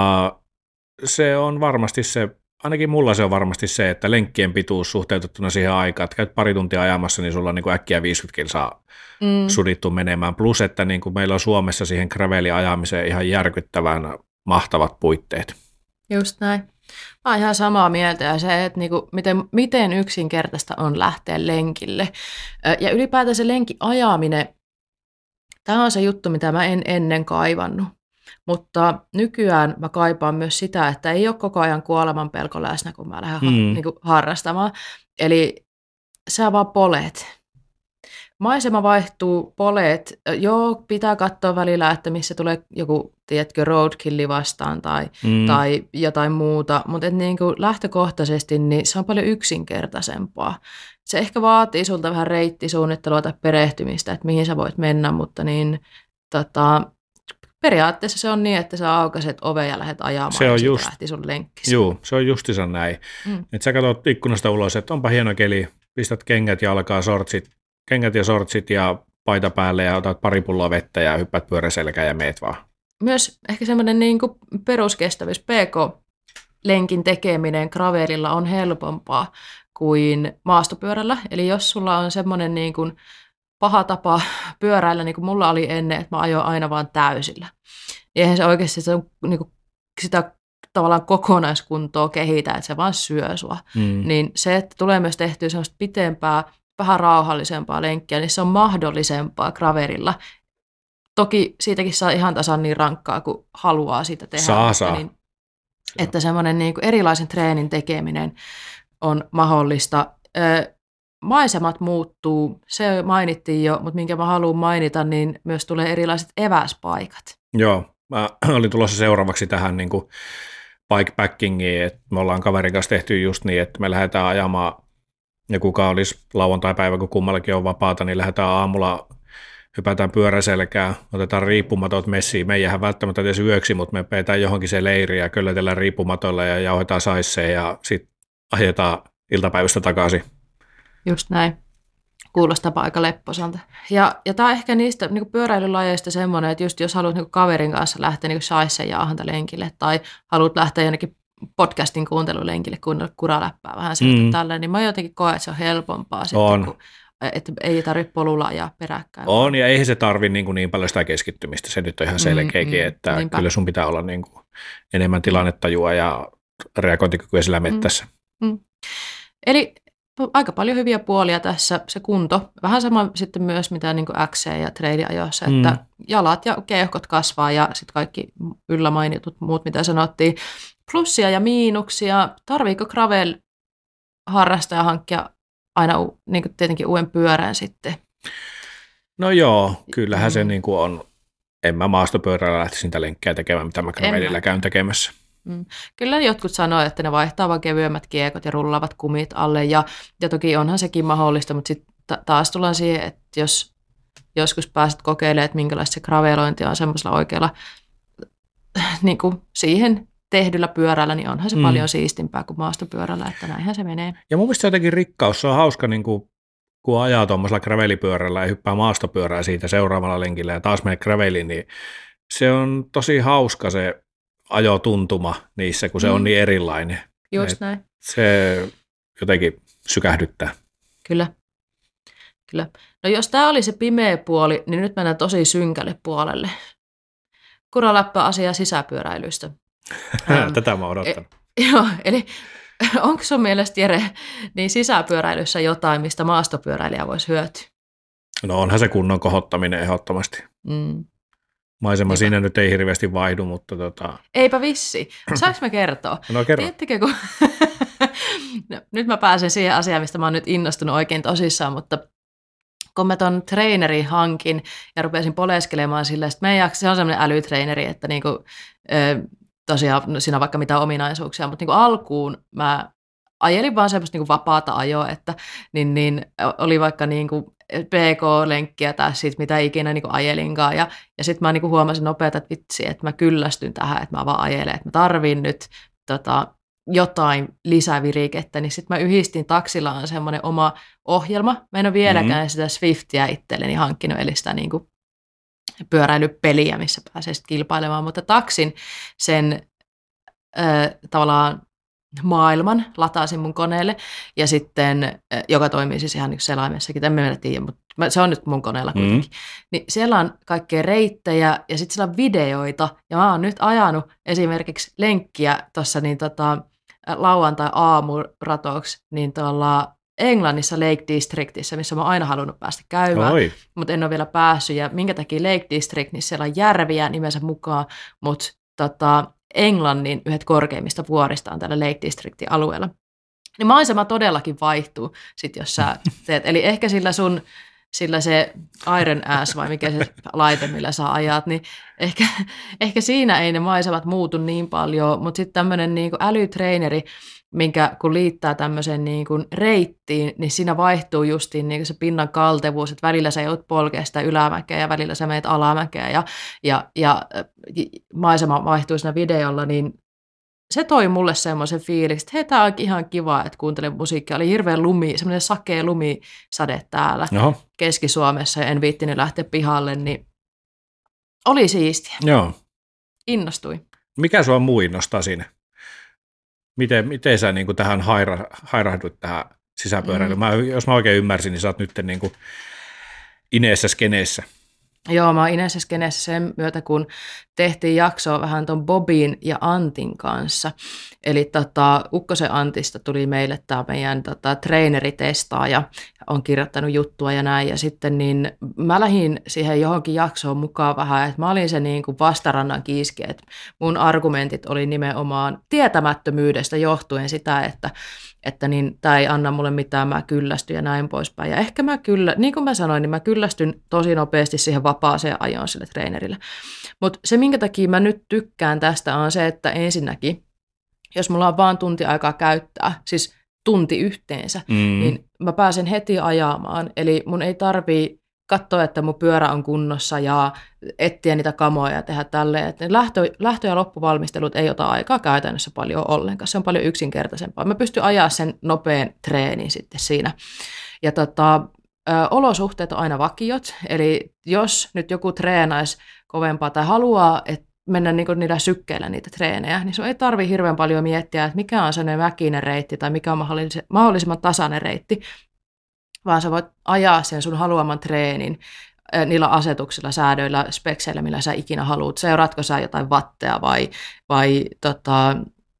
se on varmasti se, ainakin mulla se on varmasti se, että lenkkien pituus suhteutettuna siihen aikaan, että käyt pari tuntia ajamassa, niin sulla on niin kuin äkkiä viisikymmentä kilsaa mm. sudittu menemään. Plus, että niin kuin meillä on Suomessa siihen gravelin ajamiseen ihan järkyttävän mahtavat puitteet. Just näin. Mä oon ihan samaa mieltä ja se, että niinku, miten, miten yksinkertaista on lähteä lenkille. Ja ylipäätään se lenkin ajaminen, tämä on se juttu, mitä mä en ennen kaivannut. Mutta nykyään mä kaipaan myös sitä, että ei ole koko ajan kuoleman pelko läsnä, kun mä lähden mm. niin kuin harrastamaan. Eli sä vaan polet. Maisema vaihtuu, polet. Joo, pitää katsoa välillä, että missä tulee joku, tiedätkö, roadkilli vastaan tai, mm. tai jotain muuta. Mutta niin kuin lähtökohtaisesti niin se on paljon yksinkertaisempaa. Se ehkä vaatii sulta vähän reittisuunnittelua tai perehtymistä, että mihin sä voit mennä, mutta niin tota... periaatteessa se on niin, että sä aukaiset oven ja lähdet ajamaan se on ja just, lähti sun lenkkisi. Juu, se on justiinsa näin. Mm. Että sä katsot ikkunasta ulos, että onpa hieno keli, pistät kengät jalkaan, sortsit, kengät ja sortsit ja paita päälle ja otat pari pulloa vettä ja hyppäät pyöräselkään ja meet vaan. Myös ehkä semmoinen niin kuin peruskestävyys, P K-lenkin tekeminen gravelilla on helpompaa kuin maastopyörällä. Eli jos sulla on semmoinen niin kuin paha tapa pyöräillä, niin kuin mulla oli ennen, että mä ajoin aina vaan täysillä. Ja eihän se oikeasti se, niin kuin, sitä tavallaan kokonaiskuntoa kehitä, että se vaan syö sua. Mm. Niin se, että tulee myös tehtyä semmoista pitempää, vähän rauhallisempaa lenkkiä, niin se on mahdollisempaa gravelilla. Toki siitäkin saa ihan tasan niin rankkaa, kun haluaa sitä tehdä. Saa, saa. Niin, että semmoinen niin kuin erilaisen treenin tekeminen on mahdollista. maisemat muuttuu, se mainittiin jo, mutta minkä mä haluan mainita, niin myös tulee erilaiset eväspaikat. Joo, mä olin tulossa seuraavaksi tähän niin kuin bikepackingiin, että me ollaan kaverin kanssa tehty just niin, että me lähdetään ajamaan, ja kuka olisi lauantai-päivä, kun kummallakin on vapaata, niin lähdetään aamulla, hypätään pyöräselkään, otetaan riippumatot messiin. Me ei jäädä välttämättä edes yöksi, mutta me peetään johonkin se leiriin ja kölletellään riippumatolla ja jauhetaan saisseen ja sitten ajetaan iltapäivästä takaisin. Just näin. Kuulostaa aika lepposalta. Ja, ja tämä on ehkä niistä niin pyöräilylajeista semmoinen, että just jos haluat niin kaverin kanssa lähteä niin saisseen jaahantalenkille tai haluat lähteä jonnekin podcastin kuuntelulenkille, kuunnella kuraläppää vähän sieltä mm. tälleen, niin mä jotenkin koen, että se on helpompaa on. sitten, kun, että ei tarvitse polulla ajaa peräkkäin. On, ja eihän se tarvitse niin, niin paljon sitä keskittymistä, se nyt on ihan selkeäkin, mm, mm, että niinpä. Kyllä sun pitää olla niin kuin enemmän tilannetajua ja reagointikykyä sillä mettässä. Mm, mm. Eli aika paljon hyviä puolia tässä, se kunto. Vähän sama sitten myös mitä niin kuin X C- ja trailiajoissa, mm. että jalat ja keuhkot kasvaa ja sitten kaikki yllä mainitut muut, mitä sanottiin. Plussia ja miinuksia. Tarviiko gravel-harrastaja hankkia aina niin kuin tietenkin uuden pyörän sitten? No joo, kyllähän mm. se niin kuin on. En mä maastopyörällä lähtisi niitä lenkkejä tekemään, mitä mä gravelillä käyn tekemässä. Mm. Kyllä jotkut sanoo, että ne vaihtaa vaan kevyemmät kiekot ja rullaavat kumit alle, ja, ja toki onhan sekin mahdollista, mutta sitten ta- taas tullaan siihen, että jos joskus pääset kokeilemaan, että minkälaista se gravelointi on semmoisella oikealla niin kuin siihen tehdyllä pyörällä, niin onhan se mm. paljon siistimpää kuin maastopyörällä, että näinhän se menee. Ja mun mielestä se jotenkin rikkaus, se on hauska, niin kuin, kun ajaa tuommoisella gravelipyörällä ja hyppää maastopyörää siitä seuraavalla lenkillä ja taas menee graveliin, niin se on tosi hauska se ajotuntuma niissä, kun se mm. on niin erilainen. Just Et näin. Se jotenkin sykähdyttää. Kyllä. Kyllä. No jos tämä oli se pimeä puoli, niin nyt mennään tosi synkälle puolelle. Kuraläppä-asia sisäpyöräilystä. Tätä mä oon odottanut. E- joo, eli onko sun mielestä, Jere, niin sisäpyöräilyssä jotain, mistä maastopyöräilijä voisi hyötyä? No onhan se kunnon kohottaminen ehdottomasti. Mm. Maisema Eipä. Siinä nyt ei hirveästi vaihdu, mutta tota... Eipä vissi. Saanko mä kertoa? No kerro. Tiedättekö, kun... no, nyt mä pääsen siihen asiaan, mistä mä oon nyt innostunut oikein tosissaan, mutta kun mä ton trainerin hankin ja rupesin poleskelemaan sillä, että meidän, se on semmoinen älytreineri, että niinku, tosiaan no siinä on vaikka mitä ominaisuuksia, mutta niinku alkuun mä ajelin vaan semmoista niinku vapaata ajoa, että niin, niin oli vaikka niinku P K-lenkkiä tai sit mitä ikinä niinku ajelinkaan. Ja, ja sitten mä niinku huomasin nopeasti, että vitsi, että mä kyllästyn tähän, että mä vaan ajelen, että mä tarvin nyt tota, jotain lisävirikettä. Niin sitten mä yhdistin Taxilaan semmoinen oma ohjelma. Mä en ole vieläkään mm-hmm. sitä Swiftia itselleni hankkinut, eli sitä niinku pyöräilypeliä, missä pääsee sitten kilpailemaan. Mutta Taxin sen äh, tavallaan maailman lataasin mun koneelle, ja sitten, joka toimii siis ihan niin selaimessakin, en mä tiedä, mutta se on nyt mun koneella kuitenkin. Mm. Niin siellä on kaikkea reittejä, ja sitten siellä on videoita, ja mä oon nyt ajanut esimerkiksi lenkkiä tuossa niin tota, lauantai-aamuratoksi, niin tuolla Englannissa Lake Districtissä, missä mä oon aina halunnut päästä käymään, Oi. mutta en ole vielä päässyt, ja minkä takia Lake District, niin siellä on järviä nimensä mukaan, mutta tota, Englannin yhdet korkeimmista vuorista on tällä Lake Districtin alueella. Niin maisema todellakin vaihtuu, sit jos sä teet. Eli ehkä sillä sun, sillä se Iron Ass, vai mikä se laite, millä sä ajat, niin ehkä, ehkä siinä ei ne maisemat muutu niin paljon, mutta sitten tämmöinen niinku älytreeneri, minkä kun liittää tämmöiseen niinku reittiin, niin siinä vaihtuu justiin niinku se pinnan kaltevuus, että välillä sä joudut polkea sitä ylämäkeä ja välillä sä meet alamäkeä ja, ja, ja maisema vaihtuu siinä videolla, niin se toi mulle semmoisen fiiliksen, että hei, tää on ihan kiva, että kuuntelen musiikkia. Oli hirveän lumi, semmoinen sakea lumisade täällä Oho. Keski-Suomessa ja en viittinyt lähteä pihalle, niin oli siistiä. Joo. Innostui. Mikä sua muu innostaa siinä? Miten, miten sä niin kuin tähän haira, hairahdut tähän sisäpyöräilyyn? Mm. Mä, jos mä oikein ymmärsin, niin sä oot nyt niin kuin ineessä skeneessä. Joo, mä oon ineessä skeneessä sen myötä, kun tehtiin jaksoa vähän ton Bobin ja Antin kanssa. Eli tota, Ukkosen Antista tuli meille tämä meidän tota, treeneritestaaja, on kirjoittanut juttua ja näin. Ja sitten niin mä lähdin siihen johonkin jaksoon mukaan vähän, että mä olin se niin kuin vastarannan kiiski, että mun argumentit oli nimenomaan tietämättömyydestä johtuen sitä, että että niin, tämä ei anna mulle mitään, mä kyllästyn ja näin poispäin. Ja ehkä mä kyllä, niin kuin mä sanoin, niin mä kyllästyn tosi nopeasti siihen vapaaseen ajoon sille treenerille. Mutta se, minkä takia mä nyt tykkään tästä, on se, että ensinnäkin, jos mulla on vaan tunti aikaa käyttää, siis tunti yhteensä, mm. niin mä pääsen heti ajamaan. Eli mun ei tarvii katsoa, että mun pyörä on kunnossa ja etsiä niitä kamoja ja tehdä tälleen. Että lähtö, lähtö- ja loppuvalmistelut ei ota aikaa käytännössä paljon ollenkaan. Se on paljon yksinkertaisempaa. Mä pystyn ajaa sen nopean treenin sitten siinä. Ja tota, ö, olosuhteet on aina vakiot. Eli jos nyt joku treenaisi kovempaa tai haluaa, että mennä niinku niillä sykkeillä niitä treenejä, niin sun ei tarvitse hirveän paljon miettiä, että mikä on sellainen mäkinen reitti tai mikä on mahdollisimman tasainen reitti, vaan sä voit ajaa sen sun haluaman treenin niillä asetuksilla, säädöillä, spekseillä, millä sä ikinä haluat. Seuraatko sä jotain watteja vai, vai tota,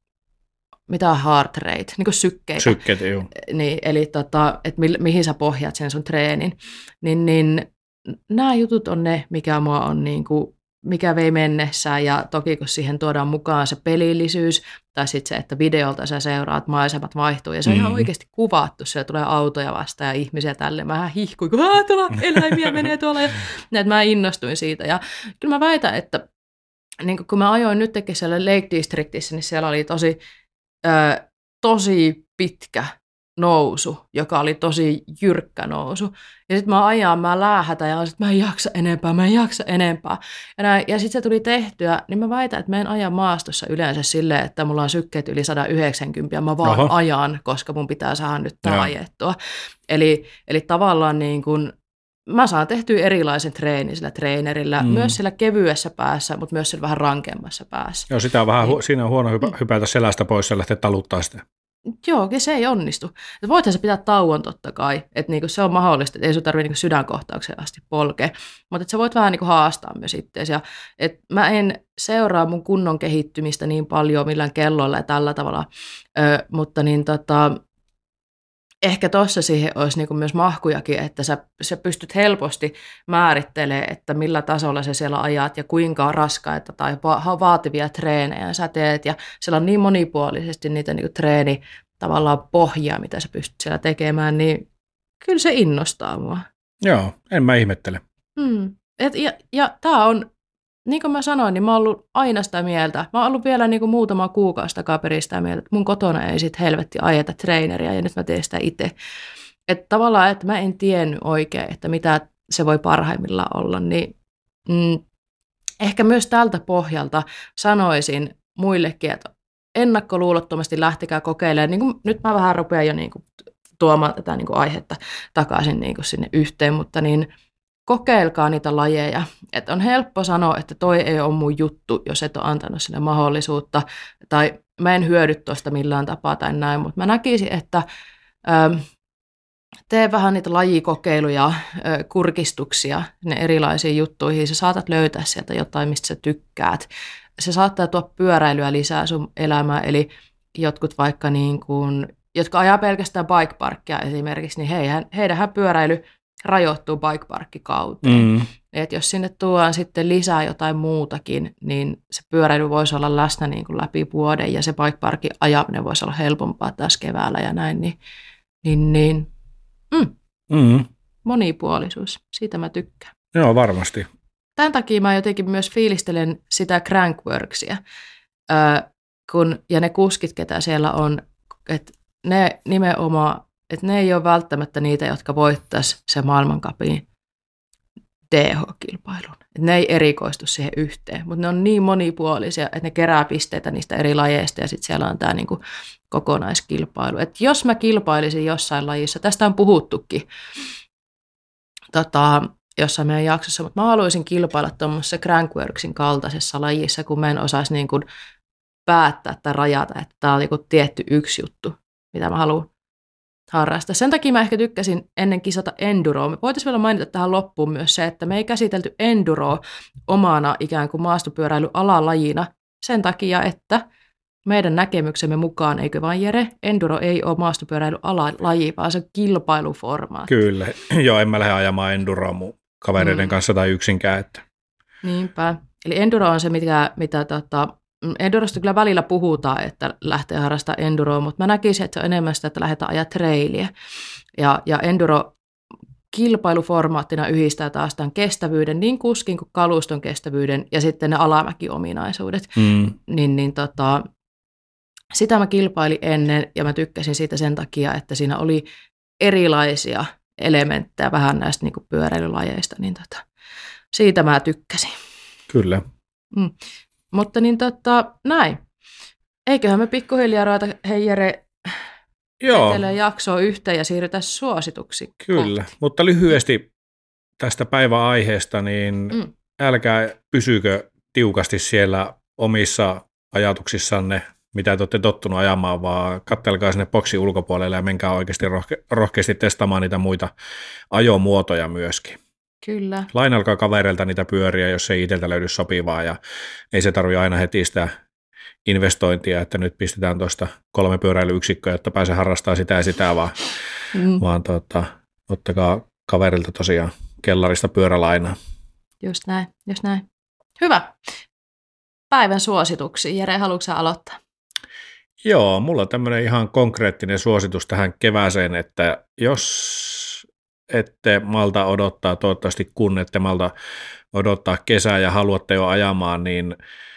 mitä on heart rate, niin kuin sykkeitä. Sykkeet, joo. Niin, eli tota, että mi- mihin sä pohjaat sen sun treenin. Niin, niin nämä jutut on ne, mikä mua on niin kuin mikä vei mennessään, ja toki kun siihen tuodaan mukaan se pelillisyys, tai sitten se, että videolta sä seuraat, maisemat vaihtuu, ja se on mm-hmm. ihan oikeasti kuvattu, siellä tulee autoja vastaan ja ihmisiä tälleen, mä ihan hihkuin, kun tuolla eläimiä menee tuolla, ja näet, mä innostuin siitä, ja kyllä mä väitän, että niin kun mä ajoin nytkin siellä Lake Districtissä, niin siellä oli tosi, äh, tosi pitkä nousu, joka oli tosi jyrkkä nousu. Ja sitten mä ajan, mä läähätä ja sit mä en jaksa enempää, mä en jaksa enempää. Ja, ja sitten se tuli tehtyä, niin mä väitän, että mä en aja maastossa yleensä silleen, että mulla on sykkeet yli sata yhdeksänkymmentä ja mä vaan Oho. ajan, koska mun pitää saada nyt tää ajettua. Eli, eli tavallaan niin kun, mä saan tehtyä erilaisen treenin sillä treenerillä, mm. myös sillä kevyessä päässä, mutta myös sillä vähän rankemmassa päässä. Joo, sitä on vähän, niin. Siinä on huono hypä, hypätä selästä pois ja lähteä taluttaa sitä. Joo, se ei onnistu. Voithan se pitää tauon totta kai, että niinku se on mahdollista, että ei sun tarvitse niinku sydänkohtaukseen asti polkea, mutta sä voit vähän niinku haastaa myös itseäsi. Ja, et mä en seuraa mun kunnon kehittymistä niin paljon millään kelloilla ja tällä tavalla, ö, mutta niin tota, ehkä tuossa siihen olisi niinku myös mahkujakin, että sä, sä pystyt helposti määrittelemään, että millä tasolla sä siellä ajat ja kuinka raskaita tai va- vaativia treenejä sä teet. Ja siellä on niin monipuolisesti niitä niinku treeni tavallaan pohjaa, mitä sä pystyt siellä tekemään, niin kyllä se innostaa mua. Joo, en mä ihmettele. Mm. Et, ja ja tämä on, niin kuin mä sanoin, niin mä oon ollut aina sitä mieltä. Mä oon ollut vielä niin kuin muutama kuukausi takaperin sitä mieltä, että mun kotona ei sit helvetti ajeta treeneriä ja nyt mä teen sitä itse. Että tavallaan, että mä en tiennyt oikein, että mitä se voi parhaimmillaan olla, niin mm, ehkä myös tältä pohjalta sanoisin muillekin, että ennakkoluulottomasti lähtekää kokeilemaan. Niin kuin, nyt mä vähän rupean jo niin kuin tuomaan tätä niin kuin aihetta takaisin niin kuin sinne yhteen, mutta niin kokeilkaa niitä lajeja. Et on helppo sanoa, että toi ei ole mun juttu, jos et ole antanut sille mahdollisuutta, tai mä en hyödy tuosta millään tapaa tai näin, mutta mä näkisin, että ähm, tee vähän niitä lajikokeiluja, äh, kurkistuksia ne erilaisiin juttuihin. Sä saatat löytää sieltä jotain, mistä sä tykkäät. Se saattaa tuoda pyöräilyä lisää sun elämään, eli jotkut vaikka niin kuin, jotka ajaa pelkästään bikeparkkia esimerkiksi, niin heihän, heidänhän pyöräily rajoittuu bikeparkkikauteen. Mm. Et jos sinne tuodaan sitten lisää jotain muutakin, niin se pyöräily voisi olla läsnä niin kuin läpi vuoden ja se bikeparkin ajaminen voisi olla helpompaa taas keväällä ja näin. Niin, niin, niin. Mm. Mm. Monipuolisuus, siitä mä tykkään. Joo, varmasti. Tämän takia mä jotenkin myös fiilistelen sitä Crankworksia, öö, kun, ja ne kuskit, ketä siellä on, että ne nimenomaan, että ne ei ole välttämättä niitä, jotka voittaisi se maailmancupin D H-kilpailun. Et ne ei erikoistu siihen yhteen, mutta ne on niin monipuolisia, että ne kerää pisteitä niistä eri lajeista ja sitten siellä on tämä niinku kokonaiskilpailu. Et jos mä kilpailisin jossain lajissa, tästä on puhuttukin tota, jossain meidän jaksossa, mutta mä haluaisin kilpailla tuommoisessa Crankworksin kaltaisessa lajissa, kun mä en osaisi niinku päättää tai rajata, että tämä on niinku tietty yksi juttu, mitä mä haluan harrastaa. Sen takia mä ehkä tykkäsin ennen kisata enduroa. Me voitaisiin vielä mainita tähän loppuun myös se, että me ei käsitelty enduroa omana ikään kuin maastopyöräilyalalajina sen takia, että meidän näkemyksemme mukaan, eikö vain Jere, enduro ei ole maastopyöräilyalalaji, vaan se on kilpailuformaatti. Kyllä, joo, en mä lähde ajamaan enduroa mun kavereiden mm. kanssa tai yksinkään. Että. Niinpä. Eli enduro on se, mitä, mitä tota, Endurasta kyllä välillä puhutaan, että lähtee harrastamaan enduroa, mutta mä näkisin, että se on enemmän sitä, että lähdetään ajaa trailiä. Ja, ja enduro kilpailuformaattina yhdistää taas tämän kestävyyden, niin kuskin kuin kaluston kestävyyden ja sitten ne alamäkiominaisuudet. Mm. Niin, niin tota, sitä mä kilpailin ennen ja mä tykkäsin siitä sen takia, että siinä oli erilaisia elementtejä vähän näistä niin kuin pyöräilylajeista, niin tota, siitä mä tykkäsin. Kyllä. Mm. Mutta niin tota, näin. Eiköhän me pikkuhiljaa ruveta, hei Jere, vetelee jaksoa yhteen ja siirrytään suosituksiin. Kyllä, kohti. Mutta lyhyesti tästä päivän aiheesta, niin mm. älkää pysykö tiukasti siellä omissa ajatuksissanne, mitä te olette tottunut ajamaan, vaan katselkaa sinne boksin ulkopuolelle ja menkää oikeasti rohke- rohkeasti testaamaan niitä muita ajomuotoja myöskin. Kyllä. Lainalkaa kavereilta niitä pyöriä, jos ei itseltä löydy sopivaa, ja ei se tarvitse aina heti sitä investointia, että nyt pistetään tuosta kolme pyöräilyyksikköä, jotta pääsee harrastamaan sitä ja sitä, vaan, mm. vaan tuota, ottakaa kaverilta tosiaan kellarista pyörälainaa. Just näin, just näin. Hyvä. Päivän suosituksia. Jere, haluatko sä aloittaa? Joo, mulla on tämmöinen ihan konkreettinen suositus tähän kevääseen, että jos ette malta odottaa, toivottavasti kun ette malta odottaa kesää ja haluatte jo ajamaan, niin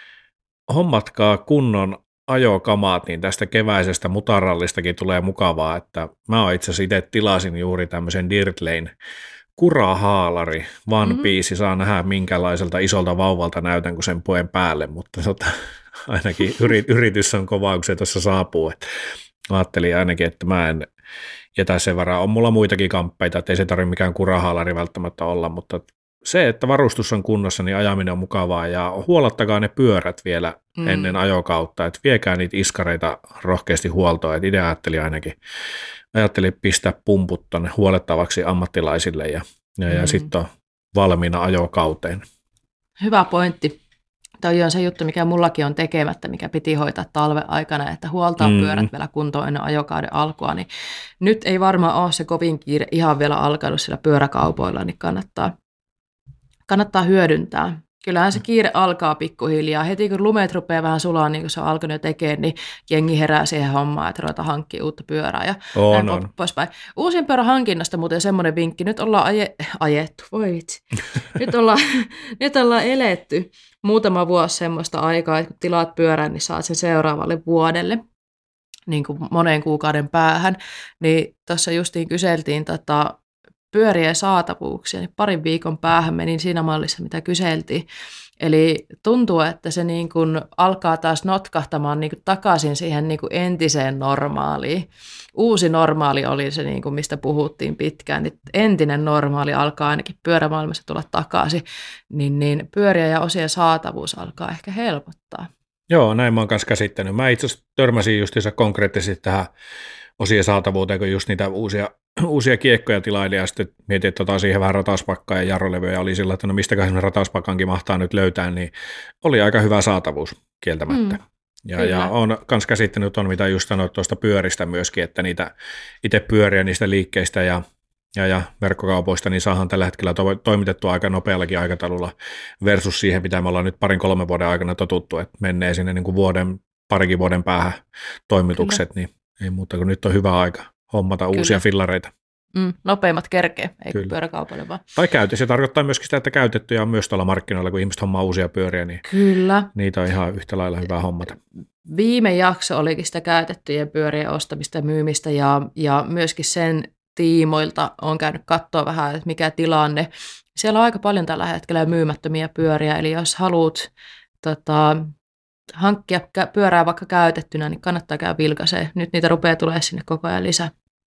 hommatkaa kunnon ajokamaat, niin tästä keväisestä mutarallistakin tulee mukavaa, että mä oon itse asiassa itse tilasin juuri tämmöisen Dirt Lane kurahaalari, One Piece, mm-hmm. saa nähdä minkälaiselta isolta vauvalta näytän, kun sen poen päälle, mutta tota, ainakin yritys on kova, kun se tuossa saapuu, että ajattelin ainakin, että mä en jätä sen varaa. On mulla muitakin kamppeita, että ei se tarvitse mikään kurahaalari välttämättä olla, mutta se, että varustus on kunnossa, niin ajaminen on mukavaa ja huolattakaa ne pyörät vielä mm. ennen ajokautta, että viekää niitä iskareita rohkeasti huoltoon, että itse ajattelin ainakin, ajattelin pistää pumput tuonne huolettavaksi ammattilaisille ja, ja, mm. ja sitten on valmiina ajokauteen. Hyvä pointti. Toi on se juttu, mikä mullakin on tekemättä, mikä piti hoitaa talven aikana, että huoltaa mm. pyörät vielä kuntoon ennen ajokauden alkua, niin nyt ei varmaan ole se kovin kiire ihan vielä alkanut sillä pyöräkaupoilla, niin kannattaa Kannattaa hyödyntää. Kyllähän se kiire alkaa pikkuhiljaa. Heti kun lumet rupeaa vähän sulaa, niin kuin se on alkanut jo tekemään, niin jengi herää siihen hommaan, että ruvetaan hankkia uutta pyörää ja on, on. poispäin. Uusien pyörän hankinnasta muuten semmoinen vinkki. Nyt ollaan aje, ajettu, voi vitsi. Nyt ollaan, nyt ollaan eletty muutama vuosi semmoista aikaa, että kun tilaat pyörän, niin saat sen seuraavalle vuodelle, niin kuin moneen kuukauden päähän. Niin tuossa justiin kyseltiin tota, pyörien saatavuuksia, niin parin viikon päähän menin siinä mallissa, mitä kyseltiin. Eli tuntuu, että se niin kuin alkaa taas notkahtamaan niin kuin takaisin siihen niin kuin entiseen normaaliin. Uusi normaali oli se, niin kuin mistä puhuttiin pitkään. Niin entinen normaali alkaa ainakin pyörämaailmassa tulla takaisin, niin, niin pyöriä ja osien saatavuus alkaa ehkä helpottaa. Joo, näin mä oon kanssa käsittänyt. Mä itse asiassa törmäsin justiinsa konkreettisesti tähän osien saatavuuteen, kun just niitä uusia uusia kiekkoja tilaili ja sitten mietin, että otan siihen vähän ratauspakkaa ja jarrolevyä ja oli sillä, että no mistäkään semmoinen ratauspakkankin mahtaa nyt löytää, niin oli aika hyvä saatavuus kieltämättä. Mm, ja, ja olen myös käsittänyt on, mitä just sanoit tuosta pyöristä myöskin, että niitä itse pyöriä niistä liikkeistä ja, ja, ja verkkokaupoista, niin saadaan tällä hetkellä to- toimitettua aika nopeallakin aikataululla versus siihen, mitä me ollaan nyt parin kolmen vuoden aikana totuttu, että menee sinne niin kuin vuoden, parikin vuoden päähän toimitukset, Kyllä. niin ei muuta kuin nyt on hyvä aika hommata Kyllä. uusia fillareita. Mm, nopeimmat kerkee, eikö pyöräkaupalle vaan. Tai käytös. Se tarkoittaa myöskin sitä, että käytettyjä on myös tuolla markkinoilla, kun ihmiset hommaa uusia pyöriä, niin Kyllä. niitä on ihan yhtä lailla hyvä hommata. Viime jakso olikin sitä käytettyjen pyörien ostamista ja myymistä, ja, ja myöskin sen tiimoilta on käynyt katsoa vähän, että mikä tilanne. Siellä on aika paljon tällä hetkellä myymättömiä pyöriä, eli jos haluat tota, hankkia pyörää vaikka käytettynä, niin kannattaa käydä vilkaisee. Nyt niitä rupeaa tulemaan sinne koko ajan lisää.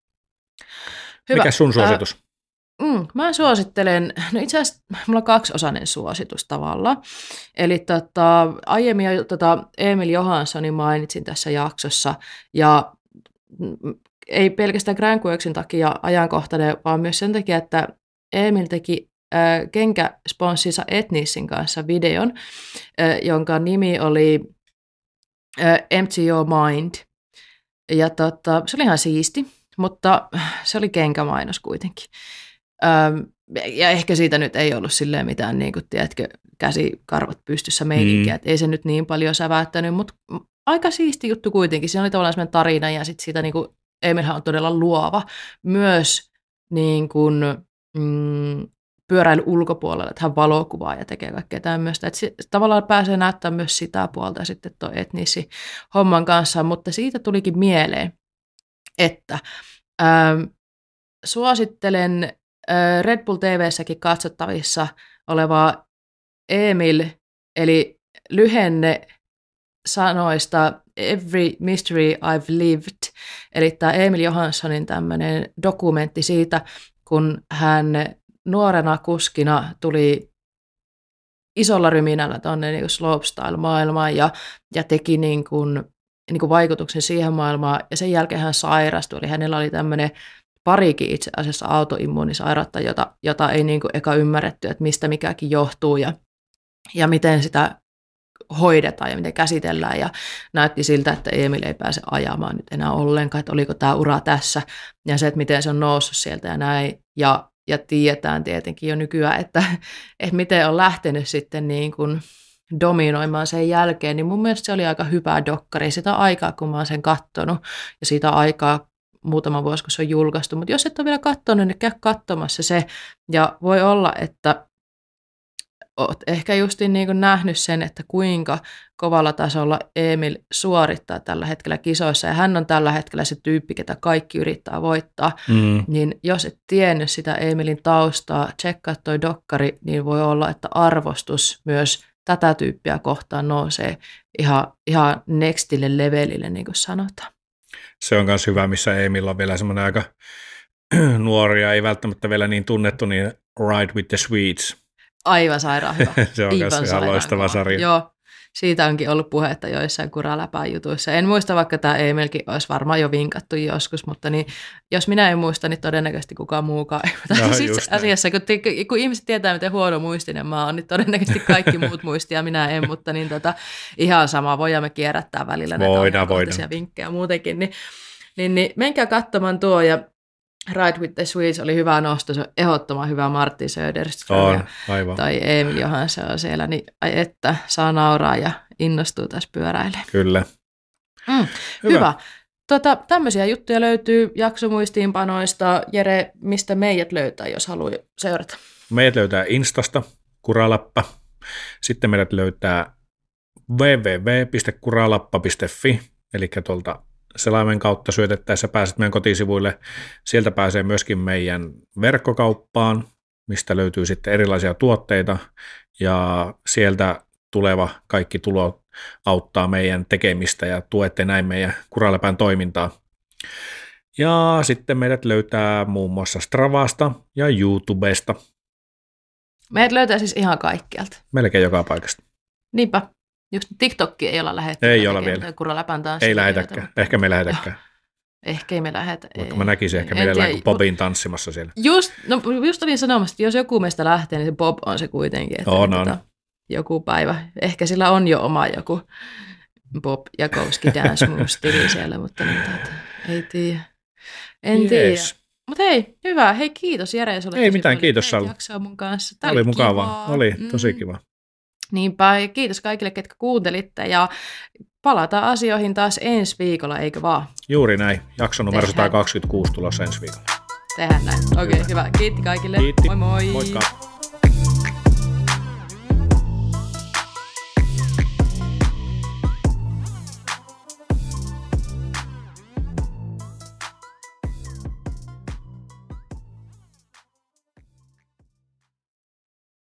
Hyvä. Mikä sun suositus? Äh, mm, mä suosittelen, no itse asiassa mulla on kaksiosainen suositus tavallaan. Eli tota, aiemmin jo tota Emil Johanssonin mainitsin tässä jaksossa, ja ei pelkästään Grand Quirksin takia ajankohtainen, vaan myös sen takia, että Emil teki äh, kenkäsponssinsa Etnisin kanssa videon, äh, jonka nimi oli äh, Empty Your Mind. Ja tota, se oli ihan siisti. Mutta se oli kenkämainos kuitenkin. Öm, ja ehkä siitä nyt ei ollut silleen mitään, niin kuin, tiedätkö, käsikarvat pystyssä meininkiä, mm. että ei se nyt niin paljon säväyttänyt, mutta aika siisti juttu kuitenkin. Siinä oli tavallaan sellainen tarina ja sitten siitä niin kuin, Emilhän on todella luova myös niin kuin, mm, pyöräily ulkopuolella, että hän valokuvaa ja tekee kaikkea tämmöistä. Että se, tavallaan pääsee näyttämään myös sitä puolta sitten tuo etnisi homman kanssa, mutta siitä tulikin mieleen, että ähm, suosittelen äh, Red Bull T V:ssäkin katsottavissa olevaa Emil, eli lyhenne sanoista Every Mystery I've Lived, eli tämä Emil Johanssonin tämmöinen dokumentti siitä, kun hän nuorena kuskina tuli isolla ryminällä tuonne niin slopestyle-maailmaan ja, ja teki niin kuin, niin kuin vaikutuksen siihen maailmaan. Ja sen jälkeen hän sairastui, eli hänellä oli tämmöinen parikin itse asiassa autoimmuunisairautta, jota, jota ei niin kuin eka ymmärretty, että mistä mikäkin johtuu ja, ja miten sitä hoidetaan ja miten käsitellään. Ja näytti siltä, että Emil ei pääse ajamaan nyt enää ollenkaan, että oliko tämä ura tässä ja se, että miten se on noussut sieltä ja näin. Ja Ja tiedetään tietenkin jo nykyään, että, että miten on lähtenyt sitten niin kuin dominoimaan sen jälkeen, niin mun mielestä se oli aika hyvä dokkari sitä aikaa, kun mä oon sen katsonut, ja siitä aikaa muutama vuosi, kun se on julkaistu. Mutta jos et ole vielä katsonut, niin käy katsomassa se, ja voi olla, että oot ehkä justiin niin kuin nähnyt sen, että kuinka kovalla tasolla Emil suorittaa tällä hetkellä kisoissa, ja hän on tällä hetkellä se tyyppi, ketä kaikki yrittää voittaa, mm. niin jos et tiennyt sitä Emilin taustaa, tsekkaa toi dokkari, niin voi olla, että arvostus myös tätä tyyppiä kohtaan nousee ihan, ihan nextille levelille, niin kuin sanotaan. Se on myös hyvä, missä Emil on vielä semmoinen aika nuori ja ei välttämättä vielä niin tunnettu, niin Ride with the Swedes. Aivan sairaan hyvä. Se on myös ihan loistava sarja. Joo, siitä onkin ollut puhetta joissain Kuraläpän jutuissa. En muista, vaikka tämä Emilkin olisi varmaan jo vinkattu joskus, mutta niin, jos minä en muista, niin todennäköisesti kukaan muukaan ei. No, siis asiassa, kun, kun ihmiset tietää, miten huono muistinen mä oon, niin todennäköisesti kaikki muut muistia, minä en, mutta niin tota, ihan sama, voidaan me kierrättää välillä näitä ajankohtaisia vinkkejä muutenkin. Niin, niin, niin menkää katsomaan tuo ja Ride with the Swedes oli hyvä nosto, se on ehdottoman hyvä Martti Söderström tai Emil Johansson on siellä, niin ai että saa nauraa ja innostuu tässä pyöräilemään. Kyllä. Mm, hyvä. hyvä. Tota, tämmöisiä juttuja löytyy jaksomuistiinpanoista. Jere, mistä meidät löytää, jos haluaa seurata? Meidät löytää Instasta, Kuralappa. Sitten meidät löytää double-u double-u double-u piste kuralappa piste fi, eli tuolta selaimen kautta syötettäessä pääset meidän kotisivuille. Sieltä pääsee myöskin meidän verkkokauppaan, mistä löytyy sitten erilaisia tuotteita, ja sieltä tuleva kaikki tulo auttaa meidän tekemistä ja tuette näin meidän Kuraläpän toimintaa. Ja sitten meidät löytää muun muassa Stravasta ja YouTubesta. Meidät löytää siis ihan kaikkialta. Melkein joka paikasta. Niinpä. Just TikTokki ei olla lähetty. Ei olla vielä. Kuraläpän ei lähetäkään. Ehkä me lähetäkään. Ehkä me lähetä. Vaikka mä näkisin ehkä mielellään kuin Bobin tanssimassa siellä. Just, no, just olin sanomassa, että jos joku meistä lähtee, niin se Bob on se kuitenkin. Että on, on. Joku päivä. Ehkä sillä on jo oma joku Bob Jakowski Dance Moves-tili siellä, mutta niin, taita, ei tiedä. En yes. tiedä. Mutta hei, hyvä. Hei, kiitos Jere. Ei mitään, kiitos Salla. Jaksoa mun kanssa. Tämä oli, oli mukavaa. Oli tosi mm. kiva. Niinpä, kiitos kaikille, ketkä kuuntelitte, ja palataan asioihin taas ensi viikolla, eikö vaan? Juuri näin. Jakso numero sata kaksikymmentäkuusi tulossa ensi viikolla. Tehdään näin. Okei, okay, hyvä. Kiitti kaikille. Kiitti. Moi moi. Moikka.